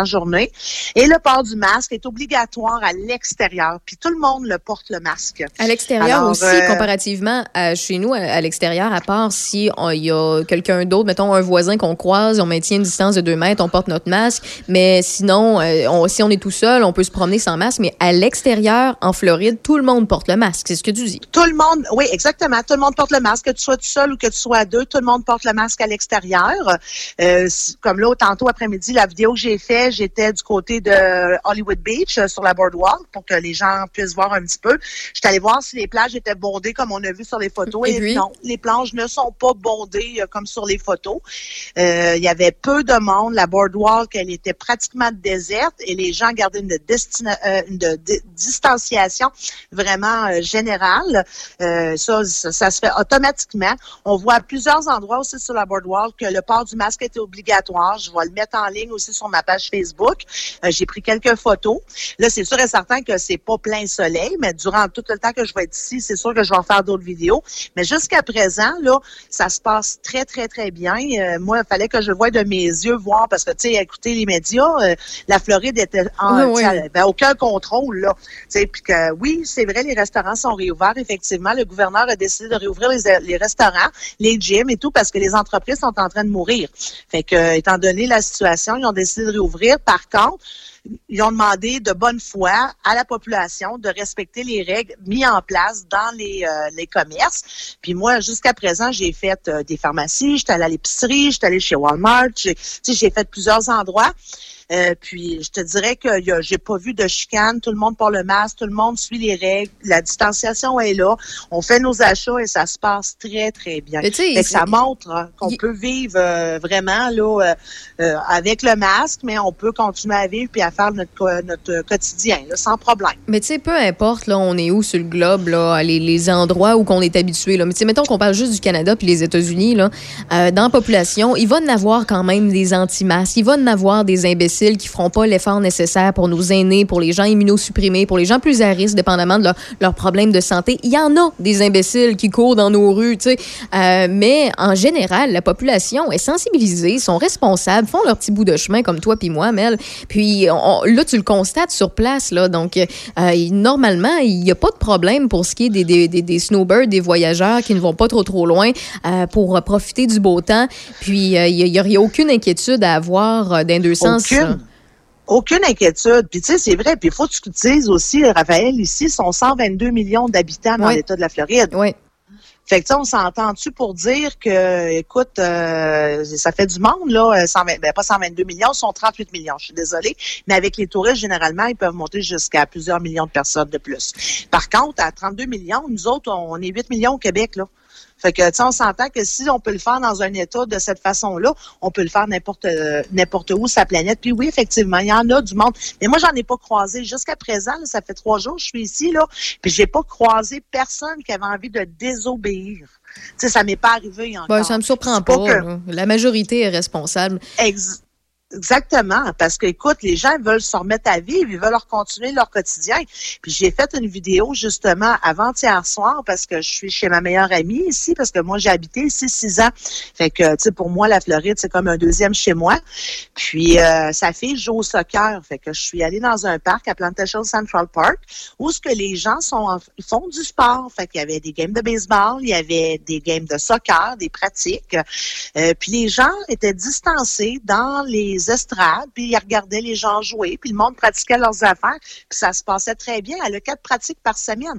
dernière journée. Et le port du masque est obligatoire à l'extérieur. Puis tout le monde le porte, le masque. À l'extérieur Alors, aussi, euh, comparativement à chez nous, à, à l'extérieur, à part si il y a quelqu'un d'autre, mettons un voisin qu'on croise, on maintient une distance de deux mètres, on porte notre masque. Mais sinon, euh, on, si on est tout seul, on peut se promener sans masque. Mais à l'extérieur, en Floride, tout le monde porte le masque. C'est ce que tu dis. Tout le monde, oui, exactement. Tout le monde porte le masque, que tu sois tout seul ou que tu sois à deux. Tout le monde porte le masque à l'extérieur. Euh, comme là, tantôt après-midi, la vidéo que j'ai faite, j'étais du côté de Hollywood Beach, euh, sur la boardwalk, pour que les gens puissent voir un petit peu. J'étais allée voir si les plages étaient bondées comme on a vu sur les photos. Et, Et puis? non, les plages ne sont pas bondées euh, comme sur les photos. Euh, il y avait peu de monde. La boardwalk, elle était pratiquement déserte et les gens gardaient une, destina- euh, une de, de, distanciation vraiment euh, générale. Euh, ça, ça, ça se fait automatiquement. On voit à plusieurs endroits aussi sur la boardwalk que le port du masque était obligatoire. Je vais le mettre en ligne aussi sur ma page Facebook. Euh, j'ai pris quelques photos. Là, c'est sûr et certain que c'est pas plein soleil, mais durant tout le temps que je vais être ici, c'est sûr que je vais en faire d'autres vidéos. Mais jusqu'à présent, là, ça se passe très, très, très bien. Euh, moi, il fallait que je le voie de mes yeux, voir, parce que, tu sais, écouter les médias, euh, la Floride était en, oui, oui. Ben, aucun contrôle, là. Tu sais, puis que, oui, c'est vrai, les restaurants sont réouverts. Effectivement, le gouverneur a décidé de réouvrir les, les restaurants, les gyms et tout, parce que les entreprises sont en train de mourir. Fait que, euh, étant donné la situation, ils ont décidé de réouvrir. Par contre, ils ont demandé de bonne foi à la population de respecter les règles mises en place dans les, euh, les commerces. Puis moi, jusqu'à présent, j'ai fait euh, des pharmacies, j'étais allée à l'épicerie, j'étais allée chez Walmart, j'ai, tu sais, j'ai fait plusieurs endroits. Euh, puis je te dirais que y a, j'ai pas vu de chicane, tout le monde porte le masque, tout le monde suit les règles, la distanciation est là, on fait nos achats et ça se passe très très bien. Fait que ça montre hein, qu'on y... peut vivre euh, vraiment là euh, euh, avec le masque, mais on peut continuer à vivre puis à faire notre notre quotidien là, sans problème. Mais tu sais, peu importe là, on est où sur le globe là, les, les endroits où qu'on est habitué là. Mais tu sais, mettons qu'on parle juste du Canada puis les États-Unis là, euh, dans la population, il va en avoir quand même des anti-masques, il va en avoir des imbéciles qui feront pas l'effort nécessaire pour nos aînés, pour les gens immunosupprimés, pour les gens plus à risque, dépendamment de leurs leur problèmes de santé. Il y en a des imbéciles qui courent dans nos rues, tu sais. Euh, mais en général, la population est sensibilisée, sont responsables, font leur petit bout de chemin comme toi puis moi, Mel. Puis on, là, tu le constates sur place, là. Donc, euh, normalement, il n'y a pas de problème pour ce qui est des, des, des, des snowbirds, des voyageurs qui ne vont pas trop trop loin euh, pour profiter du beau temps. Puis, il euh, n'y a, a aucune inquiétude à avoir euh, dans deux sens. Aucune. Aucune inquiétude. Puis tu sais, c'est vrai. Puis il faut que tu dises aussi, Raphaël, ici, sont cent vingt-deux millions d'habitants dans oui. l'État de la Floride. Oui. Fait que tu sais, on s'entend-tu pour dire que, écoute, euh, ça fait du monde, là, cent vingt, ben pas cent vingt-deux millions, ce sont trente-huit millions, je suis désolée. Mais avec les touristes, généralement, ils peuvent monter jusqu'à plusieurs millions de personnes de plus. Par contre, à trente-deux millions, nous autres, on est huit millions au Québec, là. Fait que, tu sais, on s'entend que si on peut le faire dans un État de cette façon-là, on peut le faire n'importe euh, n'importe où, sa planète. Puis oui, effectivement, il y en a du monde. Mais moi, j'en ai pas croisé. Jusqu'à présent, là, ça fait trois jours que je suis ici, là, puis j'ai pas croisé personne qui avait envie de désobéir. Tu sais, ça m'est pas arrivé encore. Ben, ça me surprend pas. pas que... La majorité est responsable. Ex- Exactement, parce que écoute, les gens veulent se remettre à vivre, ils veulent leur continuer leur quotidien. Puis j'ai fait une vidéo justement avant-hier soir parce que je suis chez ma meilleure amie ici, parce que moi j'ai habité ici six ans. Fait que tu sais, pour moi la Floride c'est comme un deuxième chez moi. Puis euh, sa fille joue au soccer, fait que je suis allée dans un parc à Plantation Central Park où ce que les gens sont, en, ils font du sport. Fait qu'il y avait des games de baseball, il y avait des games de soccer, des pratiques. Euh, puis les gens étaient distancés dans les estrades, puis ils regardaient les gens jouer, puis le monde pratiquait leurs affaires, puis ça se passait très bien. Elle a quatre pratiques par semaine.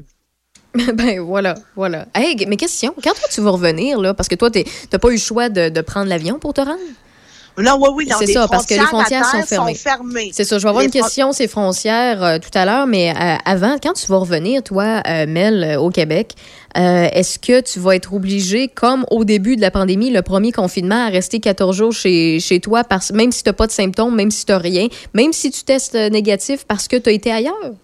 Ben voilà, voilà. Hey, mais question, quand toi tu vas revenir, là, parce que toi, tu n'as pas eu le choix de, de prendre l'avion pour te rendre? Non, oui, oui, non, c'est ça, parce que les frontières sont fermées. sont fermées. C'est ça, je vais avoir les une question, ces frontières, euh, tout à l'heure, mais euh, avant, quand tu vas revenir, toi, euh, Mel, euh, au Québec, euh, est-ce que tu vas être obligé, comme au début de la pandémie, le premier confinement, à rester quatorze jours chez, chez toi, parce, même si tu n'as pas de symptômes, même si tu n'as rien, même si tu testes négatif parce que tu as été ailleurs?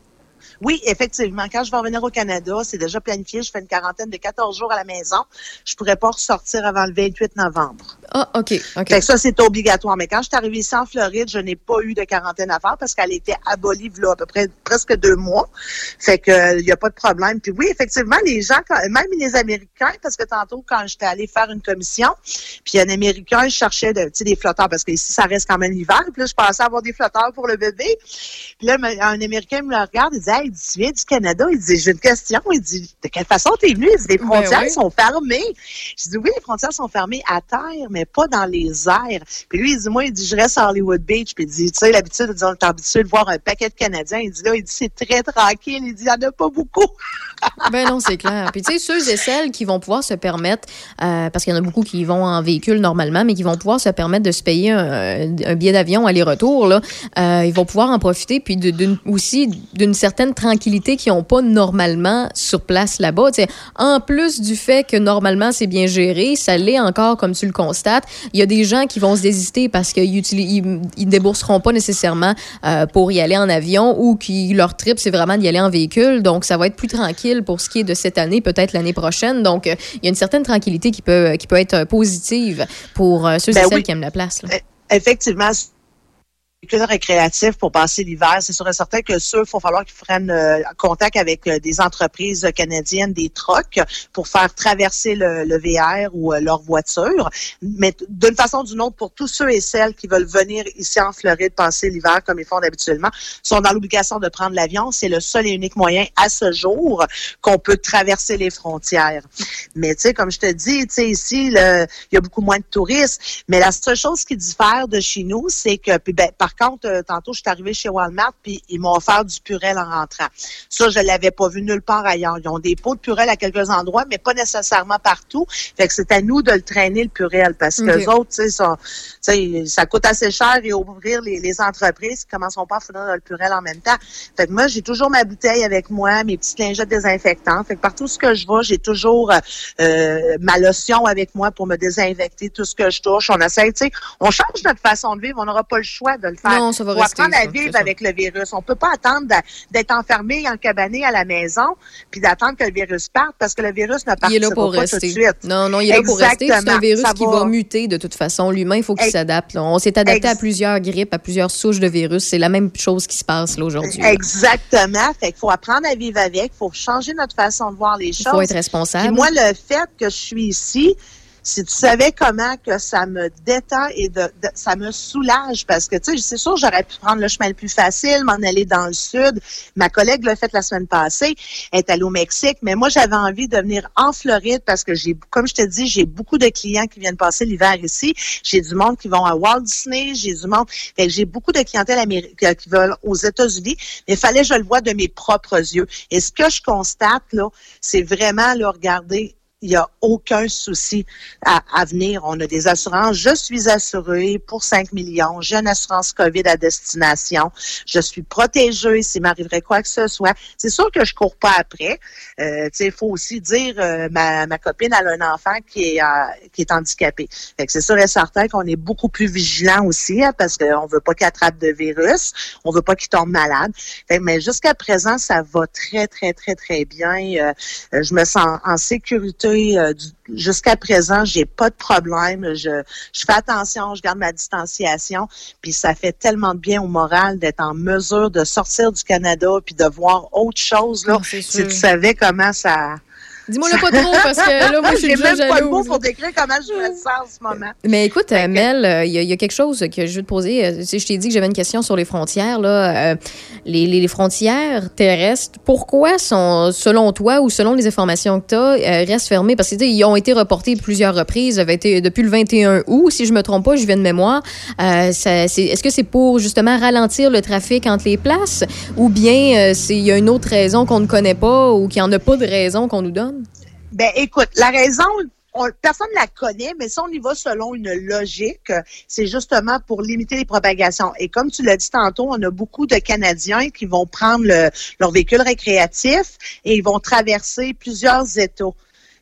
Oui, effectivement. Quand je vais revenir au Canada, c'est déjà planifié. Je fais une quarantaine de quatorze jours à la maison. Je pourrais pas ressortir avant le vingt-huit novembre. Ah, OK. OK. Fait que ça, c'est obligatoire. Mais quand je suis arrivée ici en Floride, je n'ai pas eu de quarantaine à faire parce qu'elle était abolie là, à peu près presque deux mois. Fait que il y a pas de problème. Puis oui, effectivement, les gens, même les Américains, parce que tantôt, quand j'étais allée faire une commission, puis un Américain, je cherchais de, tu sais, des flotteurs parce que ici, ça reste quand même l'hiver. Puis là, je pensais avoir des flotteurs pour le bébé. Puis là, un Américain me le regarde, il dit, hey, il dit, tu viens du Canada? Il dit, j'ai une question. Il dit, de quelle façon t'es venu? Il dit, les frontières ben oui. sont fermées. Je dis, oui, les frontières sont fermées à terre, mais pas dans les airs. Puis lui, il dit, moi, il dit, je reste à Hollywood Beach. Puis il dit, tu sais, l'habitude, il dit, on est habitué de voir un paquet de Canadiens. Il dit, là, il dit, c'est très tranquille. Il dit, il n'y en a pas beaucoup. Ben non, c'est clair. Puis tu sais, ceux et celles qui vont pouvoir se permettre, euh, parce qu'il y en a beaucoup qui vont en véhicule normalement, mais qui vont pouvoir se permettre de se payer un, un billet d'avion aller-retour, là, euh, ils vont pouvoir en profiter, puis de, d'une, aussi d'une certaine tranquillité qu'ils n'ont pas normalement sur place là-bas. Tu sais, en plus du fait que normalement c'est bien géré, ça l'est encore comme tu le constates. Il y a des gens qui vont se désister parce qu'ils utilisent, ils ne débourseront pas nécessairement euh, pour y aller en avion ou qui leur trip c'est vraiment d'y aller en véhicule. Donc ça va être plus tranquille pour ce qui est de cette année, peut-être l'année prochaine. Donc, euh, il y a une certaine tranquillité qui peut, qui peut être positive pour euh, ceux ben et celles oui. qui aiment la place. Là. Effectivement, véhicule récréatif pour passer l'hiver, c'est sûr et certain que ceux, il faut falloir qu'ils prennent euh, contact avec euh, des entreprises canadiennes, des trucks, pour faire traverser le, le V R ou euh, leur voiture. Mais d'une façon ou d'une autre, pour tous ceux et celles qui veulent venir ici en Floride passer l'hiver comme ils font habituellement, sont dans l'obligation de prendre l'avion. C'est le seul et unique moyen à ce jour qu'on peut traverser les frontières. Mais tu sais, comme je te dis, tu sais, ici, il y a beaucoup moins de touristes. Mais la seule chose qui diffère de chez nous, c'est que, puis ben, par Par contre, euh, tantôt, je suis arrivée chez Walmart puis ils m'ont offert du Purell en rentrant. Ça, je l'avais pas vu nulle part ailleurs. Ils ont des pots de Purell à quelques endroits, mais pas nécessairement partout. Fait que c'est à nous de le traîner, le Purell, parce que okay. les autres, tu sais, ça coûte assez cher et ouvrir les, les entreprises qui commenceront pas à fournir le Purell en même temps. Fait que moi, j'ai toujours ma bouteille avec moi, mes petites lingettes désinfectantes. Fait que partout ce que je vais, j'ai toujours euh, ma lotion avec moi pour me désinfecter tout ce que je touche. On essaie, tu sais, on change notre façon de vivre. On n'aura pas le choix de le faire. Non, ça va Faut rester, apprendre ça, à vivre avec le virus. On peut pas attendre d'être enfermé, encabané à la maison, puis d'attendre que le virus parte, parce que le virus ne partira pas rester. tout de suite. Non, non, il est là pour rester. C'est un virus ça qui va... va muter de toute façon. L'humain, il faut qu'il Ex- s'adapte. Là. On s'est adapté Ex- à plusieurs grippes, à plusieurs souches de virus. C'est la même chose qui se passe là aujourd'hui. Là. Exactement. Fait qu'il faut apprendre à vivre avec. Il faut changer notre façon de voir les choses. Il faut être responsable. Puis moi, le fait que je suis ici, si tu savais comment que ça me détend et de, de ça me soulage, parce que, tu sais, c'est sûr, j'aurais pu prendre le chemin le plus facile, m'en aller dans le sud. Ma collègue l'a fait la semaine passée, elle est allée au Mexique, mais moi, j'avais envie de venir en Floride parce que j'ai, comme je te dis, j'ai beaucoup de clients qui viennent passer l'hiver ici. J'ai du monde qui vont à Walt Disney, j'ai du monde, fait que j'ai beaucoup de clientèle américaine qui veulent aux États-Unis, mais il fallait que je le voie de mes propres yeux. Et ce que je constate, là, c'est vraiment, là, regarder, il n'y a aucun souci à, à venir. On a des assurances. Je suis assurée pour cinq millions. J'ai une assurance COVID à destination. Je suis protégée s'il m'arriverait quoi que ce soit. C'est sûr que je cours pas après. Euh, tu sais, il faut aussi dire, euh, ma, ma copine, elle a un enfant qui est, euh, qui est handicapé. Fait que c'est sûr et certain qu'on est beaucoup plus vigilant aussi, hein, parce qu'on veut pas qu'il attrape de virus. On veut pas qu'il tombe malade. Fait que, mais jusqu'à présent, ça va très, très, très, très bien. Euh, je me sens en sécurité. Euh, jusqu'à présent, j'ai pas de problème. Je, je fais attention, je garde ma distanciation, puis ça fait tellement de bien au moral d'être en mesure de sortir du Canada puis de voir autre chose. Là, oh, si tu savais comment ça... Dis-moi-le pas trop, parce que là, moi, je suis déjà jalouse. J'ai même pas le mot pour décrire comment je me sens en ce moment. Mais écoute, okay. Mel, il euh, y, y a quelque chose que je veux te poser. Tu sais, je t'ai dit que j'avais une question sur les frontières. Là. Euh, les, les frontières terrestres, pourquoi sont, selon toi ou selon les informations que tu as, euh, restent fermées? Parce qu'ils ont été reportés plusieurs reprises. Avaient été, depuis le vingt et un août, si je me trompe pas, je viens de mémoire. Euh, ça, c'est, est-ce que c'est pour, justement, ralentir le trafic entre les places? Ou bien il euh, y a une autre raison qu'on ne connaît pas ou qu'il n'y en a pas de raison qu'on nous donne? Ben, écoute, la raison, on, personne ne la connaît, mais si on y va selon une logique, c'est justement pour limiter les propagations. Et comme tu l'as dit tantôt, on a beaucoup de Canadiens qui vont prendre le, leur véhicule récréatif et ils vont traverser plusieurs États.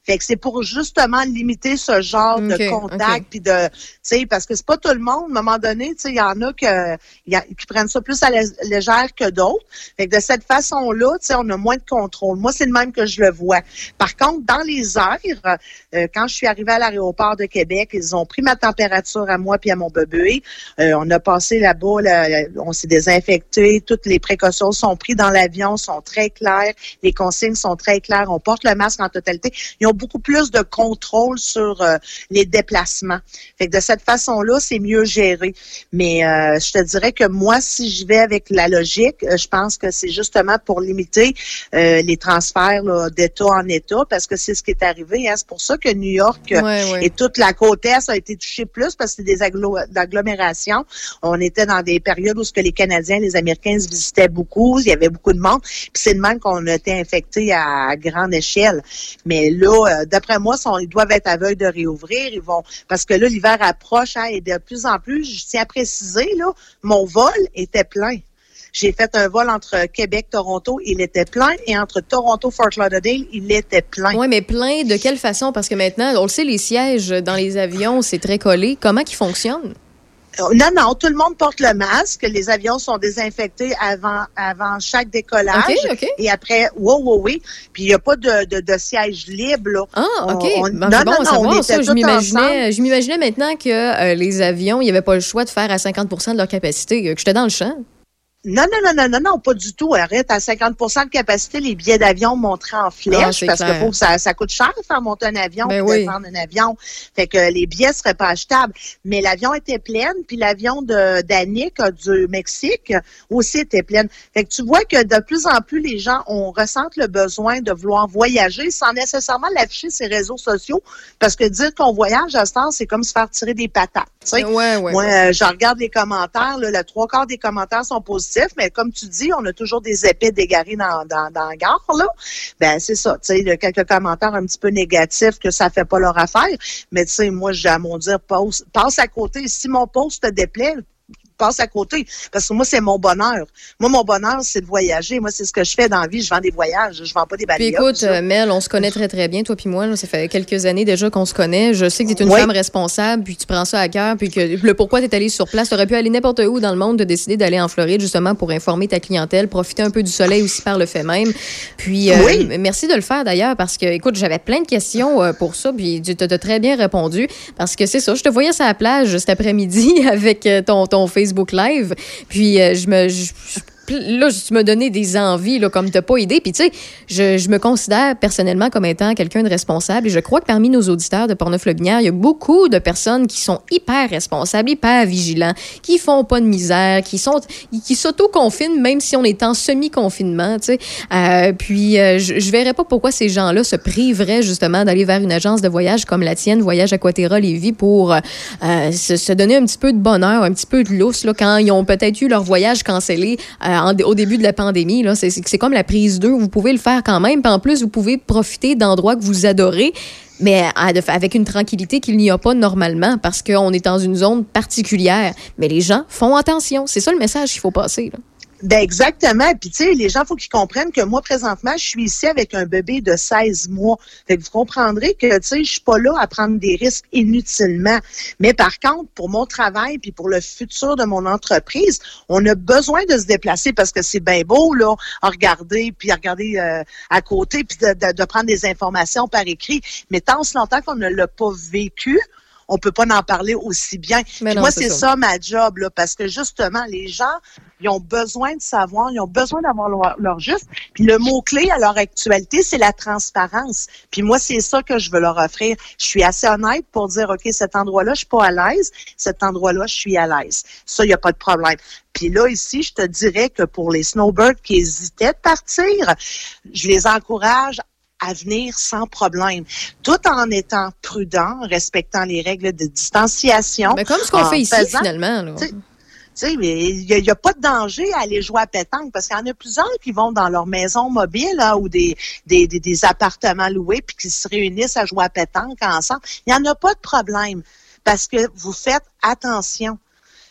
Fait que c'est pour justement limiter ce genre okay, de contact, puis okay. de, tu sais, parce que c'est pas tout le monde, à un moment donné, tu sais, il y en a que, y a, qui prennent ça plus à la légère que d'autres. Fait que de cette façon-là, tu sais, on a moins de contrôle. Moi, c'est le même que je le vois. Par contre, dans les airs, euh, quand je suis arrivée à l'aéroport de Québec, ils ont pris ma température à moi puis à mon bébé. Euh, on a passé là-bas, là, on s'est désinfecté, toutes les précautions sont prises dans l'avion, sont très claires, les consignes sont très claires, on porte le masque en totalité. Ils ont beaucoup plus de contrôle sur euh, les déplacements. Fait que de cette façon-là, c'est mieux géré. Mais euh, je te dirais que moi, si je vais avec la logique, je pense que c'est justement pour limiter euh, les transferts là, d'État en État, parce que c'est ce qui est arrivé. Hein. C'est pour ça que New York ouais, ouais. et toute la côte Est a été touchée plus, parce que c'est des agglo- agglomérations. On était dans des périodes où ce que les Canadiens, les Américains se visitaient beaucoup, il y avait beaucoup de monde, puis c'est de même qu'on a été infectés à, à grande échelle. Mais là, euh, d'après moi, sont, ils doivent être aveugles de réouvrir. Ils vont, parce que là, l'hiver approche, hein, et de plus en plus, je tiens à préciser, là, mon vol était plein. J'ai fait un vol entre Québec-Toronto, il était plein, et entre Toronto-Fort Lauderdale, il était plein. Oui, mais plein de quelle façon? Parce que maintenant, on le sait, les sièges dans les avions, c'est très collé. Comment qu'ils fonctionnent? Non, non, tout le monde porte le masque. Les avions sont désinfectés avant avant chaque décollage. Okay, okay. Et après, oui, oui, oui. Puis il n'y a pas de, de, de siège libre, là. Ah, OK. On, on, ben, non, c'est bon non, à non, savoir, on ça. était Je tous m'imaginais, ensemble. je m'imaginais maintenant que euh, les avions, il n'y avait pas le choix de faire à cinquante pour cent de leur capacité, que j'étais dans le champ. Non, non, non, non, non, non, pas du tout. Arrête, à cinquante pour cent de capacité, les billets d'avion montraient en flèche, ah, parce clair. que faut, ça, ça coûte cher de faire monter un avion, ben puis oui. descendre un avion. Fait que les billets seraient pas achetables. Mais l'avion était plein, puis l'avion de d'Annick du Mexique aussi était plein. Fait que tu vois que de plus en plus, les gens on ressentent le besoin de vouloir voyager sans nécessairement l'afficher sur les réseaux sociaux, parce que dire qu'on voyage à ce temps, c'est comme se faire tirer des patates. Ouais, ouais, Moi, ouais. Euh, je regarde les commentaires, là, le trois quarts des commentaires sont positifs, mais comme tu dis, on a toujours des épées dégarés dans, dans, dans la gare, là. Ben, c'est ça. Tu sais, il y a quelques commentaires un petit peu négatifs que ça fait pas leur affaire. Mais tu sais, moi, j'ai à mon dire, passe, passe à côté. Si mon poste te déplaît, passe à côté. Parce que moi, c'est mon bonheur. Moi, mon bonheur, c'est de voyager. Moi, c'est ce que je fais dans la vie. Je vends des voyages. Je vends pas des balayages. Puis écoute, euh, Mel, on se connaît très, très bien, toi puis moi. Là, ça fait quelques années déjà qu'on se connaît. Je sais que tu es une oui. femme responsable, puis tu prends ça à cœur, puis que le pourquoi tu es allée sur place. Tu aurais pu aller n'importe où dans le monde, de décider d'aller en Floride, justement, pour informer ta clientèle, profiter un peu du soleil aussi par le fait même. Puis, euh, oui. merci de le faire, d'ailleurs, parce que, écoute, j'avais plein de questions euh, pour ça, puis tu t'as très bien répondu. Parce que c'est ça, je te voyais sur la plage cet après-midi avec ton, ton Facebook Live. Puis euh, je me je, là, tu m'as donné des envies, là, comme t'as pas idée. Puis, tu sais, je, je me considère personnellement comme étant quelqu'un de responsable. Et je crois que parmi nos auditeurs de Portneuf-Lobinière, il y a beaucoup de personnes qui sont hyper responsables, hyper vigilants, qui font pas de misère, qui sont, qui s'auto-confinent, même si on est en semi-confinement, tu sais. Euh, puis, euh, je, je verrais pas pourquoi ces gens-là se priveraient, justement, d'aller vers une agence de voyage comme la tienne, Voyage Aquaterra Lévis, pour euh, se, se donner un petit peu de bonheur, un petit peu de lousse, là, quand ils ont peut-être eu leur voyage cancellé euh, En, au début de la pandémie, là, c'est, c'est comme la prise deux. Vous pouvez le faire quand même. Puis en plus, vous pouvez profiter d'endroits que vous adorez, mais avec une tranquillité qu'il n'y a pas normalement parce qu'on est dans une zone particulière. Mais les gens font attention. C'est ça le message qu'il faut passer, là. Ben exactement. Puis tu sais, les gens, faut qu'ils comprennent que moi, présentement, je suis ici avec un bébé de seize mois. Fait que vous comprendrez que, tu sais, je suis pas là à prendre des risques inutilement. Mais par contre, pour mon travail puis pour le futur de mon entreprise, on a besoin de se déplacer parce que c'est bien beau, là, à regarder puis à regarder euh, à côté puis de, de, de prendre des informations par écrit. Mais tant aussi longtemps qu'on ne l'a pas vécu, on peut pas en parler aussi bien. Mais non, moi, c'est c'est ça. ça ma job, là, parce que justement, les gens, ils ont besoin de savoir, ils ont besoin d'avoir leur, leur juste. Puis le mot-clé à leur actualité, c'est la transparence. Puis moi, c'est ça que je veux leur offrir. Je suis assez honnête pour dire, OK, cet endroit-là, je suis pas à l'aise. Cet endroit-là, je suis à l'aise. Ça, il n'y a pas de problème. Puis là, ici, je te dirais que pour les snowbirds qui hésitaient de partir, je les encourage à venir sans problème, tout en étant prudent, respectant les règles de distanciation. Mais comme ce qu'on fait ici, faisant, finalement. Là. Tu sais, mais il n'y a, a pas de danger à aller jouer à pétanque parce qu'il y en a plusieurs qui vont dans leur maison mobile hein, ou des, des, des, des appartements loués puis qui se réunissent à jouer à pétanque ensemble. Il n'y en a pas de problème parce que vous faites attention.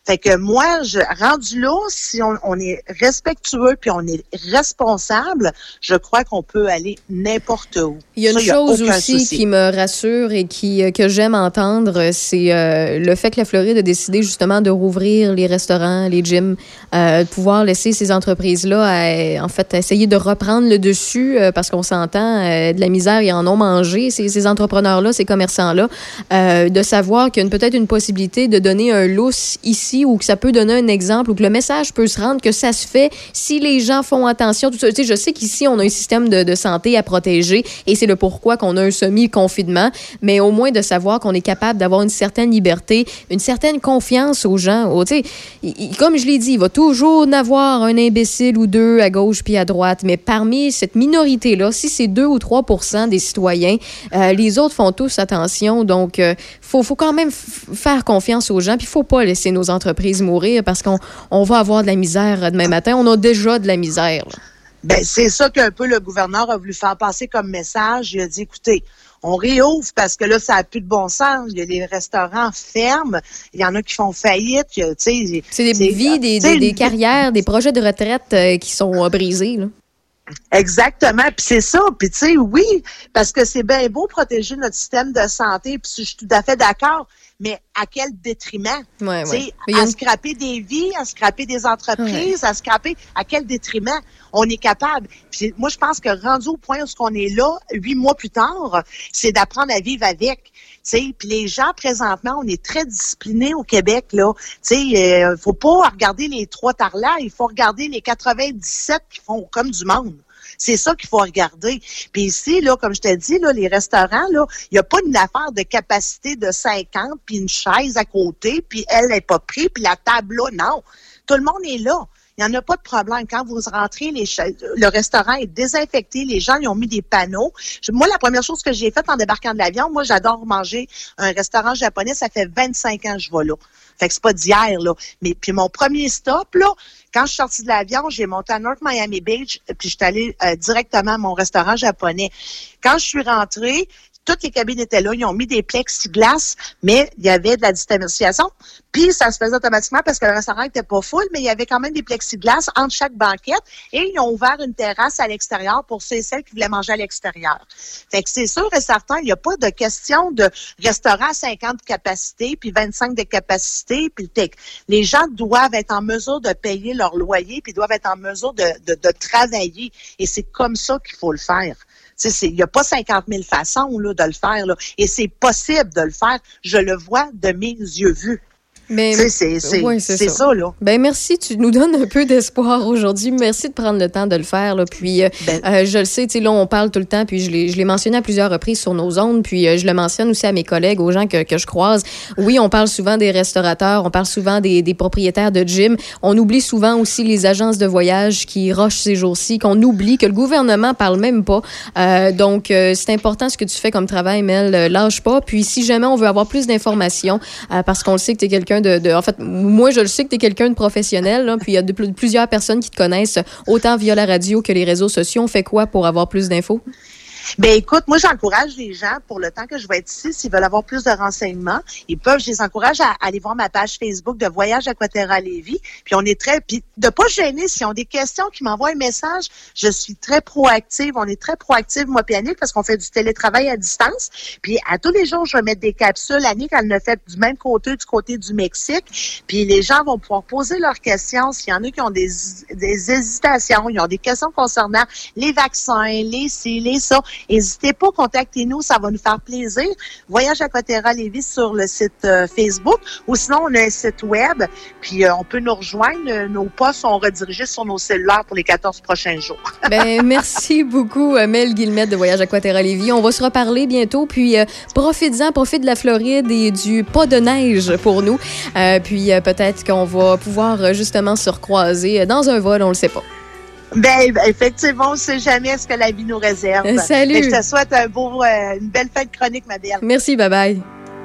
Fait que moi, je, rendu là, si on, on est respectueux puis on est responsable, je crois qu'on peut aller n'importe où. Il y a une Ça, chose y a aussi souci. qui me rassure et qui que j'aime entendre, c'est euh, le fait que la Floride a décidé justement de rouvrir les restaurants, les gyms, euh, de pouvoir laisser ces entreprises-là, à, en fait, essayer de reprendre le dessus euh, parce qu'on s'entend, euh, de la misère, ils en ont mangé, ces, ces entrepreneurs-là, ces commerçants-là, euh, de savoir qu'il y a une, peut-être une possibilité de donner un lousse ici ou que ça peut donner un exemple ou que le message peut se rendre, que ça se fait si les gens font attention. Tout ça. Tu sais, je sais qu'ici, on a un système de, de santé à protéger et c'est le pourquoi qu'on a un semi-confinement, mais au moins de savoir qu'on est capable d'avoir une certaine liberté, une certaine confiance aux gens. Oh, tu sais, il, il, comme je l'ai dit, il va toujours en avoir un imbécile ou deux à gauche puis à droite, mais parmi cette minorité-là, si c'est deux ou trois pour cent des citoyens, euh, les autres font tous attention. Donc, il euh, faut, faut quand même f- faire confiance aux gens puis il faut pas laisser nos entreprises mourir parce qu'on on va avoir de la misère demain matin. On a déjà de la misère. Là. Ben, c'est ça qu'un peu le gouverneur a voulu faire passer comme message. Il a dit, écoutez, on réouvre parce que là, ça n'a plus de bon sens. Il y a des restaurants fermes. Il y en a qui font faillite. Tu sais, c'est des vies, des, des, des carrières, des projets de retraite euh, qui sont euh, brisés, là. Exactement, puis c'est ça, puis tu sais, oui, parce que c'est bien beau protéger notre système de santé, puis je suis tout à fait d'accord, mais à quel détriment? Ouais, tu sais, ouais. à une... scraper des vies, à scraper des entreprises, ouais. à scraper, à quel détriment? On est capable. Puis moi, je pense que rendu au point où on est là, huit mois plus tard, c'est d'apprendre à vivre avec. Puis les gens, présentement, on est très disciplinés au Québec, là. Tu sais, euh, faut pas regarder les trois tarlats, il faut regarder les quatre-vingt-dix-sept qui font comme du monde. C'est ça qu'il faut regarder. Puis ici, là, comme je t'ai dit, là, les restaurants, là, il n'y a pas une affaire de capacité de cinquante, puis une chaise à côté, puis elle n'est pas prise, puis la table là, non. Tout le monde est là. Il n'y en a pas de problème. Quand vous rentrez, les chaises, le restaurant est désinfecté, les gens ils ont mis des panneaux. Je, moi, la première chose que j'ai faite en débarquant de l'avion, moi, j'adore manger un restaurant japonais. Ça fait vingt-cinq ans que je vais là. Fait que c'est pas d'hier, là. Mais puis mon premier stop, là, quand je suis sortie de l'avion, j'ai monté à North Miami Beach, puis je suis allée euh, directement à mon restaurant japonais. Quand je suis rentrée, toutes les cabines étaient là, ils ont mis des plexiglas, mais il y avait de la distanciation. Puis ça se faisait automatiquement parce que le restaurant était pas full, mais il y avait quand même des plexiglas entre chaque banquette et ils ont ouvert une terrasse à l'extérieur pour ceux et celles qui voulaient manger à l'extérieur. Fait que c'est sûr et certain, il n'y a pas de question de restaurant à cinquante de capacité puis vingt-cinq de capacité. Puis les gens doivent être en mesure de payer leur loyer puis doivent être en mesure de, de, de travailler. Et c'est comme ça qu'il faut le faire. Il n'y a pas cinquante mille façons là, de le faire. Là. Et c'est possible de le faire. Je le vois de mes yeux vus. Mais, c'est c'est, ouais, c'est c'est ça. ça, là. Ben, merci, tu nous donnes un peu d'espoir aujourd'hui. Merci de prendre le temps de le faire. Là. Puis, euh, ben, euh, je le sais, là, on parle tout le temps, puis je l'ai, je l'ai mentionné à plusieurs reprises sur nos ondes, puis euh, je le mentionne aussi à mes collègues, aux gens que, que je croise. Oui, on parle souvent des restaurateurs, on parle souvent des, des propriétaires de gym. On oublie souvent aussi les agences de voyage qui rushent ces jours-ci, qu'on oublie, que le gouvernement parle même pas. Euh, donc, euh, c'est important ce que tu fais comme travail, Mel. Euh, lâche pas. Puis, si jamais on veut avoir plus d'informations, euh, parce qu'on le sait que tu es quelqu'un De, de, en fait, moi, je le sais que tu es quelqu'un de professionnel, là, puis il y a de, de, plusieurs personnes qui te connaissent, autant via la radio que les réseaux sociaux. On fait quoi pour avoir plus d'infos? Ben écoute, moi j'encourage les gens pour le temps que je vais être ici, s'ils veulent avoir plus de renseignements, ils peuvent, je les encourage à, à aller voir ma page Facebook de Voyage Aquaterra Lévis. Puis on est très, puis de pas gêner, s'ils ont des questions, qui m'envoient un message, je suis très proactive. On est très proactive, moi puis Annick, parce qu'on fait du télétravail à distance. Puis à tous les jours, je vais mettre des capsules. Annick, elle le fait du même côté, du côté du Mexique. Puis les gens vont pouvoir poser leurs questions. S'il y en a qui ont des, des hésitations, ils ont des questions concernant les vaccins, les ci, les ça. N'hésitez pas, contactez-nous, ça va nous faire plaisir. Voyage Aquaterra Lévis sur le site euh, Facebook ou sinon on a un site web, puis euh, on peut nous rejoindre. Nos posts sont redirigés sur nos cellulaires pour les quatorze prochains jours. Ben merci beaucoup, Mel Guillemette de Voyage Aquaterra Lévis. On va se reparler bientôt, puis euh, profite-en, profite de la Floride et du pas de neige pour nous. Euh, puis euh, peut-être qu'on va pouvoir euh, justement se recroiser dans un vol, on le sait pas. Ben, effectivement, on ne sait jamais ce que la vie nous réserve. Euh, salut. Et je te souhaite un beau, euh, une belle fin de chronique, ma belle. Merci, bye bye.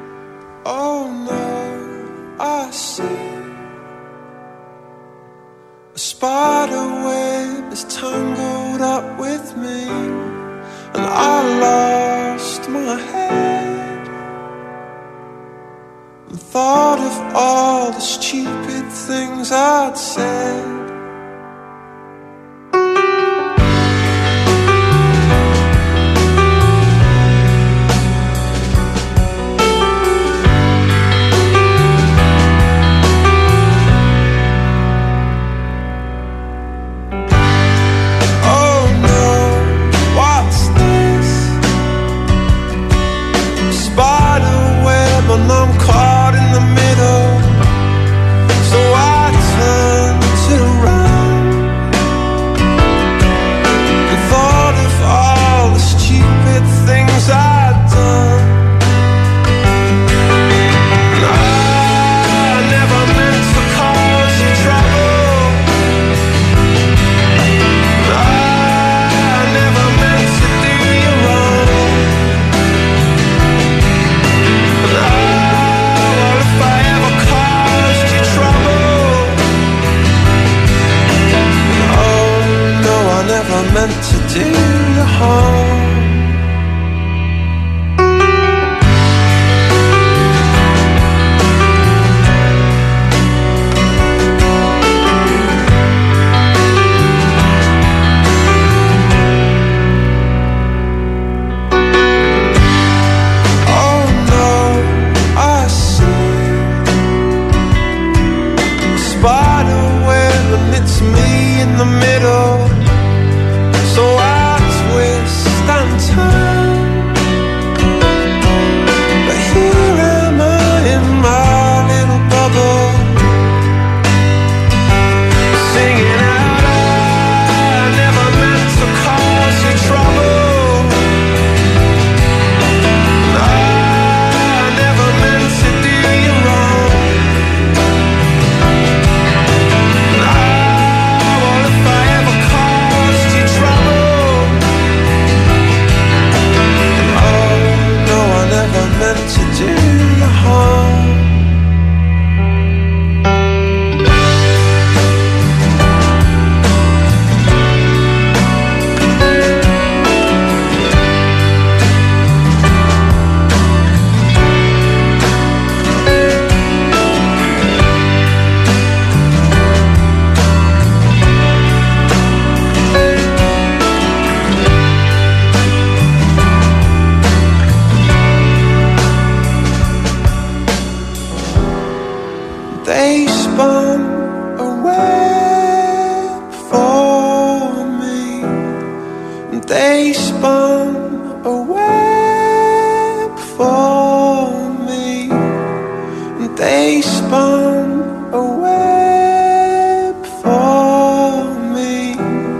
Oh no, I see a spider web is tangled up with me, and I lost my head and thought of all the stupid things I'd said. And I'm caught in the middle, so I turned it around and thought of all the stupid things I'd done. And I never meant to cause you trouble, and I never meant to do you wrong, and I never meant to do you harm. Oh no, I see a spider web and it's me in the middle. So I twist and turn, but here am I in my little bubble, singing out, I never meant to cause you trouble, I never meant to do you wrong, I, well, if I ever caused you trouble, never meant to do you harm. They spun a web for me. They spun a web for me. They spun a web for me.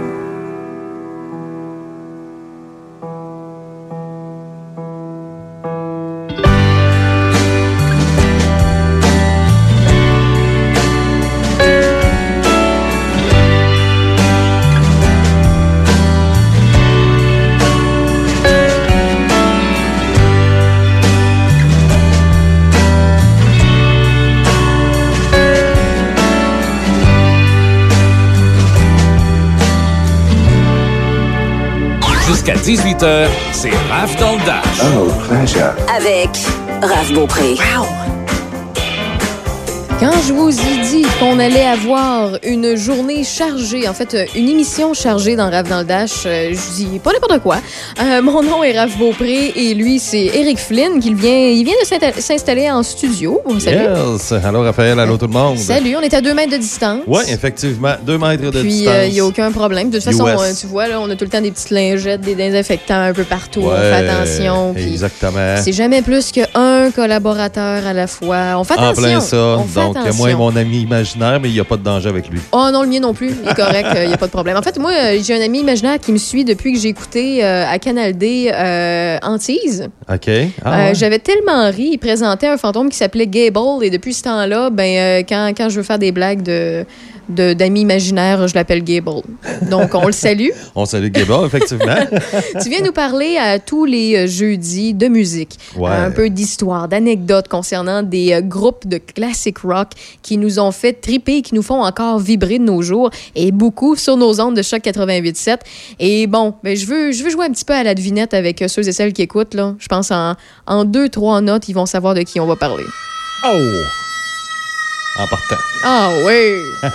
Jusqu'à dix-huit heures, c'est Raph dans le Dash. Oh, pleasure. Avec Raph Beaupré. Wow! Quand je vous ai dit qu'on allait avoir une journée chargée, en fait, une émission chargée dans Raph dans le Dash, je dis pas n'importe quoi. Euh, mon nom est Raph Beaupré et lui, c'est Eric Flynn qui vient, il vient de s'installer en studio. Salut. Yes! Allô, Raphaël, allô tout le monde. Salut, on est à deux mètres de distance. Oui, effectivement, deux mètres de Puis, distance. Puis, il n'y a aucun problème. De toute façon, U S. euh, tu vois, là, on a tout le temps des petites lingettes, des désinfectants un peu partout. Ouais, on fait attention. Exactement. C'est jamais plus qu'un collaborateur à la fois. On fait attention. En plein ça. On fait Donc, attention. moi et mon ami imaginaire, mais il n'y a pas de danger avec lui. Oh non, le mien non plus. Il est correct, il n'y a pas de problème. En fait, moi, j'ai un ami imaginaire qui me suit depuis que j'ai écouté euh, à Canal D euh, Antise. OK. Ah, Euh, ouais. J'avais tellement ri. Il présentait un fantôme qui s'appelait Gable. Et depuis ce temps-là, ben, euh, quand, quand je veux faire des blagues de, de, d'amis imaginaires, je l'appelle Gable. Donc, on le salue. On salue Gable, effectivement. Tu viens nous parler à tous les jeudis de musique. Ouais. Euh, un peu d'histoire, d'anecdotes concernant des euh, groupes de classic rock qui nous ont fait triper et qui nous font encore vibrer de nos jours. Et beaucoup sur nos ondes de Choc quatre-vingt-huit sept. Et bon, ben, je veux, je veux jouer un petit peu à la devinette avec ceux et celles qui écoutent. Là. Je pense en, en deux, trois notes, ils vont savoir de qui on va parler. Oh! en partant. Ah oui!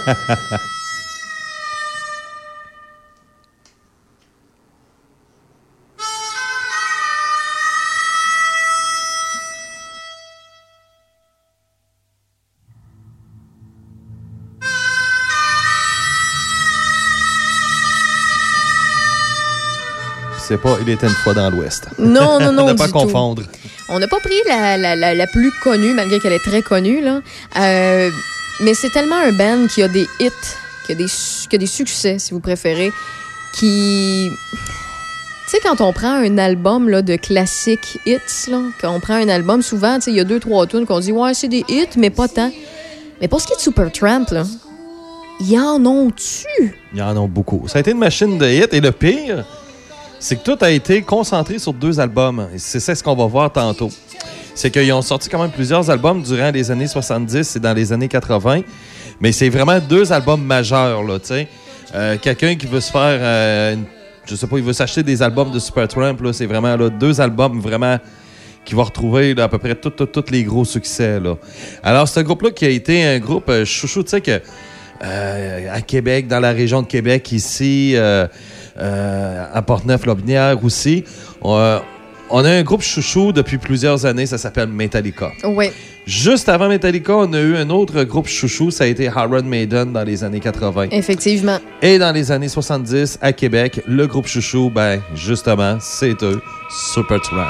C'est pas Il était une fois dans l'Ouest. Non, non, non. Ne pas du confondre. Tout. On n'a pas pris la, la, la, la plus connue, malgré qu'elle est très connue, là. Euh, mais c'est tellement un band qui a des hits, qui a des, qui a des succès, si vous préférez, qui... Tu sais, quand on prend un album là, de classiques hits, là, quand on prend un album, souvent, il y a deux, trois tunes qu'on dit « Ouais, c'est des hits, mais pas tant. » Mais pour ce qui est de Supertramp, là, ils en ont-tu? Ils en ont beaucoup. Ça a été une machine de hits. Et le pire, c'est que tout a été concentré sur deux albums. Et c'est ça ce qu'on va voir tantôt. C'est qu'ils ont sorti quand même plusieurs albums durant les années soixante-dix et dans les années quatre-vingts. Mais c'est vraiment deux albums majeurs, là, tu sais. Euh, quelqu'un qui veut se faire... Euh, une, je sais pas, il veut s'acheter des albums de Supertramp, là, c'est vraiment là, deux albums vraiment qui va retrouver là, à peu près tous les gros succès, là. Alors, ce groupe-là qui a été un groupe euh, chouchou, tu sais que euh, à Québec, dans la région de Québec, ici... Euh, Euh, à Portneuf-Lobinière aussi. On, on a un groupe chouchou depuis plusieurs années, ça s'appelle Metallica. Oui. Juste avant Metallica, on a eu un autre groupe chouchou, ça a été Iron Maiden dans les années quatre-vingts. Effectivement. Et dans les années soixante-dix, à Québec, le groupe chouchou, ben justement, c'est eux, Supertramp.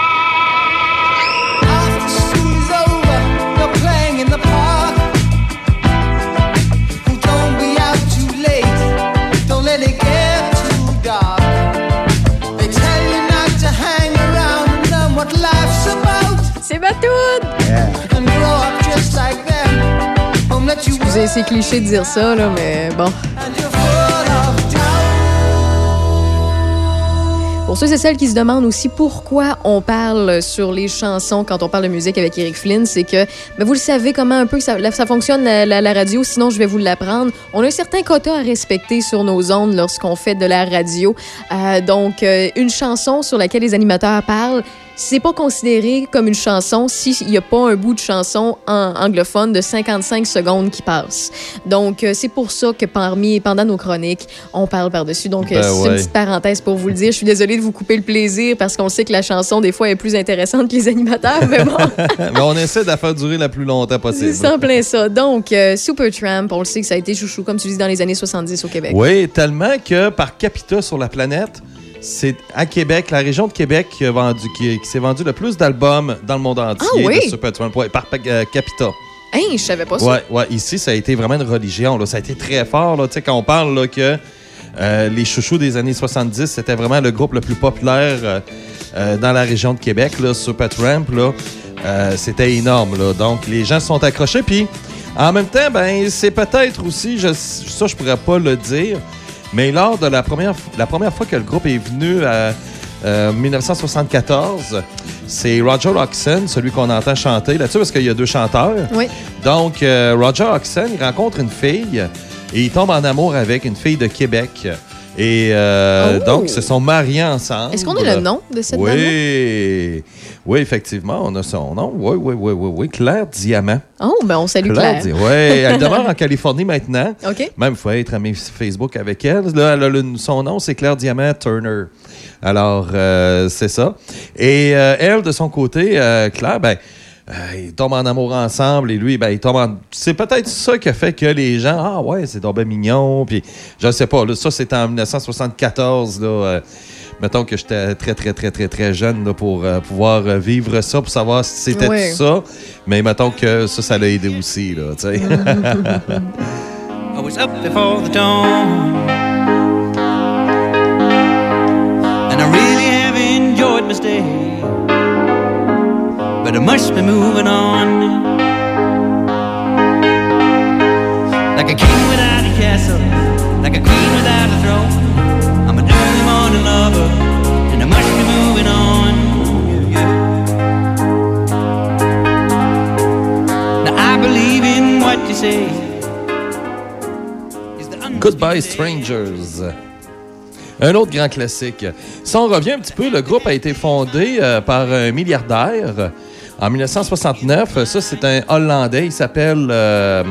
C'est ma toune! Yeah. Excusez, c'est cliché de dire ça, là, mais bon. Pour ceux et celles qui se demandent aussi pourquoi on parle sur les chansons quand on parle de musique avec Eric Flynn, c'est que, ben vous le savez comment un peu que ça, ça fonctionne la, la, la radio, sinon je vais vous l'apprendre. On a un certain quota à respecter sur nos ondes lorsqu'on fait de la radio. Euh, donc, euh, une chanson sur laquelle les animateurs parlent, c'est pas considéré comme une chanson s'il n'y a pas un bout de chanson en anglophone de cinquante-cinq secondes qui passe. Donc, euh, c'est pour ça que parmi, pendant nos chroniques, on parle par-dessus. Donc, ben euh, c'est ouais. une petite parenthèse pour vous le dire. Je suis désolée de vous couper le plaisir parce qu'on sait que la chanson, des fois, est plus intéressante que les animateurs, mais bon. Mais on essaie de la faire durer la plus longtemps possible. C'est en plein ça. Donc, euh, Supertramp, on le sait que ça a été chouchou, comme tu dis, dans les années soixante-dix au Québec. Oui, tellement que par capita sur la planète, c'est à Québec, la région de Québec qui, a vendu, qui, qui s'est vendu le plus d'albums dans le monde entier ah, oui? de Supertramp, ouais, par euh, capita. Hein, je savais pas ça. Ouais, ouais, ici, ça a été vraiment une religion. Là. Ça a été très fort. Là. Tu sais, quand on parle là, que euh, les chouchous des années soixante-dix, c'était vraiment le groupe le plus populaire euh, euh, dans la région de Québec, là, Supertramp. Là, euh, c'était énorme. Là. Donc, les gens se sont accrochés. Puis, en même temps, ben, c'est peut-être aussi, je, ça, je pourrais pas le dire, mais lors de la première, la première fois que le groupe est venu à euh, dix-neuf cent soixante-quatorze, c'est Roger Hodgson, celui qu'on entend chanter là-dessus, parce qu'il y a deux chanteurs. Oui. Donc, euh, Roger Hodgson, il rencontre une fille et il tombe en amour avec une fille de Québec. Et euh, oh. donc, ils se sont mariés ensemble. Est-ce qu'on a le nom de cette oui. dame-là? Oui, effectivement, on a son nom. Oui, oui, oui, oui, oui. Claire Diamant. Oh, ben on salue Claire. Claire. Oui, elle demeure en Californie maintenant. OK. Même, il faut être ami Facebook avec elle. Là, elle a le, son nom, c'est Claire Diamant Turner. Alors, euh, c'est ça. Et euh, elle, de son côté, euh, Claire, ben, euh, ils tombent en amour ensemble et lui, ben, il tombe en... C'est peut-être ça qui a fait que les gens, ah ouais, c'est donc ben mignon. Puis, je ne sais pas, là, ça, c'était en dix-neuf cent soixante-quatorze, là. Euh, mettons que j'étais très, très, très, très, très jeune là, pour euh, pouvoir euh, vivre ça, pour savoir si c'était oui. tout ça. Mais mettons que ça, ça l'a aidé aussi, là, tu sais. I was up before the dawn, and I really have enjoyed my stay, but I must be moving on. Like a king without a castle, like a queen without a throne, I'm an early morning lover, and I must be moving on. Yeah, yeah. Now I believe in what you say. Goodbye Strangers. Un autre grand classique. Si on revient un petit peu, le groupe a été fondé euh, par un milliardaire En dix-neuf cent soixante-neuf, ça, c'est un Hollandais. Il s'appelle euh,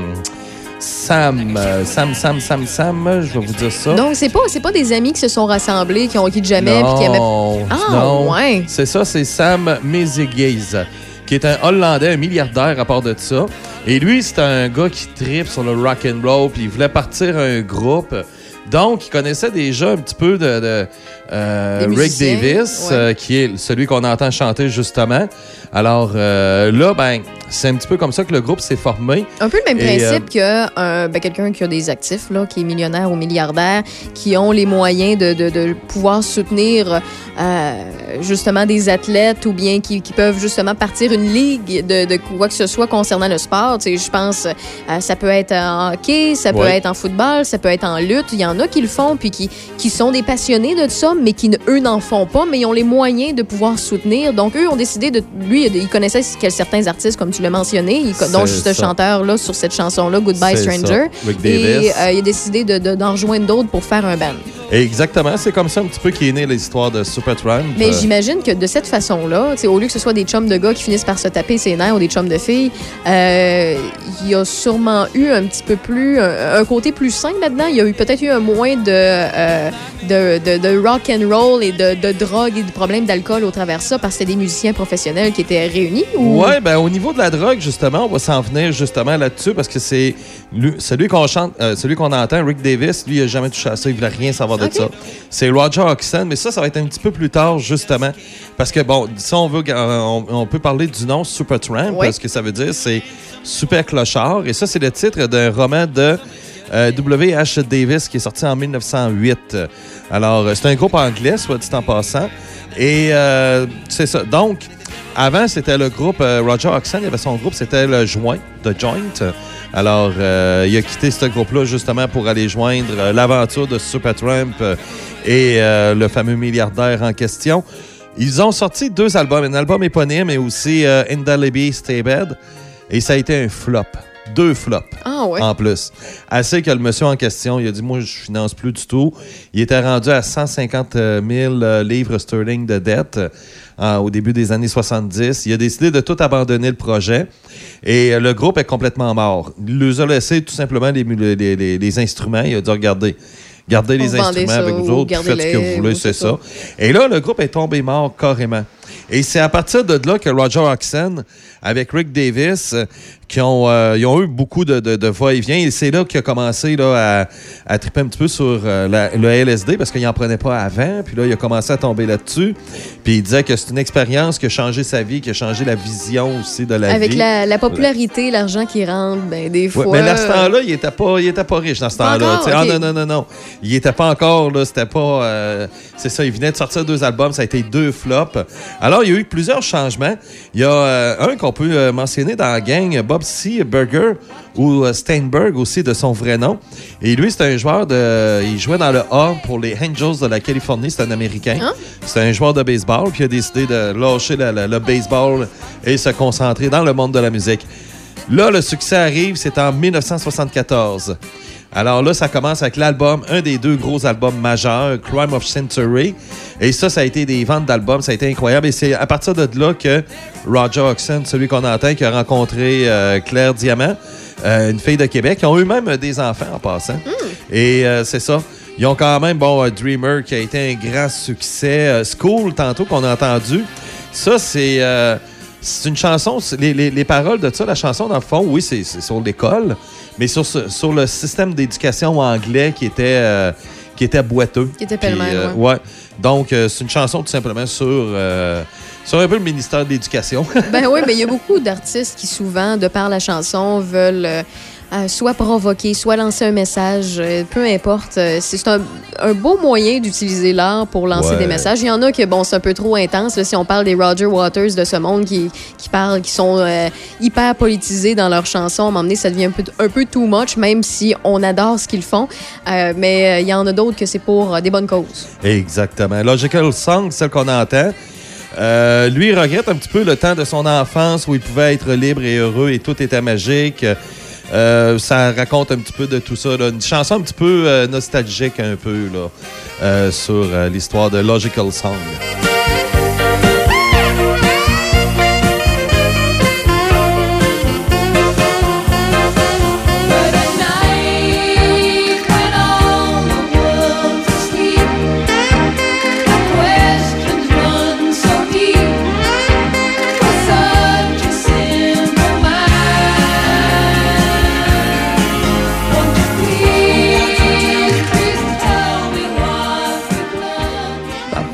Sam, euh, Sam, Sam, Sam, Sam. Je vais vous dire ça. Donc, c'est pas, c'est pas des amis qui se sont rassemblés, qui ont quitté jamais, puis qui aimaient... Ah, non. ouais. C'est ça, c'est Sam Mezigies, qui est un Hollandais, un milliardaire à part de ça. Et lui, c'est un gars qui tripe sur le rock and roll, puis il voulait partir un groupe. Donc, il connaissait déjà un petit peu de, de euh, Rick Davis, ouais. euh, qui est celui qu'on entend chanter justement. Alors euh, là, ben, c'est un petit peu comme ça que le groupe s'est formé. Un peu le même Et, principe euh, que euh, ben, quelqu'un qui a des actifs, là, qui est millionnaire ou milliardaire, qui ont les moyens de, de, de pouvoir soutenir euh, justement des athlètes ou bien qui, qui peuvent justement partir une ligue de, de quoi que ce soit concernant le sport. Tu sais, je pense euh, ça peut être en hockey, ça peut ouais. être en football, ça peut être en lutte. Il y en a qui le font puis qui, qui sont des passionnés de ça, mais qui, eux, n'en font pas, mais ils ont les moyens de pouvoir soutenir. Donc, eux ont décidé de... Lui, ils connaissaient certains artistes, comme tu l'as mentionné, il, dont ce chanteur-là sur cette chanson-là, Goodbye c'est Stranger. Ça. Rick Davis. Et euh, il a décidé de, de, d'en rejoindre d'autres pour faire un band. Exactement. C'est comme ça un petit peu qu'est née l'histoire de Supertramp. Mais euh... j'imagine que de cette façon-là, au lieu que ce soit des chums de gars qui finissent par se taper ses nerfs ou des chums de filles, euh, il y a sûrement eu un petit peu plus... Un, un côté plus sain là-dedans. Il y a eu peut-être eu un moins de, euh, de, de, de rock and roll et de, de drogue et de problèmes d'alcool au travers de ça, parce que c'était des musiciens professionnels qui étaient réunis. Ou... Oui, ben au niveau de la drogue, justement, on va s'en venir justement là-dessus, parce que c'est lui, celui qu'on chante, euh, celui qu'on entend, Rick Davis, lui, il n'a jamais touché à ça, il ne voulait rien savoir de okay. ça. C'est Roger Hodgson, mais ça, ça va être un petit peu plus tard, justement, parce que, bon, si on veut, on, on peut parler du nom Supertramp, oui. ce que ça veut dire, c'est Super Clochard, et ça, c'est le titre d'un roman de euh, W H Davis qui est sorti en dix-neuf cent huit. Alors, c'est un groupe anglais, soit dit en passant, et euh, c'est ça. Donc, avant, c'était le groupe euh, Roger Hodgson, il avait son groupe, c'était le Joint, The Joint. Alors, euh, il a quitté ce groupe-là justement pour aller joindre euh, l'aventure de Supertramp euh, et euh, le fameux milliardaire en question. Ils ont sorti deux albums, un album éponyme et aussi euh, Indelible Stay Bed, et ça a été un flop. Deux flops ah ouais. en plus. Assez que le monsieur en question, il a dit « Moi, je finance plus du tout ». Il était rendu à cent cinquante mille livres sterling de dette euh, au début des années soixante-dix. Il a décidé de tout abandonner le projet et euh, le groupe est complètement mort. Il leur a laissé tout simplement les, les, les, les instruments. Il a dit « Regardez, gardez les instruments ça, avec vous autres, faites ce que vous voulez, c'est ça. ça. » Et là, le groupe est tombé mort carrément. Et c'est à partir de là que Roger Hodgson, avec Rick Davis, qui ont, euh, ils ont eu beaucoup de, de, de va-et-vient. Et c'est là qu'il a commencé là, à, à triper un petit peu sur euh, la, le L S D parce qu'il n'en prenait pas avant. Puis là, il a commencé à tomber là-dessus. Puis il disait que c'est une expérience qui a changé sa vie, qui a changé la vision aussi de la avec vie. Avec la, la popularité, ouais. l'argent qui rentre, ben, des fois... Ouais, mais à ce temps-là, il n'était pas, il était pas riche dans ce temps-là. Okay. Ah non, non, non, non. Il n'était pas encore, là, c'était pas... Euh, c'est ça, il venait de sortir deux albums, ça a été deux flops. Alors, il y a eu plusieurs changements. Il y a euh, un qu'on peut euh, mentionner dans la gang, Bob C. Burger, ou euh, Steinberg aussi de son vrai nom. Et lui, c'est un joueur de... Il jouait dans le A pour les Angels de la Californie. C'est un Américain. Hein? C'est un joueur de baseball, puis il a décidé de lâcher le, le, le baseball et se concentrer dans le monde de la musique. Là, le succès arrive, c'est en dix-neuf cent soixante-quatorze. Alors là, ça commence avec l'album, un des deux gros albums majeurs, Crime of Century. Et ça, ça a été des ventes d'albums, ça a été incroyable. Et c'est à partir de là que Roger Hodgson, celui qu'on entend, qui a rencontré euh, Claire Diamant, euh, une fille de Québec, qui ont eux-mêmes des enfants en passant. Mm. Et euh, c'est ça. Ils ont quand même, bon, uh, Dreamer, qui a été un grand succès. Uh, School, tantôt, qu'on a entendu. Ça, c'est... Euh, C'est une chanson, les, les, les paroles de ça, la chanson, dans le fond, oui, c'est, c'est sur l'école, mais sur, sur le système d'éducation anglais qui était, euh, qui était boiteux. Qui était pêle-mêle, euh, ouais. ouais. Donc, euh, c'est une chanson tout simplement sur, euh, sur un peu le ministère de l'Éducation. Ben oui, mais il y a beaucoup d'artistes qui, souvent, de par la chanson, veulent... Euh, Euh, soit provoquer, soit lancer un message, euh, peu importe. Euh, c'est un, un beau moyen d'utiliser l'art pour lancer ouais. des messages. Il y en a que, bon, c'est un peu trop intense. Là, si on parle des Roger Waters de ce monde qui, qui parlent, qui sont euh, hyper politisés dans leurs chansons, à un moment donné, ça devient un peu, un peu too much, même si on adore ce qu'ils font. Euh, mais il euh, y en a d'autres que c'est pour euh, des bonnes causes. Exactement. Logical Song, celle qu'on entend. Euh, lui, il regrette un petit peu le temps de son enfance où il pouvait être libre et heureux et tout était magique. Euh, ça raconte un petit peu de tout ça, là. Une chanson un petit peu euh, nostalgique un peu là, euh, sur euh, l'histoire de Logical Song.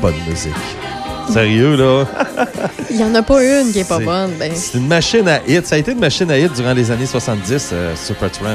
bonne musique. Sérieux, là? Il n'y en a pas une qui est pas C'est- bonne. Ben. C'est une machine à hit. Ça a été une machine à hit durant les années soixante-dix, euh, Supertramp.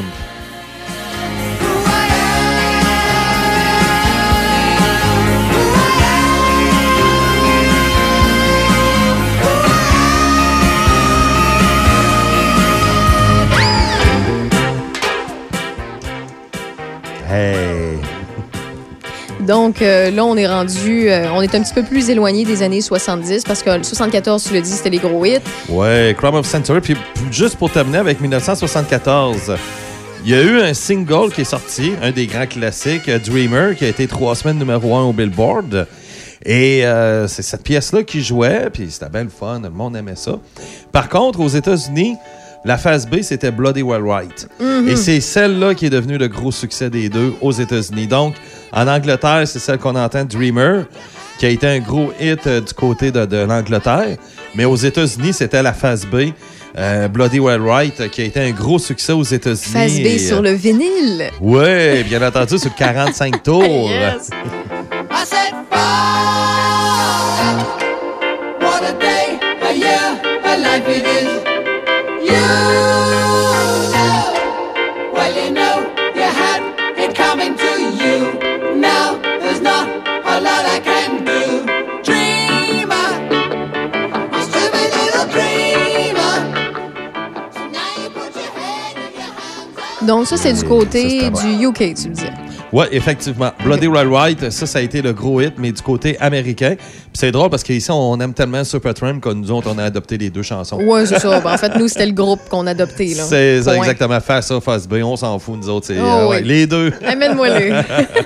Hey! Donc euh, là, on est rendu, euh, on est un petit peu plus éloigné des années soixante-dix parce que le soixante-quatorze, tu l'as dit, c'était les gros hits. Ouais, Crime of Century. Puis p- juste pour terminer avec dix-neuf cent soixante-quatorze, il y a eu un single qui est sorti, un des grands classiques, euh, Dreamer, qui a été trois semaines numéro un au Billboard. Et euh, c'est cette pièce-là qui jouait, puis c'était bien le fun, le monde aimait ça. Par contre, aux États-Unis, la phase B, c'était Bloody Well Right. Mhm. Et c'est celle-là qui est devenue le gros succès des deux aux États-Unis. Donc, en Angleterre, c'est celle qu'on entend, Dreamer, qui a été un gros hit euh, du côté de, de l'Angleterre. Mais aux États-Unis, c'était la phase B, euh, Bloody Well Right, euh, qui a été un gros succès aux États-Unis. Phase B Et, sur euh, le vinyle. Ouais, bien entendu, sur quarante-cinq tours. Yes. I said, "Father, what a day, a year, a life it is. You know, well you know, you had it coming to you. Now there's not a lot I can do. Dreamer, you stupid little dreamer. So now you put your head in your hands. Donc ça, c'est du Ça, côté c'était bon. du U K, tu me disais. Ouais, effectivement. Bloody Well Right, ça, ça a été le gros hit, mais du côté américain. Puis c'est drôle parce qu'ici, on aime tellement Supertramp que nous autres, on a adopté les deux chansons. Ouais, c'est ça. Ben, en fait, nous, c'était le groupe qu'on a adopté. Là. C'est ça, Point. exactement. Faire ça, face B, on s'en fout, nous autres. C'est Oh, euh, ouais, oui. les deux. Amène-moi-les.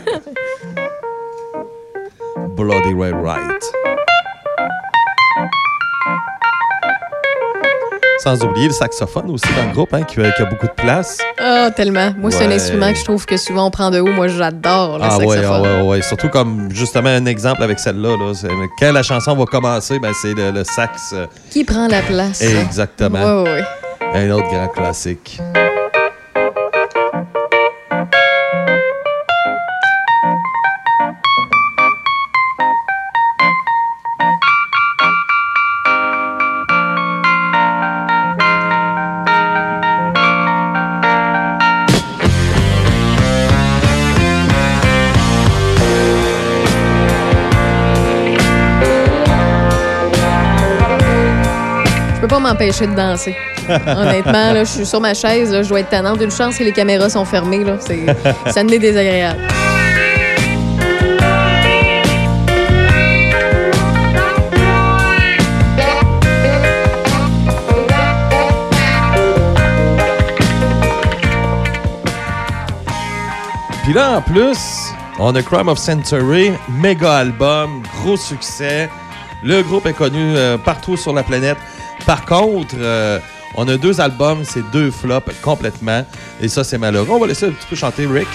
Bloody Well Right. Sans oublier le saxophone aussi dans le groupe, hein, qui, a- qui a beaucoup de place. Ah, tellement. Moi, c'est un Ouais. instrument que je trouve que souvent on prend de haut. Moi, j'adore le Ah ouais, saxophone. ah ouais, ouais. Surtout comme justement un exemple avec celle-là. Là. C'est- Quand la chanson va commencer, ben, c'est le, le sax. euh, Qui prend la place? Exactement. Ouais, ouais, ouais. Un autre grand classique. Je peux pas m'empêcher de danser. Honnêtement, là, je suis sur ma chaise, là, je dois être tannante. Une chance que les caméras sont fermées. Là, c'est, ça n'est désagréable. Puis là, en plus, on a Crime of Century, méga album, gros succès. Le groupe est connu euh, partout sur la planète. Par contre, euh, on a deux albums, c'est deux flops complètement. Et ça, c'est malheureux. On va laisser un petit peu chanter Rick.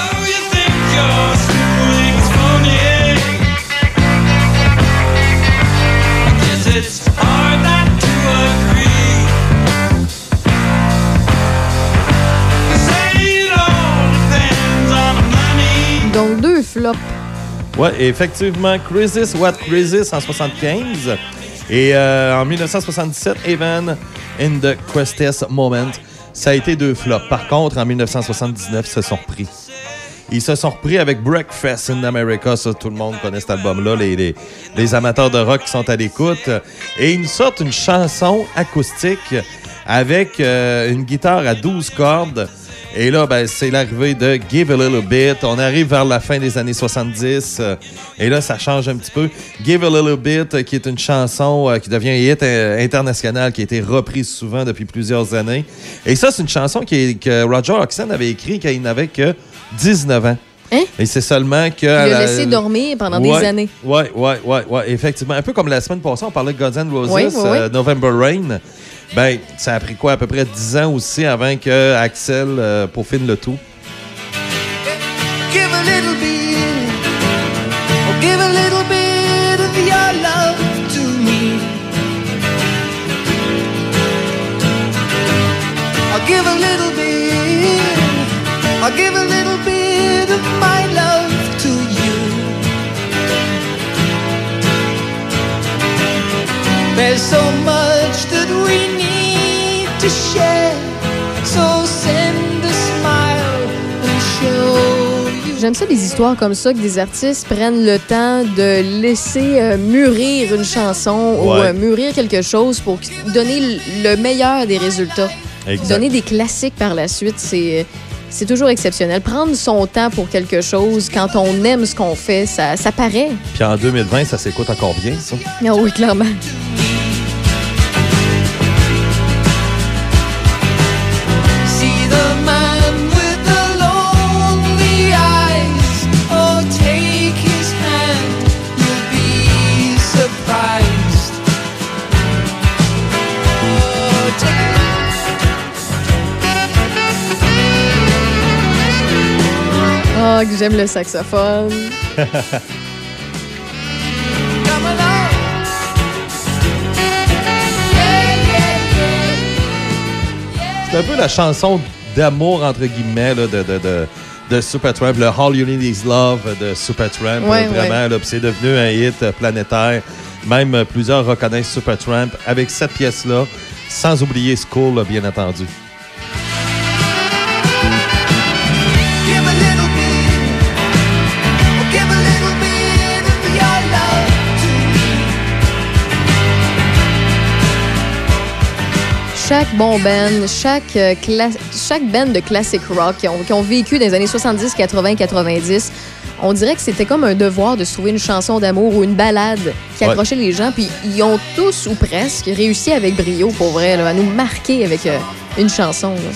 Donc, deux flops. Ouais, et effectivement, Crisis What Crisis en soixante-quinze. Et euh, en dix-neuf cent soixante-dix-sept, Even in the Crestes Moment. Ça a été deux flops. Par contre, en dix-neuf cent soixante-dix-neuf, ils se sont repris. Ils se sont repris avec Breakfast in America. Ça, tout le monde connaît cet album-là, les, les, les amateurs de rock qui sont à l'écoute. Et ils nous sortent une chanson acoustique avec euh, une guitare à douze cordes. Et là, ben, c'est l'arrivée de Give a Little Bit. On arrive vers la fin des années soixante-dix. euh, et là, ça change un petit peu. Give a Little Bit, euh, qui est une chanson euh, qui devient un hit euh, international, qui a été reprise souvent depuis plusieurs années. Et ça, c'est une chanson qui est- que Roger Hodgson avait écrit quand il n'avait que dix-neuf ans. Hein? Et c'est seulement que... Il a la- laissé dormir pendant Ouais, des années. Oui, oui, oui, ouais, effectivement. Un peu comme la semaine passée, on parlait de Guns N' Roses, Oui, oui, euh, oui. November Rain. Ben, ça a pris quoi? À peu près dix ans aussi avant que Axel euh, peaufine le tout. Give a little bit, oh, give a little bit of your love to me. I'll give a little bit, I'll give a little bit of my love to you. to share. So send a smile and show you. J'aime ça, des histoires comme ça, que des artistes prennent le temps de laisser euh, mûrir une chanson Ouais. ou euh, mûrir quelque chose pour donner le meilleur des résultats. Exact. Donner des classiques par la suite, c'est, c'est toujours exceptionnel. Prendre son temps pour quelque chose, quand on aime ce qu'on fait, ça, ça paraît. Puis en deux mille vingt, ça s'écoute encore bien, ça. Ah oui, clairement. See the man with the lonely eyes. Oh, take his hand, you'll be surprised. Oh, take Ah, que j'aime le saxophone. C'est un peu la chanson d'amour, entre guillemets, là, de, de, de, de Supertramp, le All You Need Is Love de Supertramp, Ouais, là, vraiment. ouais. Là, puis c'est devenu un hit euh, planétaire. Même euh, plusieurs reconnaissent Supertramp avec cette pièce-là, sans oublier School, là, bien entendu. give a little bit, oh, give a little bit of your love to me. Chaque bon band, chaque, euh, cla- chaque band de classic rock qui ont, qui ont vécu dans les années soixante-dix, quatre-vingts, quatre-vingt-dix, on dirait que c'était comme un devoir de se trouver une chanson d'amour ou une ballade qui Ouais. accrochait les gens. Puis ils ont tous, ou presque, réussi avec brio, pour vrai, là, à nous marquer avec euh, une chanson. Là.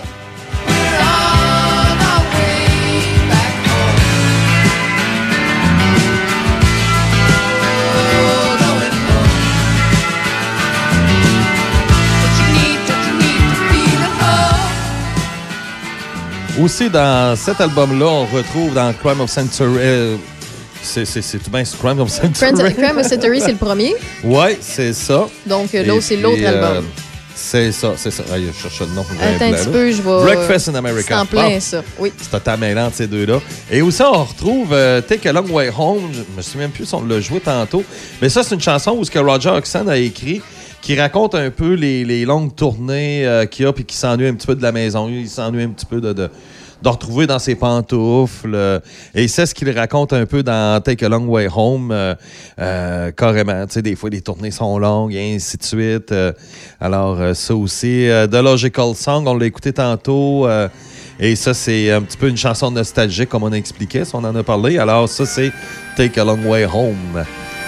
Aussi, dans cet album-là, on retrouve dans Crime of Century... euh, c'est, c'est, c'est tout bien, c'est Crime of Century. Friends- Crime of Century, c'est le premier. Ouais, c'est ça. Donc, euh, Et l'autre, c'est puis, l'autre euh, album. C'est ça, c'est ça. Ah, je cherche le nom. j'ai Attends un blanc, petit là. peu, je vais... Breakfast in America. C'est en plein, Ah, ça. Oui. C'est totalement mêlant de ces deux-là. Et aussi, on retrouve euh, Take a Long Way Home. Je me souviens même plus si on l'a joué tantôt. Mais ça, c'est une chanson où ce que Roger Hodgson a écrit, qui raconte un peu les, les longues tournées euh, qu'il y a, puis qui s'ennuie un petit peu de la maison. Il s'ennuie un petit peu de... de de retrouver dans ses pantoufles. euh, et c'est ce qu'il raconte un peu dans Take a Long Way Home, euh, euh, carrément. Tu sais, des fois, les tournées sont longues et ainsi de suite. euh, alors, euh, ça aussi. Euh, The Logical Song, on l'a écouté tantôt. euh, et ça, c'est un petit peu une chanson nostalgique, comme on a expliqué, si on en a parlé. Alors, ça, c'est Take a Long Way Home.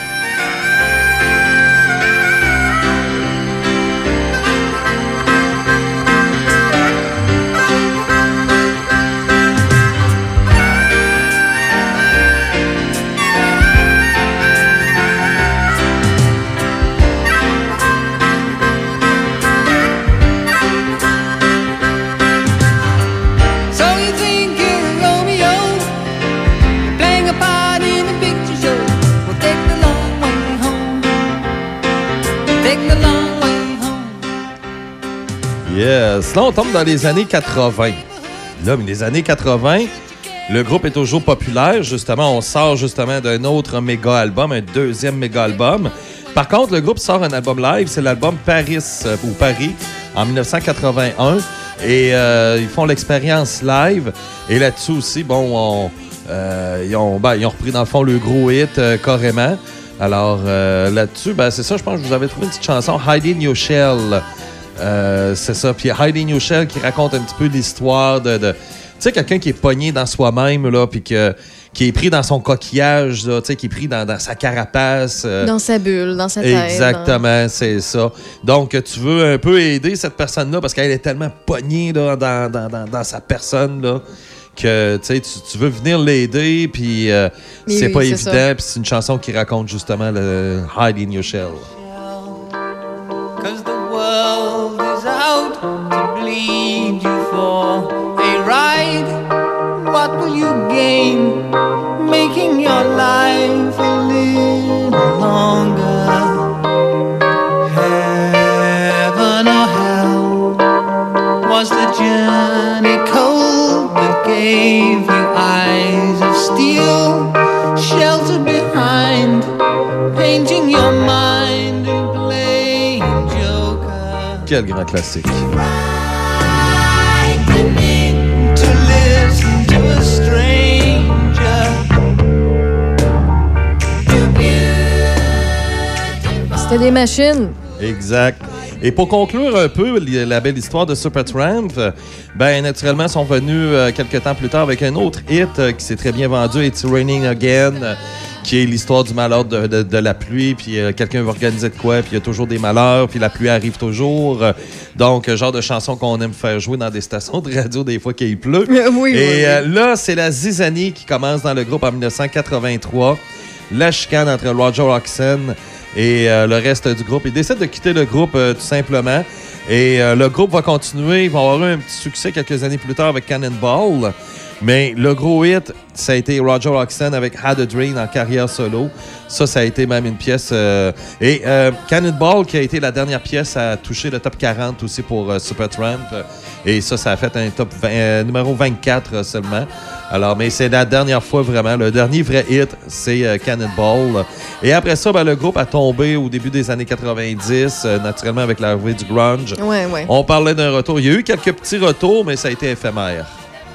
So you think you're Romeo, you're playing a part in a picture show. Well, take the long way home. Take the long way home. Yes. Là, on tombe dans les années quatre-vingts. Là, mais les années quatre-vingts, le groupe est toujours populaire. Justement, on sort justement d'un autre méga album, un deuxième méga album. Par contre, le groupe sort un album live, c'est l'album Paris euh, ou Paris en dix-neuf cent quatre-vingt-un. Et euh, ils font l'expérience live. Et là-dessus aussi, bon, on, euh, ils, ont, ben, ils ont repris dans le fond le gros hit euh, carrément. Alors euh, là-dessus, ben, c'est ça, je pense que je vous avais trouvé une petite chanson, Hide in Your Shell. Euh, c'est ça. Puis Hide in Your Shell qui raconte un petit peu l'histoire de... de tu sais, quelqu'un qui est pogné dans soi-même, là, puis que, qui est pris dans son coquillage, là, tu sais, qui est pris dans, dans sa carapace. euh, Dans sa bulle, dans sa tête. Exactement, c'est ça. Donc, tu veux un peu aider cette personne-là parce qu'elle est tellement pognée là, dans, dans, dans, dans sa personne là, que tu, tu veux venir l'aider, puis euh, Mais c'est oui, pas c'est évident. ça. Puis c'est une chanson qui raconte justement le Hide in Your Shell. Cause the world is out to bleed you for a ride. What will you gain making your life a little longer? Heaven or hell? Was the journey cold that gave you eyes of steel? Sheltered behind, painting your mind and playing joker. Quel grand classique. C'était des machines. Exact. Et pour conclure un peu la belle histoire de Supertramp, ben naturellement, ils sont venus euh, quelques temps plus tard avec un autre hit euh, qui s'est très bien vendu, It's Raining Again, euh, qui est l'histoire du malheur de, de, de la pluie, puis euh, quelqu'un va organiser de quoi, puis il y a toujours des malheurs, puis la pluie arrive toujours. Euh, donc, euh, genre de chanson qu'on aime faire jouer dans des stations de radio des fois qu'il pleut. Oui, oui, Et oui. Euh, là, c'est la zizanie qui commence dans le groupe en dix-neuf cent quatre-vingt-trois. La chicane entre Roger Hodgson et euh, le reste du groupe. Ils décident de quitter le groupe euh, tout simplement. Et euh, le groupe va continuer. Ils vont avoir eu un petit succès quelques années plus tard avec Cannonball. Mais le gros hit, ça a été Roger Hodgson avec Had a Dream en carrière solo. Ça, ça a été même une pièce... Euh, et euh, Cannonball, qui a été la dernière pièce à toucher le top quarante aussi pour euh, Supertramp. Et ça, ça a fait un top vingt, euh, numéro vingt-quatre euh, seulement. Alors, mais c'est la dernière fois vraiment. Le dernier vrai hit, c'est euh, Cannonball. Et après ça, ben, le groupe a tombé au début des années quatre-vingt-dix, euh, naturellement avec l'arrivée du grunge. Ouais, ouais. On parlait d'un retour. Il y a eu quelques petits retours, mais ça a été éphémère.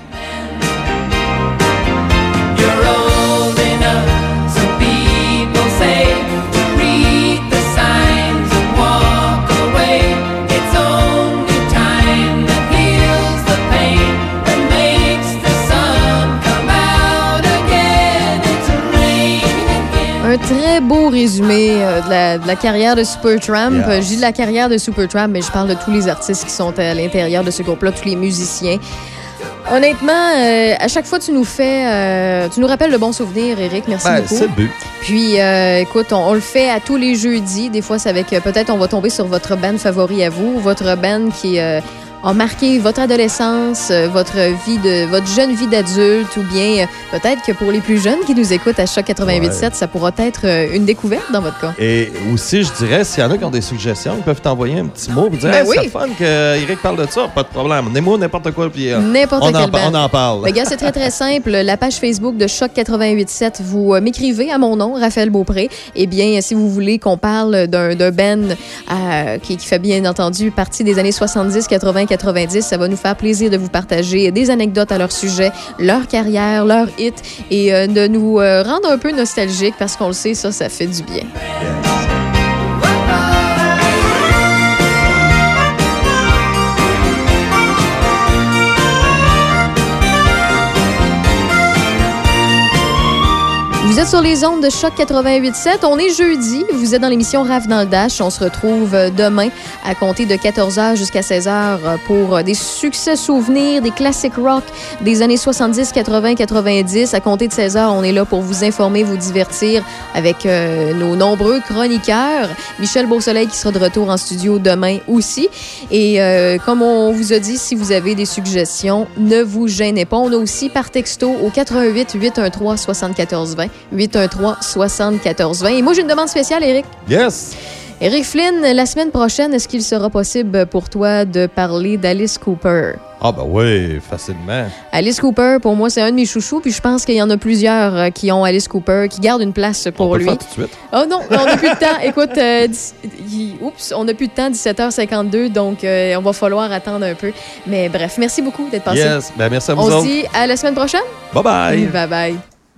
Un très beau résumé euh, de, la, de la carrière de Supertramp. Yes. Euh, je dis de la carrière de Supertramp, mais je parle de tous les artistes qui sont à l'intérieur de ce groupe-là, tous les musiciens. Honnêtement, euh, à chaque fois, tu nous fais... Euh, tu nous rappelles de bons souvenirs, Éric. Merci Ben, beaucoup. c'est le but. Puis, euh, écoute, on, on le fait à tous les jeudis. Des fois, c'est avec... euh, peut-être on va tomber sur votre band favori à vous, votre band qui... Euh, a marqué votre adolescence, euh, votre vie de votre jeune vie d'adulte, ou bien euh, peut-être que pour les plus jeunes qui nous écoutent à Choc quatre-vingt-huit sept, Ouais. ça pourra être euh, une découverte dans votre cas. Et aussi, je dirais, s'il y en a qui ont des suggestions, ils peuvent t'envoyer un petit mot et dire Ben hey, oui. c'est le fun qu'Éric parle de ça, pas de problème. Donnez-moi n'importe quoi, puis euh, N'importe on, en, quelle pa- band. on en parle. Ben, gars, c'est très, très simple. La page Facebook de Choc quatre-vingt-huit sept, vous euh, m'écrivez à mon nom, Raphaël Beaupré. Eh bien, si vous voulez qu'on parle d'un, d'un band euh, qui, qui fait bien entendu partie des années soixante-dix, quatre-vingts, quatre-vingt-dix, ça va nous faire plaisir de vous partager des anecdotes à leur sujet, leur carrière, leur hit, et euh, de nous euh, rendre un peu nostalgiques, parce qu'on le sait, ça, ça fait du bien. Vous êtes sur les ondes de Choc quatre-vingt-huit sept. On est jeudi. Vous êtes dans l'émission Raph dans le Dash. On se retrouve demain à compter de quatorze heures jusqu'à seize heures pour des succès souvenirs, des classiques rock des années soixante-dix, quatre-vingts, quatre-vingt-dix. À compter de seize heures, on est là pour vous informer, vous divertir avec euh, nos nombreux chroniqueurs. Michel Beausoleil qui sera de retour en studio demain aussi. Et euh, comme on vous a dit, si vous avez des suggestions, ne vous gênez pas. On a aussi par texto au quatre un huit, huit un trois, sept quatre vingt. huit un trois, sept quatre vingt. Et moi, j'ai une demande spéciale, Éric. Yes! Éric Flynn, la semaine prochaine, est-ce qu'il sera possible pour toi de parler d'Alice Cooper? Ah ben oui, facilement. Alice Cooper, pour moi, c'est un de mes chouchous, puis je pense qu'il y en a plusieurs euh, qui ont Alice Cooper, qui gardent une place pour On peut lui. le faire tout de suite. Oh non, on n'a plus de temps. Écoute, euh, dix- y- oups, on n'a plus de temps, dix-sept heures cinquante-deux, donc euh, on va falloir attendre un peu. Mais bref, merci beaucoup d'être passé. Yes, ben merci à vous On autres. se dit à la semaine prochaine. Bye bye. Bye bye.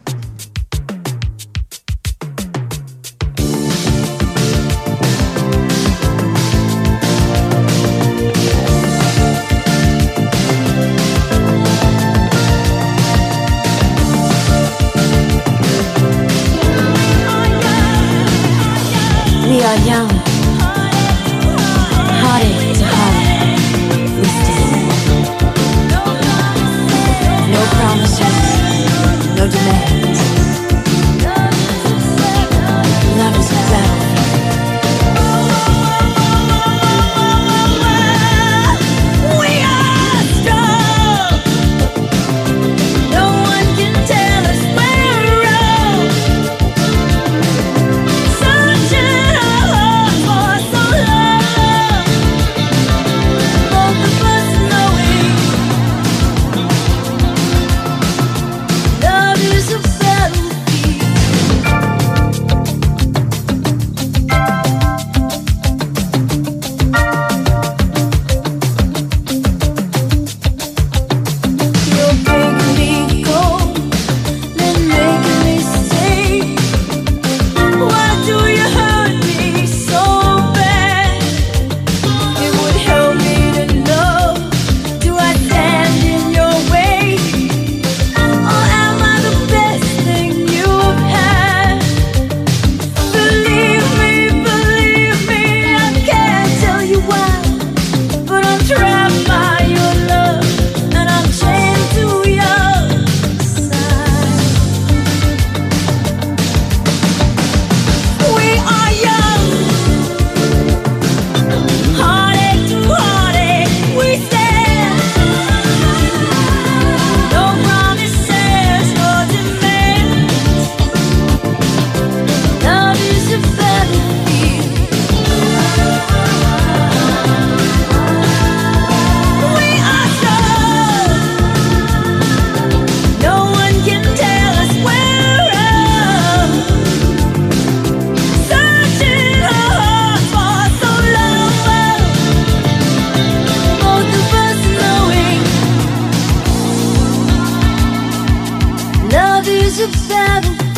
We are young, heartache to heartache, we stand. No promises, no demands. Love is a battle. We are strong. No one can tell us we're wrong. Searching our hearts for so long, both of us knowing love is a was a battle